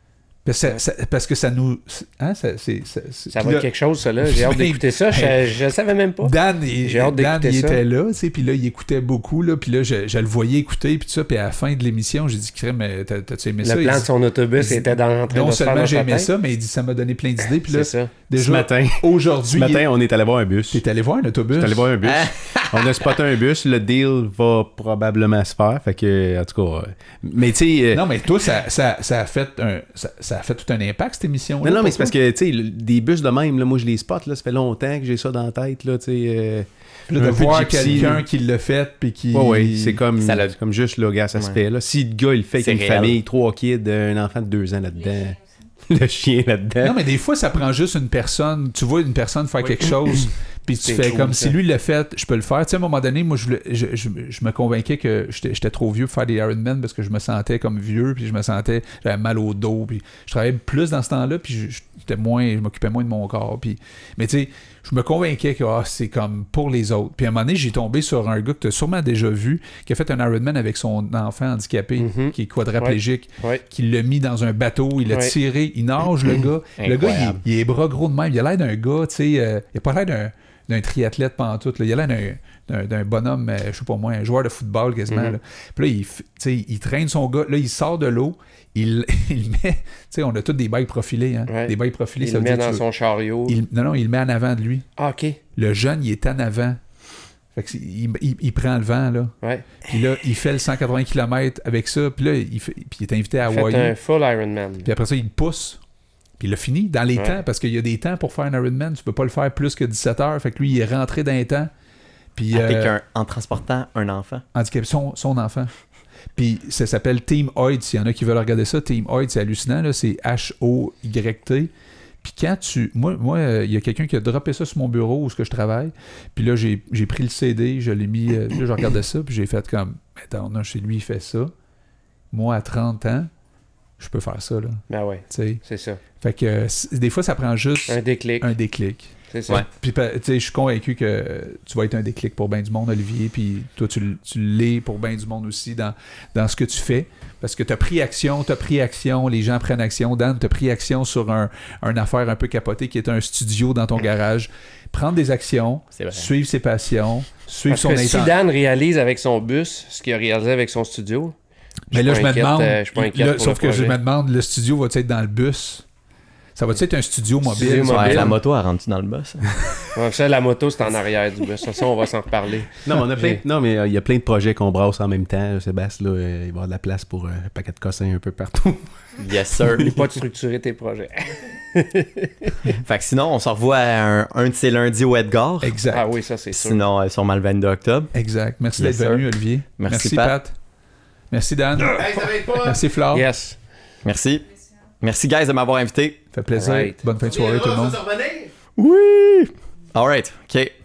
Parce, que ça, ça- parce que ça nous... Hein, ça, c'est, ça, c'est- Ça puis va là, être quelque chose, ça, là. J'ai hâte Ben, d'écouter ça. Je, ben, je le savais même pas. Dan, il, J'ai hâte Dan, d'écouter il ça. était là, tu sais, puis là, il écoutait beaucoup, là, puis là, je, je le voyais écouter, puis tout ça, puis à la fin de l'émission, j'ai dit, crème, mais t'as- t'as-tu aimé ça? Le Il plan dit- de son autobus il- était dans, en train Non de se faire seulement dans j'ai sa aimé tête. ça, mais il dit, ça m'a donné plein d'idées, puis là, C'est ça. déjà, Ce matin, aujourd'hui, ce matin, on est allé voir un bus. t'es allé voir un autobus? On est allé voir un bus. On a spoté un bus. Le deal va probablement se faire. Fait que, en tout cas. euh, Mais tu sais. euh, Non, mais toi, ça, ça, ça, a fait un, ça, ça a fait tout un impact, cette émission. Non, non, mais c'est parce que, tu sais, le- des bus de même, là, moi, je les spot, là, ça fait longtemps que j'ai ça dans la tête, là, tu sais. euh, de un peu voir gypsy, quelqu'un là. qui l'a fait, puis qui. Ouais, ouais, c'est comme, Ça l'a- c'est comme juste, là, gars, ça se Ouais. fait, là. Si le gars, il le fait C'est avec une réel. famille, trois kids, un enfant de deux ans là-dedans, le chien là-dedans. Non, mais des fois, ça prend juste une personne. Tu vois une personne faire quelque chose, puis tu C'est fais cool, comme ça. si lui l'a fait, je peux le faire. Tu sais, à un moment donné, moi, je, voulais- je, je, je me convainquais que j'étais, j'étais trop vieux pour faire des Ironman parce que je me sentais comme vieux, puis je me sentais, j'avais mal au dos, puis je travaillais plus dans ce temps-là, puis je, j'étais moins, je m'occupais moins de mon corps. Puis, mais tu sais, je me convainquais que ah, c'est comme pour les autres. Puis à un moment donné, j'ai tombé sur un gars que tu as sûrement déjà vu, qui a fait un Ironman avec son enfant handicapé, Mhm. qui est quadriplégique, Ouais. qui l'a mis dans un bateau, il l'a Ouais. tiré, il nage, le gars. Le gars, Incroyable. il, il est bras gros de même. Il a l'air d'un gars, tu sais, euh, il a pas l'air d'un, d'un triathlète pantoute. Là. Il a l'air d'un, d'un, d'un bonhomme, euh, je sais pas moi, un joueur de football quasiment. Mhm. Là. Puis là, il, f- tu sais, il traîne son gars. Là, il sort de l'eau. Il, il met... Tu sais, on a tous des bikes profilés. Hein? Ouais. Des bikes profilés, Il ça le veut met dire dans que tu- son chariot. il- Non, non, il le met en avant de lui. Ah, OK. Le jeune, il est en avant. Fait que c'est- il, il- il prend le vent, là. Ouais. Puis là, il fait le cent quatre-vingts kilomètres avec ça. Puis là, il, fait- puis il est invité à Hawaï. Fait un full Ironman. Puis après ça, il pousse. Puis il a fini dans les Ouais. temps, parce qu'il y a des temps pour faire un Ironman. Tu peux pas le faire plus que dix-sept heures. Fait que lui, il est rentré dans les temps. Puis, Avec euh, un- en transportant un enfant. handicapé, son, son enfant. Puis ça s'appelle Team Hoyt. S'il y en a qui veulent regarder ça, Team Hoyt, c'est hallucinant. Là. C'est H O Y T. Puis quand tu... Moi, moi, euh, il y a quelqu'un qui a droppé ça sur mon bureau où ce que je travaille. Puis là, j'ai, j'ai pris le C D, je l'ai mis... euh, là, je regardais ça, puis j'ai fait comme... Attends, non, chez lui, il fait ça. Moi, à trente ans, je peux faire ça, là. Ben ouais, Tu sais. c'est ça. Fait que euh, c- des fois, ça prend juste Un déclic. un déclic. C'est ça. Ouais. Puis, pa- tu sais, je suis convaincu que tu vas être un déclic pour bien du monde, Olivier. Puis toi, tu, l- tu l'es pour bien du monde aussi dans, dans ce que tu fais. Parce que tu as pris action, tu as pris action, les gens prennent action. Dan, tu as pris action sur un, une affaire un peu capotée qui est un studio dans ton garage. Prendre des actions, C'est vrai. suivre ses passions, suivre Parce son que si intention. Dan réalise avec son bus ce qu'il a réalisé avec son studio, Mais là, je suis me pas inquiète, demande. euh, je suis pas inquiète là, pour sauf le que je projet. me demande, le studio va être dans le bus? Ça va être un studio mobile? Studio ça? Ouais, mobile. la moto, elle rentre-tu dans le boss? ouais, ça, la moto, c'est en arrière du bus. Ça, on va s'en reparler. Non, mais on a plein, J'ai- non, mais euh, il y a plein de projets qu'on brasse en même temps. là, Sébastien, là, euh, il va y avoir de la place pour euh, un paquet de cossins un peu partout. Yes, sir. N'oublie pas de structurer tes projets. Fait que sinon, on se revoit à un, un de ces lundis au Edgar. Exact. Ah oui, ça, c'est sûr. Sinon, euh, sûrement le vingt-deux octobre. Exact. Merci Yes, d'être sir. venu, Olivier. Merci, Pat. Pat. Merci, Dan. Merci, Flore. Yes. Merci. Merci, guys, de m'avoir invité. Ça fait plaisir. Alright. Bonne fin de soirée, tout le monde. Oui! Alright. OK.